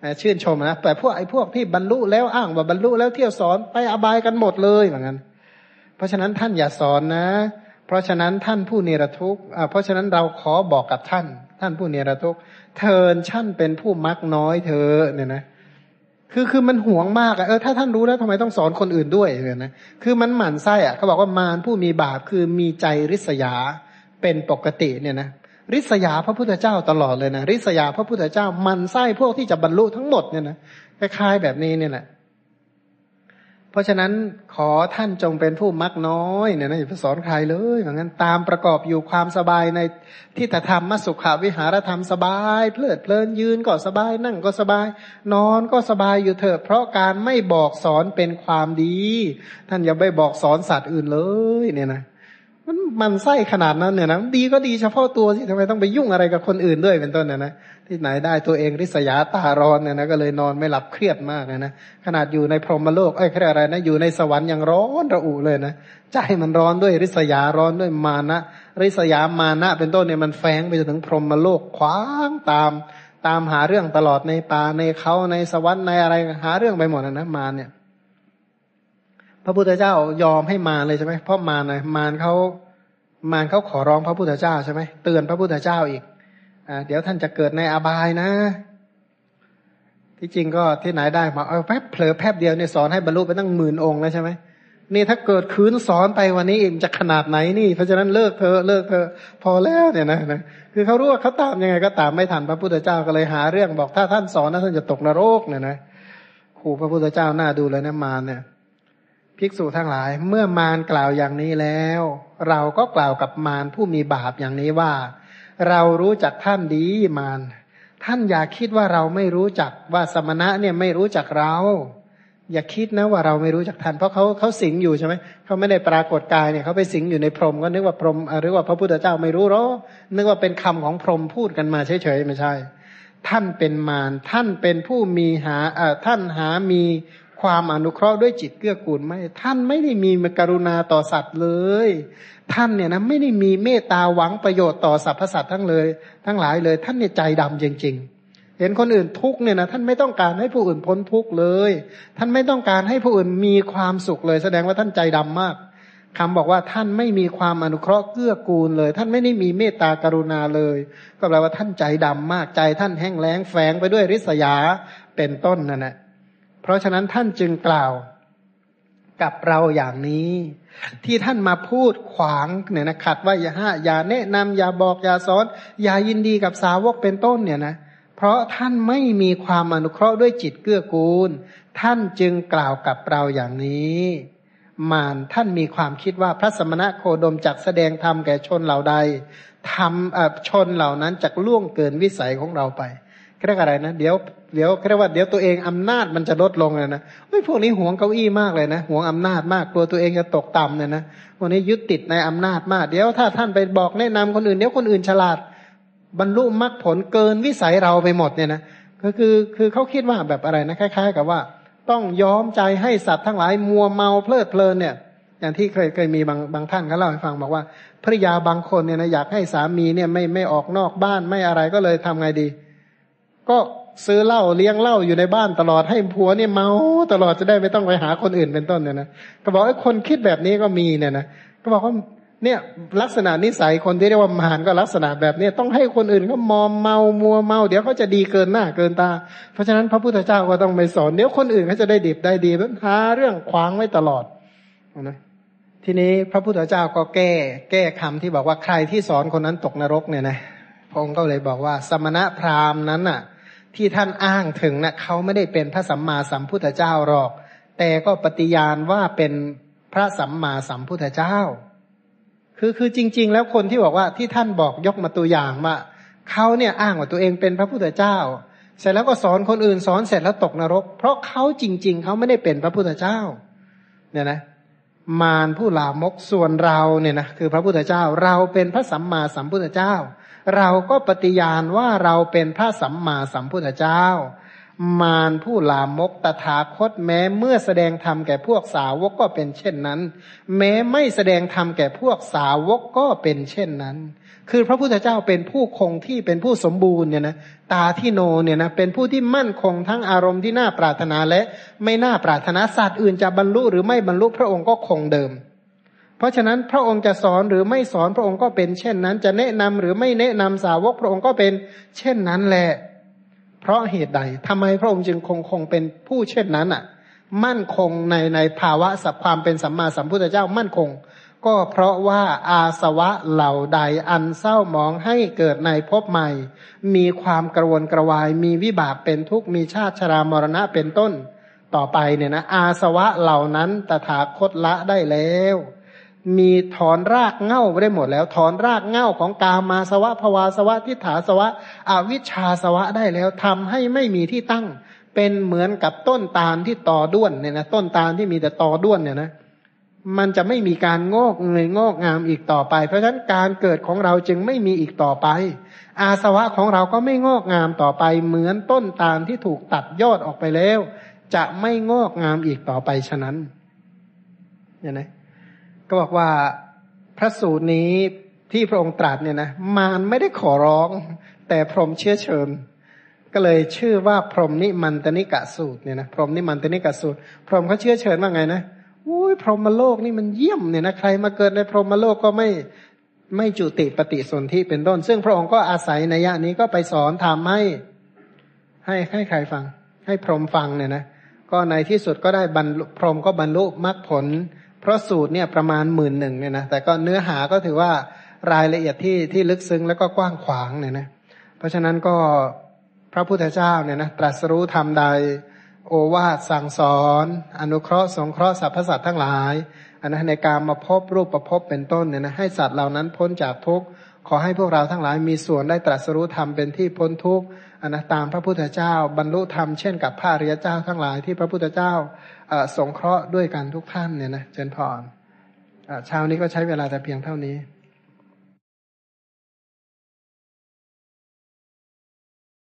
ชื่นชมนะแต่พวกไอ้พวกที่บรรลุแล้วอ้างว่าบรรลุแล้วเที่ยวสอนไปอบายกันหมดเลยเหมือนกันเพราะฉะนั้นท่านอย่าสอนนะเพราะฉะนั้นท่านผู้เนรทุกข์เพราะฉะนั้นเราขอบอกกับท่านท่านผู้เนรทุกข์เทินท่านเป็นผู้มักน้อยเธอเนี่ยนะคือคือมันห่วงมากอะเออถ้าท่านรู้แล้วทำไมต้องสอนคนอื่นด้วยเนี่ยนะคือมันหมั่นไส้อะเขาบอกว่ามารผู้มีบาปคือมีใจริษยาเป็นปกติเนี่ยนะริษยาพระพุทธเจ้าตลอดเลยนะริษยาพระพุทธเจ้ามันไส้พวกที่จะบรรลุทั้งหมดเนี่ยนะคล้ายๆแบบนี้เนี่ยแหละเพราะฉะนั้นขอท่านจงเป็นผู้มักน้อยเนี่ยนะอย่าไปสอนใครเลยเหมือนกันตามประกอบอยู่ความสบายในที่ตธรรมมสุขวิหารธรรมสบายเพลิดเพลินยืนก็สบายนั่งก็สบายนอนก็สบายอยู่เถอะเพราะการไม่บอกสอนเป็นความดีท่านอย่าไปบอกสอนสัตว์อื่นเลยเนี่ยนะมันมันไส้ขนาดนั้นเนี่ยนะดีก็ดีเฉพาะตัวสิทำไมต้องไปยุ่งอะไรกับคนอื่นด้วยเป็นต้นเนี่ยนะที่ไหนได้ตัวเองริษยาตาร้อนเนี่ยนะก็เลยนอนไม่หลับเครียดมากเลยนะขนาดอยู่ในพรหมโลกเอ้ยแค่อะไรนะอยู่ในสวรรค์ยังร้อนระอุเลยนะใจมันร้อนด้วยริษยาร้อนด้วยมานะริษยามานะเป็นต้นเนี่ยมันแฝงไปจนถึงพรหมโลกขวางตามตามหาเรื่องตลอดในป่าในเขาในสวรรค์ในอะไรหาเรื่องไปหมดนะนะมาเนี่ยพระพุทธเจ้ายอมให้มาเลยใช่ไหมเพราะมานะมารเขามารเขาขอร้องพระพุทธเจ้าใช่ไหมเตือนพระพุทธเจ้าอีกอ่าเดี๋ยวท่านจะเกิดในอบายนะที่จริงก็ที่ไหนได้มาเอาแป๊บเผลอแป๊บเดียวเนี่ยสอนให้บรรลุไปตั้งหมื่นองค์แล้วใช่ไหมนี่ถ้าเกิดคืนสอนไปวันนี้อีกจะขนาดไหนนี่เพราะฉะนั้นเลิกเธอเลิกเธอพอแล้วเนี่ยนะนะคือเขารู้ว่าเขาตามยังไงก็ตามไม่ทันพระพุทธเจ้าก็เลยหาเรื่องบอกถ้าท่านสอนนะท่านจะตกนรกเนี่ยนะขู่พระพุทธเจ้าหน้าดูเลยนะมารเนี่ยภิกษุทั้งหลายเมื่อมารกล่าวอย่างนี้แล้วเราก็กล่าวกับมารผู้มีบาปอย่างนี้ว่าเรารู้จักท่านดีมารท่านอย่าคิดว่าเราไม่รู้จักว่าสมณะเนี่ยไม่รู้จักเราอย่าคิดนะว่าเราไม่รู้จักท่านเพราะเขาเขาสิงอยู่ใช่ไหมเขาไม่ได้ปรากฏกายเนี่ยเขาไปสิงอยู่ในพรหมก็นึกว่าพรหมหรือว่าพระพุทธเจ้าไม่รู้หรอนึกว่าเป็นคำของพรหมพูดกันมาเฉยๆไม่ใช่ท่านเป็นมารท่านเป็นผู้มีหาเอ่อท่านหามีความอนุเคราะห์ด้วยจิตเกื้อกูลไม่ท่านไม่ได้มีกรุณาต่อสัตว์เลยท่านเนี่ยนะไม่ได้มีเมตตาหวังประโยชน์ต่อสรรพสัตว์ทั้งเลยทั้งหลายเลยท่านเนี่ยใจดำจริงๆเห็นคนอื่นทุกข์เนี่ยนะท่านไม่ต้องการให้ผู้อื่นพ้นทุกข์เลยท่านไม่ต้องการให้ผู้อื่นมีความสุขเลยแสดงว่าท่านใจดำมากคำบอกว่าท่านไม่มีความอนุเคราะห์เกื้อกูลเลยท่านไม่ได้มีเมตตากรุณาเลยก็แปลว่าท่านใจดำมากใจท่านแห้งแล้งแฝงไปด้วยริษยาเป็นต้นนั่นแหละเพราะฉะนั้นท่านจึงกล่าวกับเราอย่างนี้ที่ท่านมาพูดขวางเนี่ยนะขัดว่าอย่าห้าอย่าแนะนำอย่าบอกอย่าสอนอย่ายินดีกับสาวกเป็นต้นเนี่ยนะเพราะท่านไม่มีความอนุเคราะห์ด้วยจิตเกื้อกูลท่านจึงกล่าวกับเราอย่างนี้มารท่านมีความคิดว่าพระสมณะโคดมจักแสดงธรรมแก่ชนเหล่าใดทำชนเหล่านั้นจักล่วงเกินวิสัยของเราไปเรียกอะไรนะเดี๋ยวเดี๋ยวเรียกว่าเดี๋ยวตัวเองอำนาจมันจะลดลงเลยนะเฮ้ยพวกนี้หวงเก้าอี้มากเลยนะหวงอำนาจมากกลัวตัวเองจะตกต่ำเนี่ยนะพวกนี้ยึดติดในอำนาจมากเดี๋ยวถ้าท่านไปบอกแนะนำคนอื่นเดี๋ยวคนอื่นฉลาดบรรลุมรรคผลเกินวิสัยเราไปหมดเนี่ยนะก็คือคือเขาคิดว่าแบบอะไรนะคล้ายๆกับว่าต้องยอมใจให้สัตว์ทั้งหลายมัวเมาเพลิดเพลินเนี่ยอย่างที่เคยเคยมีบางบางท่านเขาเล่าให้ฟังบอกว่าภริยาบางคนเนี่ยนะอยากให้สามีเนี่ยไม่ไม่ออกนอกบ้านไม่อะไรก็เลยทำไงดีก็ซื้อเหล้าเลี้ยงเหล้าอยู่ในบ้านตลอดให้ผัวเนี่ยเมาตลอดจะได้ไม่ต้องไปหาคนอื่นเป็นต้นเนี่ยนะก็บอกไอ้คนคิดแบบนี้ก็มีเนี่ยนะก็บอกว่าเนี่ยลักษณะนิสัยคนที่เรียกว่ามารก็ลักษณะแบบนี้ต้องให้คนอื่นเขามอมเมามัวเมาเดี๋ยวเขาจะดีเกินหน้าเกินตาเพราะฉะนั้นพระพุทธเจ้าก็ต้องไปสอนเดี๋ยวคนอื่นเขาจะได้ดิบได้ดีแล้วหาเรื่องขวางไว้ตลอดนะทีนี้พระพุทธเจ้าก็แก้แก้คำที่บอกว่าใครที่สอนคนนั้นตกนรกเนี่ยนะพระองค์ก็เลยบอกว่าสมณะพราหมณ์นั้นน่ะที่ท่านอ้างถึงนะเขาไม่ได้เป็นพระสัมมาสัมพุทธเจ้าหรอกแต่ก็ปฏิญาณว่าเป็นพระสัมมาสัมพุทธเจ้าคือคือจริงๆแล้วคนที่บอกว่าที่ท่านบอกยกมาตัวอย่างว่าเขาเนี่ยอ้างว่าตัวเองเป็นพระพุทธเจ้าเสร็จแล้วก็สอนคนอื่นสอนเสร็จแล้วตกนรกเพราะเขาจริงๆเขาไม่ได้เป็นพระพุทธเจ้าเนี่ยนะมารผู้ลามกส่วนเราเนี่ยนะคือพระพุทธเจ้าเราเป็นพระสัมมาสัมพุทธเจ้าเราก็ปฏิญาณว่าเราเป็นพระสัมมาสัมพุทธเจ้ามารผู้ลามกตถาคตแม้เมื่อแสดงธรรมแก่พวกสาวกก็เป็นเช่นนั้นแม้ไม่แสดงธรรมแก่พวกสาวกก็เป็นเช่นนั้นคือพระพุทธเจ้าเป็นผู้คงที่เป็นผู้สมบูรณ์เนี่ยนะตาที่โนเนี่ยนะเป็นผู้ที่มั่นคงทั้งอารมณ์ที่น่าปรารถนาและไม่น่าปรารถนาสัตว์อื่นจะบรรลุหรือไม่บรรลุพระองค์ก็คงเดิมเพราะฉะนั้นพระองค์จะสอนหรือไม่สอนพระองค์ก็เป็นเช่นนั้นจะแนะนำหรือไม่แนะนำสาวกพระองค์ก็เป็นเช่นนั้นแหละเพราะเหตุใดทำไมพระองค์จึงคงคงเป็นผู้เช่นนั้นอ่ะมั่นคงในในภาวะสัพความเป็นสัมมาสัมพุทธเจ้ามั่นคงก็เพราะว่าอาสวะเหล่าใดอันเศร้าหมองให้เกิดในภพใหม่มีความกระวนกระวายมีวิบากเป็นทุกข์มีชาติชรามรณะเป็นต้นต่อไปเนี่ยนะอาสวะเหล่านั้นตถาคตละได้แล้วมีถอนรากเหง้าได้หมดแล้วถอนรากเหง้าของกามาสวะภวาสวะทิฏฐาสวะอวิชชาสวะได้แล้วทำให้ไม่มีที่ตั้งเป็นเหมือนกับต้นตาลที่ตอด้วนเนี่ยนะต้นตาลที่มีแต่ตอด้วนเนี่ยนะมันจะไม่มีการงอกเงยงอกงามอีกต่อไปเพราะฉะนั้นการเกิดของเราจึงไม่มีอีกต่อไปอาสวะของเราก็ไม่งอกงามต่อไปเหมือนต้นตาลที่ถูกตัดยอดออกไปแล้วจะไม่งอกงามอีกต่อไปฉะนั้นเนี่ยนะก็บอกว่าพระสูตรนี้ที่พระองค์ตรัสเนี่ยนะมารไม่ได้ขอร้องแต่พรหมเชื้อเชิญก็เลยชื่อว่าพรหมนิมันตนิกะสูตรเนี่ยนะพรหมนิมันตนิกะสูตรพรหมเขาเชื้อเชิญว่าไงนะอุ้ยพรหมโลกนี่มันเยี่ยมเนี่ยนะใครมาเกิดในพรหมโลกก็ไม่ไม่จุติปฏิสนธิเป็นต้นซึ่งพระองค์ก็อาศัยนัยยะนี้ก็ไปสอนทำให้ให้ให้ใครฟังให้พรหมฟังเนี่ยนะก็ในที่สุดก็ได้บรรลุพรหมก็บรรลุมรรคผลเพราะสูตรเนี่ยประมาณหมื่นหนึ่งเนี่ยนะแต่ก็เนื้อหาก็ถือว่ารายละเอียดที่ที่ลึกซึ้งแล้วก็กว้างขวางเนี่ยนะเพราะฉะนั้นก็พระพุทธเจ้าเนี่ยนะตรัสรู้ธรรมใดโอวาทสั่งสอนอนุเคราะห์สงเคราะห์สรรพสัตว์ทั้งหลายอันนั้นในการมาพบรูปประพบเป็นต้นเนี่ยนะให้สัตว์เหล่านั้นพ้นจากทุกข์ขอให้พวกเราทั้งหลายมีส่วนได้ตรัสรู้ธรรมเป็นที่พ้นทุกข์อันนั้นตามพระพุทธเจ้าบรรลุธรรมเช่นกับพระอริยเจ้าทั้งหลายที่พระพุทธเจ้าสงเคราะห์ด้วยกันทุกท่านเนี่ยนะเจริญพรเช้านี้ก็ใช้เวลาแต่เพียงเท่านี้